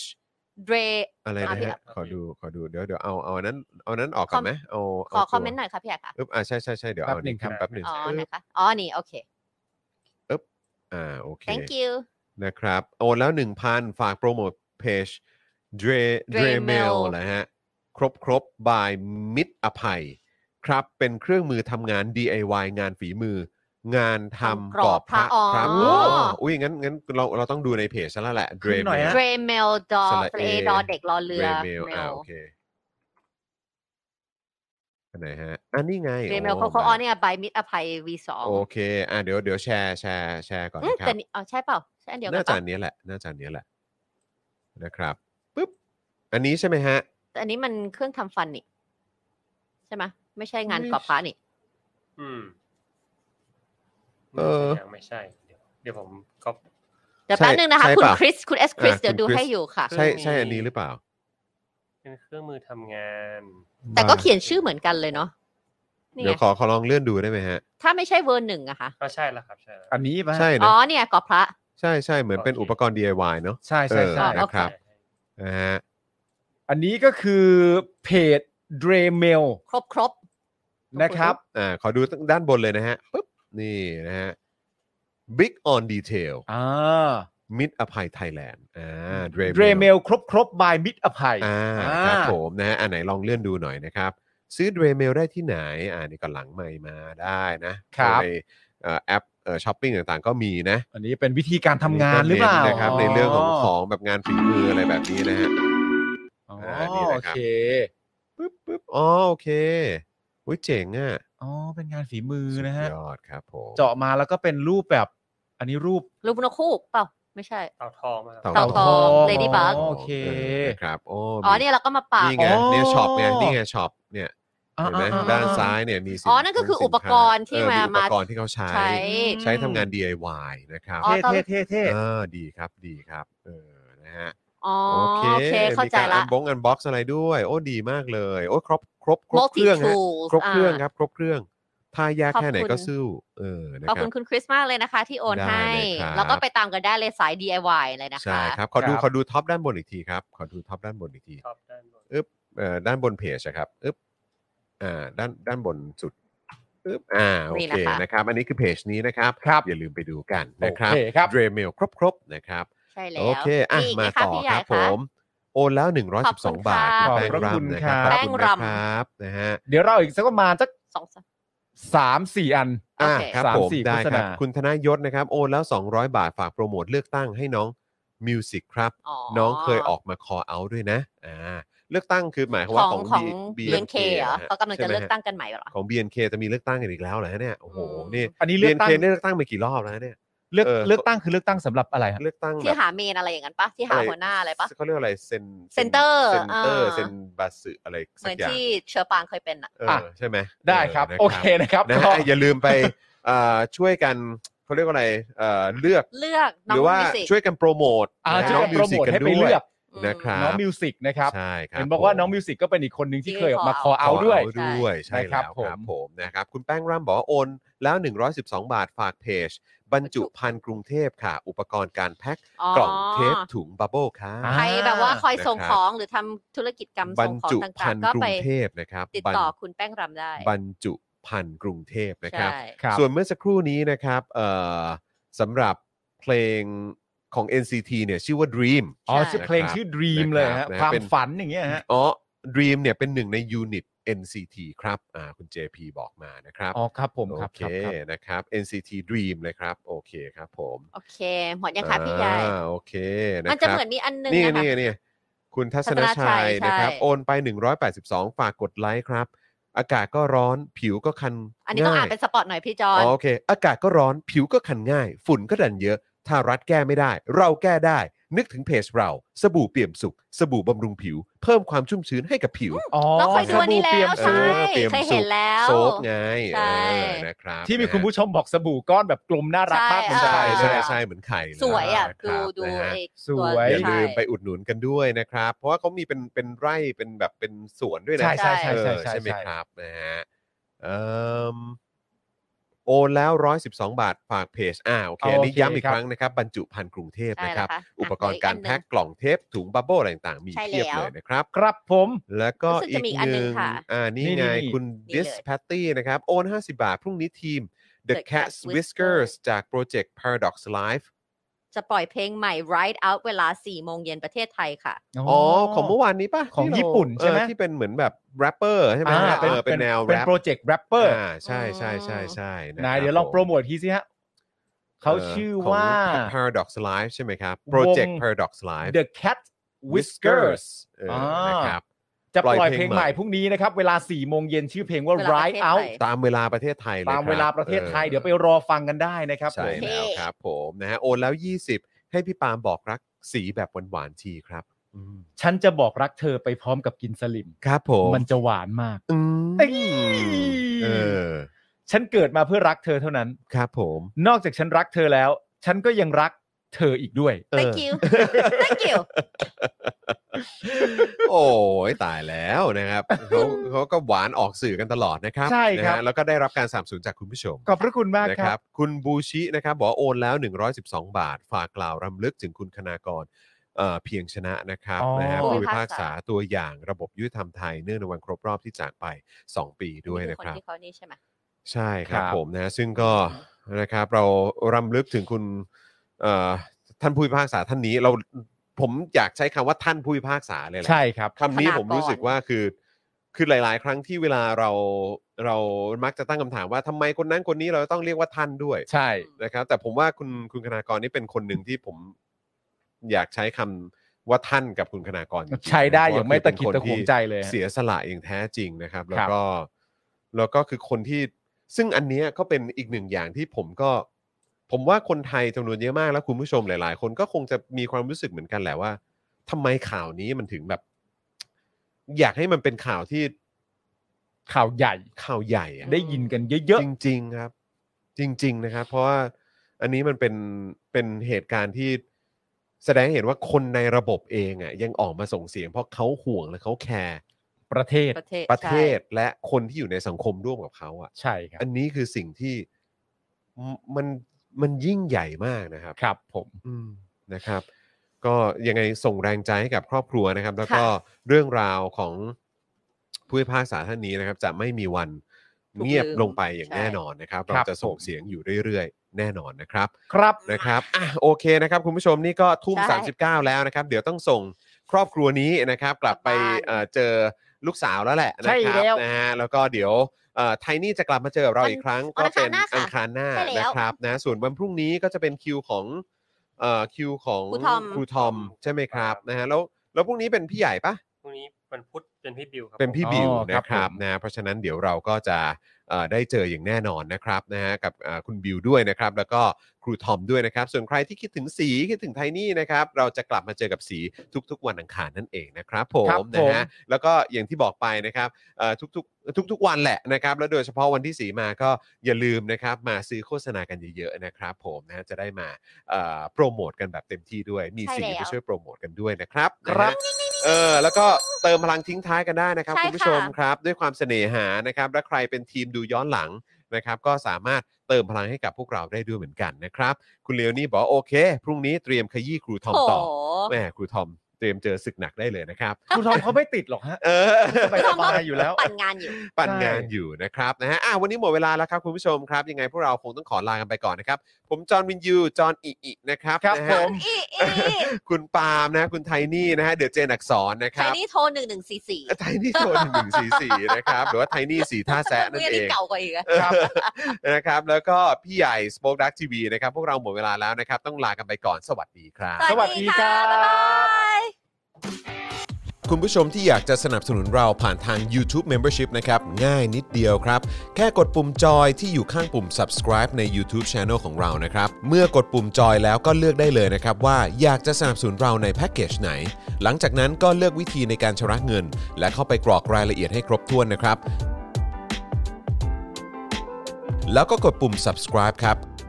เดรอะไรนะฮะขอดูขอดูเดี๋ยวเดี๋ยวเอาเอาอันนั้นเอาอันนั้นออกก่อนไหมเอาขอคอมเมนต์หน่อยค่ะพี่แอกค่ะอึ๊บอ่าใช่ใช่ใช่เดี๋ยวเอาอันนี้ขึ้นแป๊บหนึ่งอ๋อไหนคะอ๋อนี่โอเคอึ๊บอ่าโอเค thank you นะครับโอนแล้ว หนึ่งพัน ฝากโปรโมทเพจ Dre Dremel นะฮะครบครบ by มิตรอภัยครับเป็นเครื่องมือทำงาน ดี ไอ วาย งานฝีมืองานทำกรอบพระครับอ๋ออุ้ยงั้นงั้นเราเราต้องดูในเพจซะแล้วแหละ Dremel Dremel ดอเอดอเด็กรอเรือ Dremel อ่าโอเคอันไหนฮะอันนี้ไง Dremel เขาเขาอ๋อเนี่ย by มิตรอภัย วี สองโอเคอ่ะเดี๋ยวเดี๋ยวแชร์แชร์แชร์ก่อนนะครับแต่อ๋อใช่เปล่าใช่อันเดียวกันน่าจะอันนี้แหละน่าจะอันนี้แหละนะครับปึ๊บอันนี้ใช่ไหมฮะแต่อันนี้มันเครื่องทำฟันนี่ใช่ไหมไม่ใช่งานกรอบพระนี่อืมเออยังไม่ใช่เดี๋ยวเดี๋ยวผมก็เดี๋ยวแป๊บนึงนะคะคุณคริสคุณเอสคริสเดี๋ยวดูให้อยู่ค่ะใช่ใช่อันนี้หรือเปล่าเป็นเครื่องมือทำงานแต่ก็เขียนชื่อเหมือนกันเลยเนาะเดี๋ยวขอขอลองเลื่อนดูได้ไหมฮะถ้าไม่ใช่เวอร์หนึ่งอะค่ะก็ใช่แล้วครับใช่อันนี้ป่ะใช่นะอ๋อเนี่ยกรอบพระใช่ใช่เหมือนเป็นอุปกรณ์ ดี ไอ วาย เนาะใช่ใช่ใช่นะครับนะฮะอันนี้ก็คือเพจ Dremel ครบครบนะครับอ่าขอดูด้านบนเลยนะฮะปึ๊บนี่นะฮะ Big on Detail อ่ามิตรอภัยไทยแลนด์อ่า Dremel ครบครบ by มิตรอภัยอ่าครับผมนะฮะอันไหนลองเลื่อนดูหน่อยนะครับซื้อ Dremel ได้ที่ไหนอ่านี่ก็หลังใหม่มาได้นะครับในแอปเอ่อช้อปปิ้งต่างๆก็มีนะอันนี้เป็นวิธีการทำงานหรือเปล่านะครับในเรื่องของของแบบงานฝีมืออะไรแบบนี้นะฮะอ๋อโอเคปึ๊บปึ๊บอ๋อโอเคอุ้ยเจ๋งอ่ะอ๋อเป็นงานฝีมือนะฮะยอดครับผมเจาะมาแล้วก็เป็นรูปแบบอันนี้รูปรูปนกฮูกเปล่าไม่ใช่เต่าทองมาเต่าทอง Ladybug โอเคครับโอ้อ๋อเนี่ยเราก็มาปานี่ไงเนี่ยช็อปไงนี่ไงช็อปเนี่ยเห็นไหมด้านซ้ายเนี่ยมีอ๋อนั่นก็คืออุปกรณ์ที่มาอุปกรณ์ที่เขาใช้ใช้ทำงาน ดี ไอ วาย นะครับเท่เท่เท่เท่เออดีครับดีครับเออนะฮะอ๋อโอเคเข้าใจละมีการอันบงอันบ็อกซ์อะไรด้วยโอ้ดีมากเลยโอ้ครบครบครบเครื่องฮะครบเครื่องครับครบเครื่องถ้ายากแค่ไหนก็สู้เออขอบคุณคุณคริสมากเลยนะคะที่โอนให้แล้วก็ไปตามกันได้เลยสาย ดี ไอ วาย เลยนะคะใช่ครับขอดูขอดูท็อปด้านบนอีกทีครับขอดูท็อปด้านบนอีกทีท็อปด้านบนอึ๊บเอ่อด้านบนเพจครับอึ๊บอ่าด้านด้านบนสุดอึ๊บอ่าโอเคนะครับอันนี้คือเพจนี้นะครับอย่าลืมไปดูกันนะครับ Dremel ครบๆนะครับใช่แล้วโอเคอ่ะมาต่อครับผมโอนแล้วหนึ่งร้อยสิบสองบาทขอบคุณครับแป้งรำครับนะฮะเดี๋ยวเราอีกสักประมาณสักสองสามสี่อันอ่าครับผมได้ครับคุณธนยศนะครับโอนแล้วสองร้อยบาทฝากโปรโมทเลือกตั้งให้น้องมิวสิกครับน้องเคยออกมาคอเอาด้วยนะอ่าเลือกตั้งคือหมายความว่าของบี เอ็น เค เหรอเขากำลังจะเลือกตั้งกันใหม่เหรอของ บี เอ็น เค จะมีเลือกตั้งกันอีกแล้วเหรอเนี่ยโอ้โหนี่อันนี้บี เอ็น เค เลือกตั้งไปกี่รอบแล้วเนี่ยเลือกเลือกตั้งคือเลือกตั้งสำหรับอะไรเลือกตั้งที่หาเมนอะไรอย่างนั้นปะที่หาหัวหน้าอะไรปะเขาเรียกอะไรเซนเซนเตอร์เซนเตอร์เซนบาสึอะไรเหมือนที่เชอปางเคยเป็นอ่ะใช่ไหมได้ครับโอเคนะครับนะฮะอย่าลืมไปช่วยกันเขาเรียกว่าอะไรเลือกเลือกหรือว่าช่วยกันโปรโมทน้องมิวสิกกันด้วยนะครับน้องมิวสิกนะครับใช่ครับเห็นบอกว่าน้องมิวสิกก็เป็นอีกคนหนึ่งที่เคยออกมาคอเอาด้วยด้วยใช่แล้วครับผมนะครับคุณแป้งร่ำบอกโอนแล้วหนึ่งร้อยสิบสองบาทฝากเพจบรรจุภัณฑ์กรุงเทพค่ะอุปกรณ์การแพ็คกล่องเทปถุงบับเบิ้ลค่ะใครแบบว่าคอยส่งของหรือทำธุรกิจกรรมส่งของต่างๆก็ไปติดต่อคุณแป้งรำได้บรรจุภัณฑ์กรุงเทพนะครับส่วนเมื่อสักครู่นี้นะครับเอ่อสำหรับเพลงของ เอ็น ซี ที เนี่ยชื่อว่า Dream อ๋อชื่อเพลงชื่อ Dream เลยฮะความฝันอย่างเงี้ยฮะอ๋อ Dream เนี่ยเป็นหนึ่งในยูนิต เอ็น ซี ที ครับอ่าคุณ เจ พี บอกมานะครับอ๋อครับผมครับโอเคนะครับ เอ็น ซี ที Dream เลยครับโอเคครับผมโอเคหมดยังคะพี่ใหญ่อ่าโอเคนะครับมันจะเหมือนมีอันนึงนี่นี่นี่คุณทัศนชัยนะครับโอนไปหนึ่งร้อยแปดสิบสองฝากกดไลค์ครับอากาศก็ร้อนผิวก็คันอันนี้ต้องอ่านเป็นสปอตหน่อยพี่จอนโอเคอากาศก็ร้อนผิวก็คันง่ายฝุ่นก็ดันเยอะถ้ารัฐแก้ไม่ได้เราแก้ได้นึกถึงเพจเราสบู่เปี่ยมสุขสบู่บำรุงผิวเพิ่มความชุ่มชื้นให้กับผิวเราเคยดูอันนี้แล้วใช่เคยเห็นแล้วโซฟไงนะครับที่มีคุณผู้ชมบอกสบู่ก้อนแบบกลมน่ารักมากเหมือนไข่ใช่ใช่เหมือนไข่สวยอ่ะดูดูสวยอย่าลืมไปอุดหนุนกันด้วยนะครับเพราะว่าเขามีเป็นเป็นไร่เป็นแบบเป็นสวนด้วยนะใช่ใช่ใช่ใช่ไหมครับนะฮะโอนแล้วหนึ่งร้อยสิบสองบาทฝากเพจอ่าโอเคอันนี้โอเคย้ำอีกครับครั้งนะครับบรรจุภัณฑ์กรุงเทพใช่นะครับแล้วค่ะอุปกรณ์อ่ะการเหลืออีกอันหนึ่งแพ็คกล่องเทปถุงบับเบิ้ลอะไรต่างๆมีใช่เพียบแล้วเลยนะครับครับผมแล้วก็รู้สึกอีจะกมีอีกอันหหนึ่นึ่งงค่ะอ่านี่นี่ไงนี่คุณนี่ Dis เลย Patty นะครับโอนห้าสิบบาทพรุ่งนี้ทีม The The Cat Cat Whiskers Whiskers จากโปรเจกต์ Paradox Live จะปล่อยเพลงใหม่ Ride Out เวลาสี่โมงเย็นประเทศไทยค่ะอ๋อของเมื่อวานนี้ป่ะของที่เราญี่ปุ่นใช่ไหมเออที่เป็นเหมือนแบบแรปเปอร์ใช่ไหมอ่าฮะเออเป็นแนวเป็นแรปโปรเจกต์แรปเปอร์อ่าใช่ใช่ใช่ใช่นะนายครับเดี๋ยวลองผมโปรโมททีสิฮะเขาชื่อว่าของ Paradox Live ใช่ไหมครับ Project วง Paradox Live The Cat Whiskers เออนะครับจะปล่อยปล่อยเพเพลลงงใหใหม่ม่พรุ่งนี้นะครับ เวลาสี่โมงเย็นชื่อเพลงว่าเวลาประ Ride เทศไท Out ยตามเวลาประเทศไทยเลยตามครับเวลาประเทศไทยออเดี๋ยวไปรอฟังกันได้นะครับผใช่มแล้วครับผมนะฮะโอนแล้วยี่สิบให้พี่ปาล์มบอกรักสีแบบหวานๆทีครับอืมฉันจะบอกรักเธอไปพร้อมกับกินสลิมครับผมมันจะหวานมากอืมเอ้ยเออฉันเกิดมาเพื่อรักเธอเท่านั้นครับผมนอกจากฉันรักเธอแล้ว ฉันก็ยังรักเธออีกด้วย Thank you Thank you โอ้ยตายแล้วนะครับเขาเขาก็หวานออกสื่อกันตลอดนะครับใช่ครับนะฮะแล้วก็ได้รับการสนับสนุนจากคุณผู้ชมขอบพระคุณมากนะคครัรับ บคุณบูชินะครับบอกว่าโอนแล้วหนึ่งร้อยสิบสองบาท ฝากกล่าวรำลึกถึงคุณคณากรเอ่อเพียงชนะนะครับอ๋อนะฮะผู้ผู้พิพิพาพาก กษาษาตัวอย่างระบบยุติธรรมไทยเนื่องในวันครบรอบที่จากไปสองปีด้วยนะคคน รับที่เขานี่ใช่ไหมใช่ครับครับผมนะซึ่งก็นะครับเรารำลึกถึงคุณเอ่อท่านผู้พิพากษาท่านนี้เราผมอยากใช้คำว่าท่านผู้พิพากษาเลยแหละใช่ครับคำนี้ผมรู้สึกว่าคือคือหลาย ๆ ครั้งที่เวลาเราเรามักจะตั้งคำถามว่าทำไมคนนั้นคนนี้เราต้องเรียกว่าท่านด้วยใช่นะครับแต่ผมว่าคุณคุณคณากรนี่เป็นคนหนึ่งที่ผมอยากใช้คำว่าท่านกับคุณคณากรจริงๆใช้ได้เพระอย่างไม่คืตะขิดตะขวงใจเลยฮะเสียสละอย่างแท้จริงนะครับ แล้วครับก็แล้วก็คือคนที่ซึ่งอันเนี้ยก็เป็นอีกหนึ่งอย่างที่ผมก็ ผมว่าคนไทยจำนวนเยอะมากแล้วคุณผู้ชมหลาย ๆ คนก็คงจะมีความรู้สึกเหมือนกันแหละว่าทำไมข่าวนี้มันถึงแบบ อยากให้มันเป็นข่าวที่ข่าวใหญ่ข่าวใหญ่อะได้ยินกันเยอะจริง ๆ ครับ จริง ๆ นะครับ เพราะว่าอันนี้มันเป็นเป็นเหตุการณ์ที่แสดงให้เห็นว่าคนในระบบเองอ่ะยังออกมาส่งเสียง เพราะเขาห่วงและเขาแคร์ๆ ประเทศประเทศประเทศใช่และคนที่อยู่ในสังคมร่วมกับเขาอ่ะใช่ครับอันนี้คือสิ่งที่มมันมันยิ่งใหญ่มากนะครับครับผมอืมนะครับ ก็ยังไงส่งแรงใจให้กับครอบครัวนะครับ แล้วก็ค่ะเรื่องราวของผู้พิพากษาท่านนี้นะครับ จะไม่มีวันถูกเงียบลืมลงไปอย่างใช่แน่นอนนะครับครัเราบจะส่งผมเสียงอยู่เรื่อยๆ แน่นอนนะครับครับนะครับอ่ะโอเคนะครับคุณผู้ชมนี่ก็ทุ่มใช่สามสิบเก้าแล้วนะครับ เดี๋ยวต้องส่งครอบครัวนี้นะครับ กลับไปกลับบ้านเอ่อเจอลูกสาวแล้วแหละนะใช่ครัแล้วนะฮะแล้วก็เดี๋ยวเอ่อไทนี่จะกลับมาเจอกับเราอีกครั้งวัก็นเป็นอัอังงคาคาร รหหน้าน้าใช่แล้วนะครับนะส่วนวันพรุ่งนี้ก็จะเป็นคิวของเอ่อคิวของครูทอมครูทอมใช่ไหมครับนะฮะแล้วแล้วพรุ่งนี้เป็นพี่ใหญ่ปะพรุ่งนี้วันพุธเป็นพี่บิวครับเป็นพี่ผมบิวอ๋อครันะบครับผมนะเพราะฉะนั้นเดี๋ยวเราก็จะเอ่อได้เจออย่างแน่นอนนะครับนะฮะกับอ่าคุณบิวด้วยนะครับแล้วก็ครูทอมด้วยนะครับส่วนใครที่คิดถึงสีคิดถึงไทนี่นะครับเราจะกลับมาเจอกับสีทุกๆวันอังคารนั่นเองนะครับผครับมนะผมฮะแล้วก็อย่างที่บอกไปนะครับเอ่อทุกๆทุกๆวันแหละนะครับแล้วโดยเฉพาะวันที่สีมาก็อย่าลืมนะครับมาซื้อโฆษณากันเยอะๆนะครับผมนะฮะจะได้มาเอ่อโปรโมทกันแบบเต็มที่ด้วยมีใช่สีแล้วมาช่วยโปรโมทกันด้วยนะครับครับนะฮะ เออแล้วก็เติมพลังทิ้งท้ายกันได้นะครับใช่คุณผู้ชมค่ะครับ ด้วยความเสน่หานะครับและใครเป็นทีมดูย้อนหลังนะครับ ก็สามารถเติมพลังให้กับพวกเราได้ด้วยเหมือนกันนะครับ คุณเลวนี่บอกว่าโอเค พรุ่งนี้เตรียมขยี้ครูทอมโอ้ต่อโหแหมครูทอมเตรียมเจอศึกหนักได้เลยนะครับครูทอมเขาไม่ติดหรอกฮะเออสบายๆอยู่แล้วปั่นงานอยู่ปั่นงานอยู่นะครับนะฮะอ่ะวันนี้หมดเวลาแล้วครับคุณผู้ชมครับยังไงพวกเราคงต้องขอลากันไปก่อนนะครับผมจอห์นวินยูจอห์นอิอินะครับครับนะผฮะมอีอีคุณปาล์มนะคุณไทนี่นะฮะเดอะเจนอักษรนะคใครรับนี่โทรหนึ่งหนึ่งสี่สี่ไทนี่โชว์หนึ่งหนึ่งสี่สี่นะครับหรือว่าไทนี่สีท่าแซะนั่นเรื่องเอนี้งเก่ากว่าอีกอะครับ นะครับแล้วก็พี่ใหญ่ Spoke Dark ที วี นะครับพวกเราหมดเวลาแล้วนะครับต้องลากันไปก่อนสวัสดีครับสวัสดีครับบ๊ายบายคุณผู้ชมที่อยากจะสนับสนุนเราผ่านทาง YouTube Membership นะครับง่ายนิดเดียวครับแค่กดปุ่มจอยที่อยู่ข้างปุ่ม subscribe ใน YouTube Channel ของเรานะครับเมื่อกดปุ่มจอยแล้วก็เลือกได้เลยนะครับว่าอยากจะสนับสนุนเราในแพ็กเกจไหนหลังจากนั้นก็เลือกวิธีในการชำระเงิน และเข้าไปกรอกรายละเอียดให้ครบถ้วนนะครับแล้วก็กดปุ่ม subscribe ครับ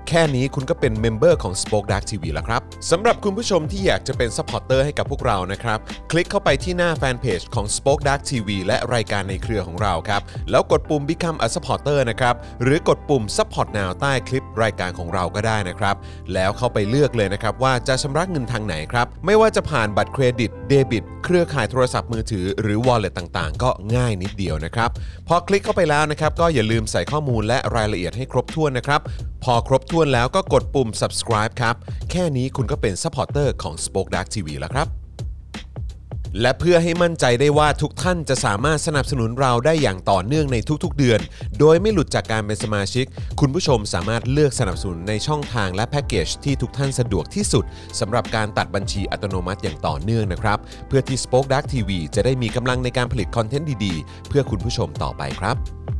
แค่นี้คุณก็เป็นเมมเบอร์ของ Spoke Dark ที วี แล้วครับสำหรับคุณผู้ชมที่อยากจะเป็นซัพพอร์ตเตอร์ให้กับพวกเรานะครับคลิกเข้าไปที่หน้าแฟนเพจของ Spoke Dark ที วี และรายการในเครือของเราครับแล้วกดปุ่ม Become a supporter นะครับหรือกดปุ่ม Support Now ใต้คลิปรายการของเราก็ได้นะครับแล้วเข้าไปเลือกเลยนะครับว่าจะชำระเงินทางไหนครับไม่ว่าจะผ่านบัตรเครดิตเดบิตเครือข่ายโทรศัพท์มือถือหรือ Wallet ต่างๆก็ง่ายนิดเดียวนะครับพอคลิกเข้าไปแล้วนะครับก็อย่าลืมใส่ข้อมูลและรายละเอียดให้ครบถ้วนนะครับพอครบถ้วนแล้วก็กดปุ่ม subscribe ครับแค่นี้คุณก็เป็นซัพพอร์ตเตอร์ของ Spoke Dark ที วี แล้วครับและเพื่อให้มั่นใจได้ว่าทุกท่านจะสามารถสนับสนุนเราได้อย่างต่อเนื่องในทุกๆเดือนโดยไม่หลุดจากการเป็นสมาชิกคุณผู้ชมสามารถเลือกสนับสนุนในช่องทางและแพ็กเกจที่ทุกท่านสะดวกที่สุดสำหรับการตัดบัญชีอัตโนมัติอย่างต่อเนื่องนะครับเพื่อที่ Spoke Dark ที วี จะได้มีกำลังในการผลิตคอนเทนต์ดีๆเพื่อคุณผู้ชมต่อไปครับ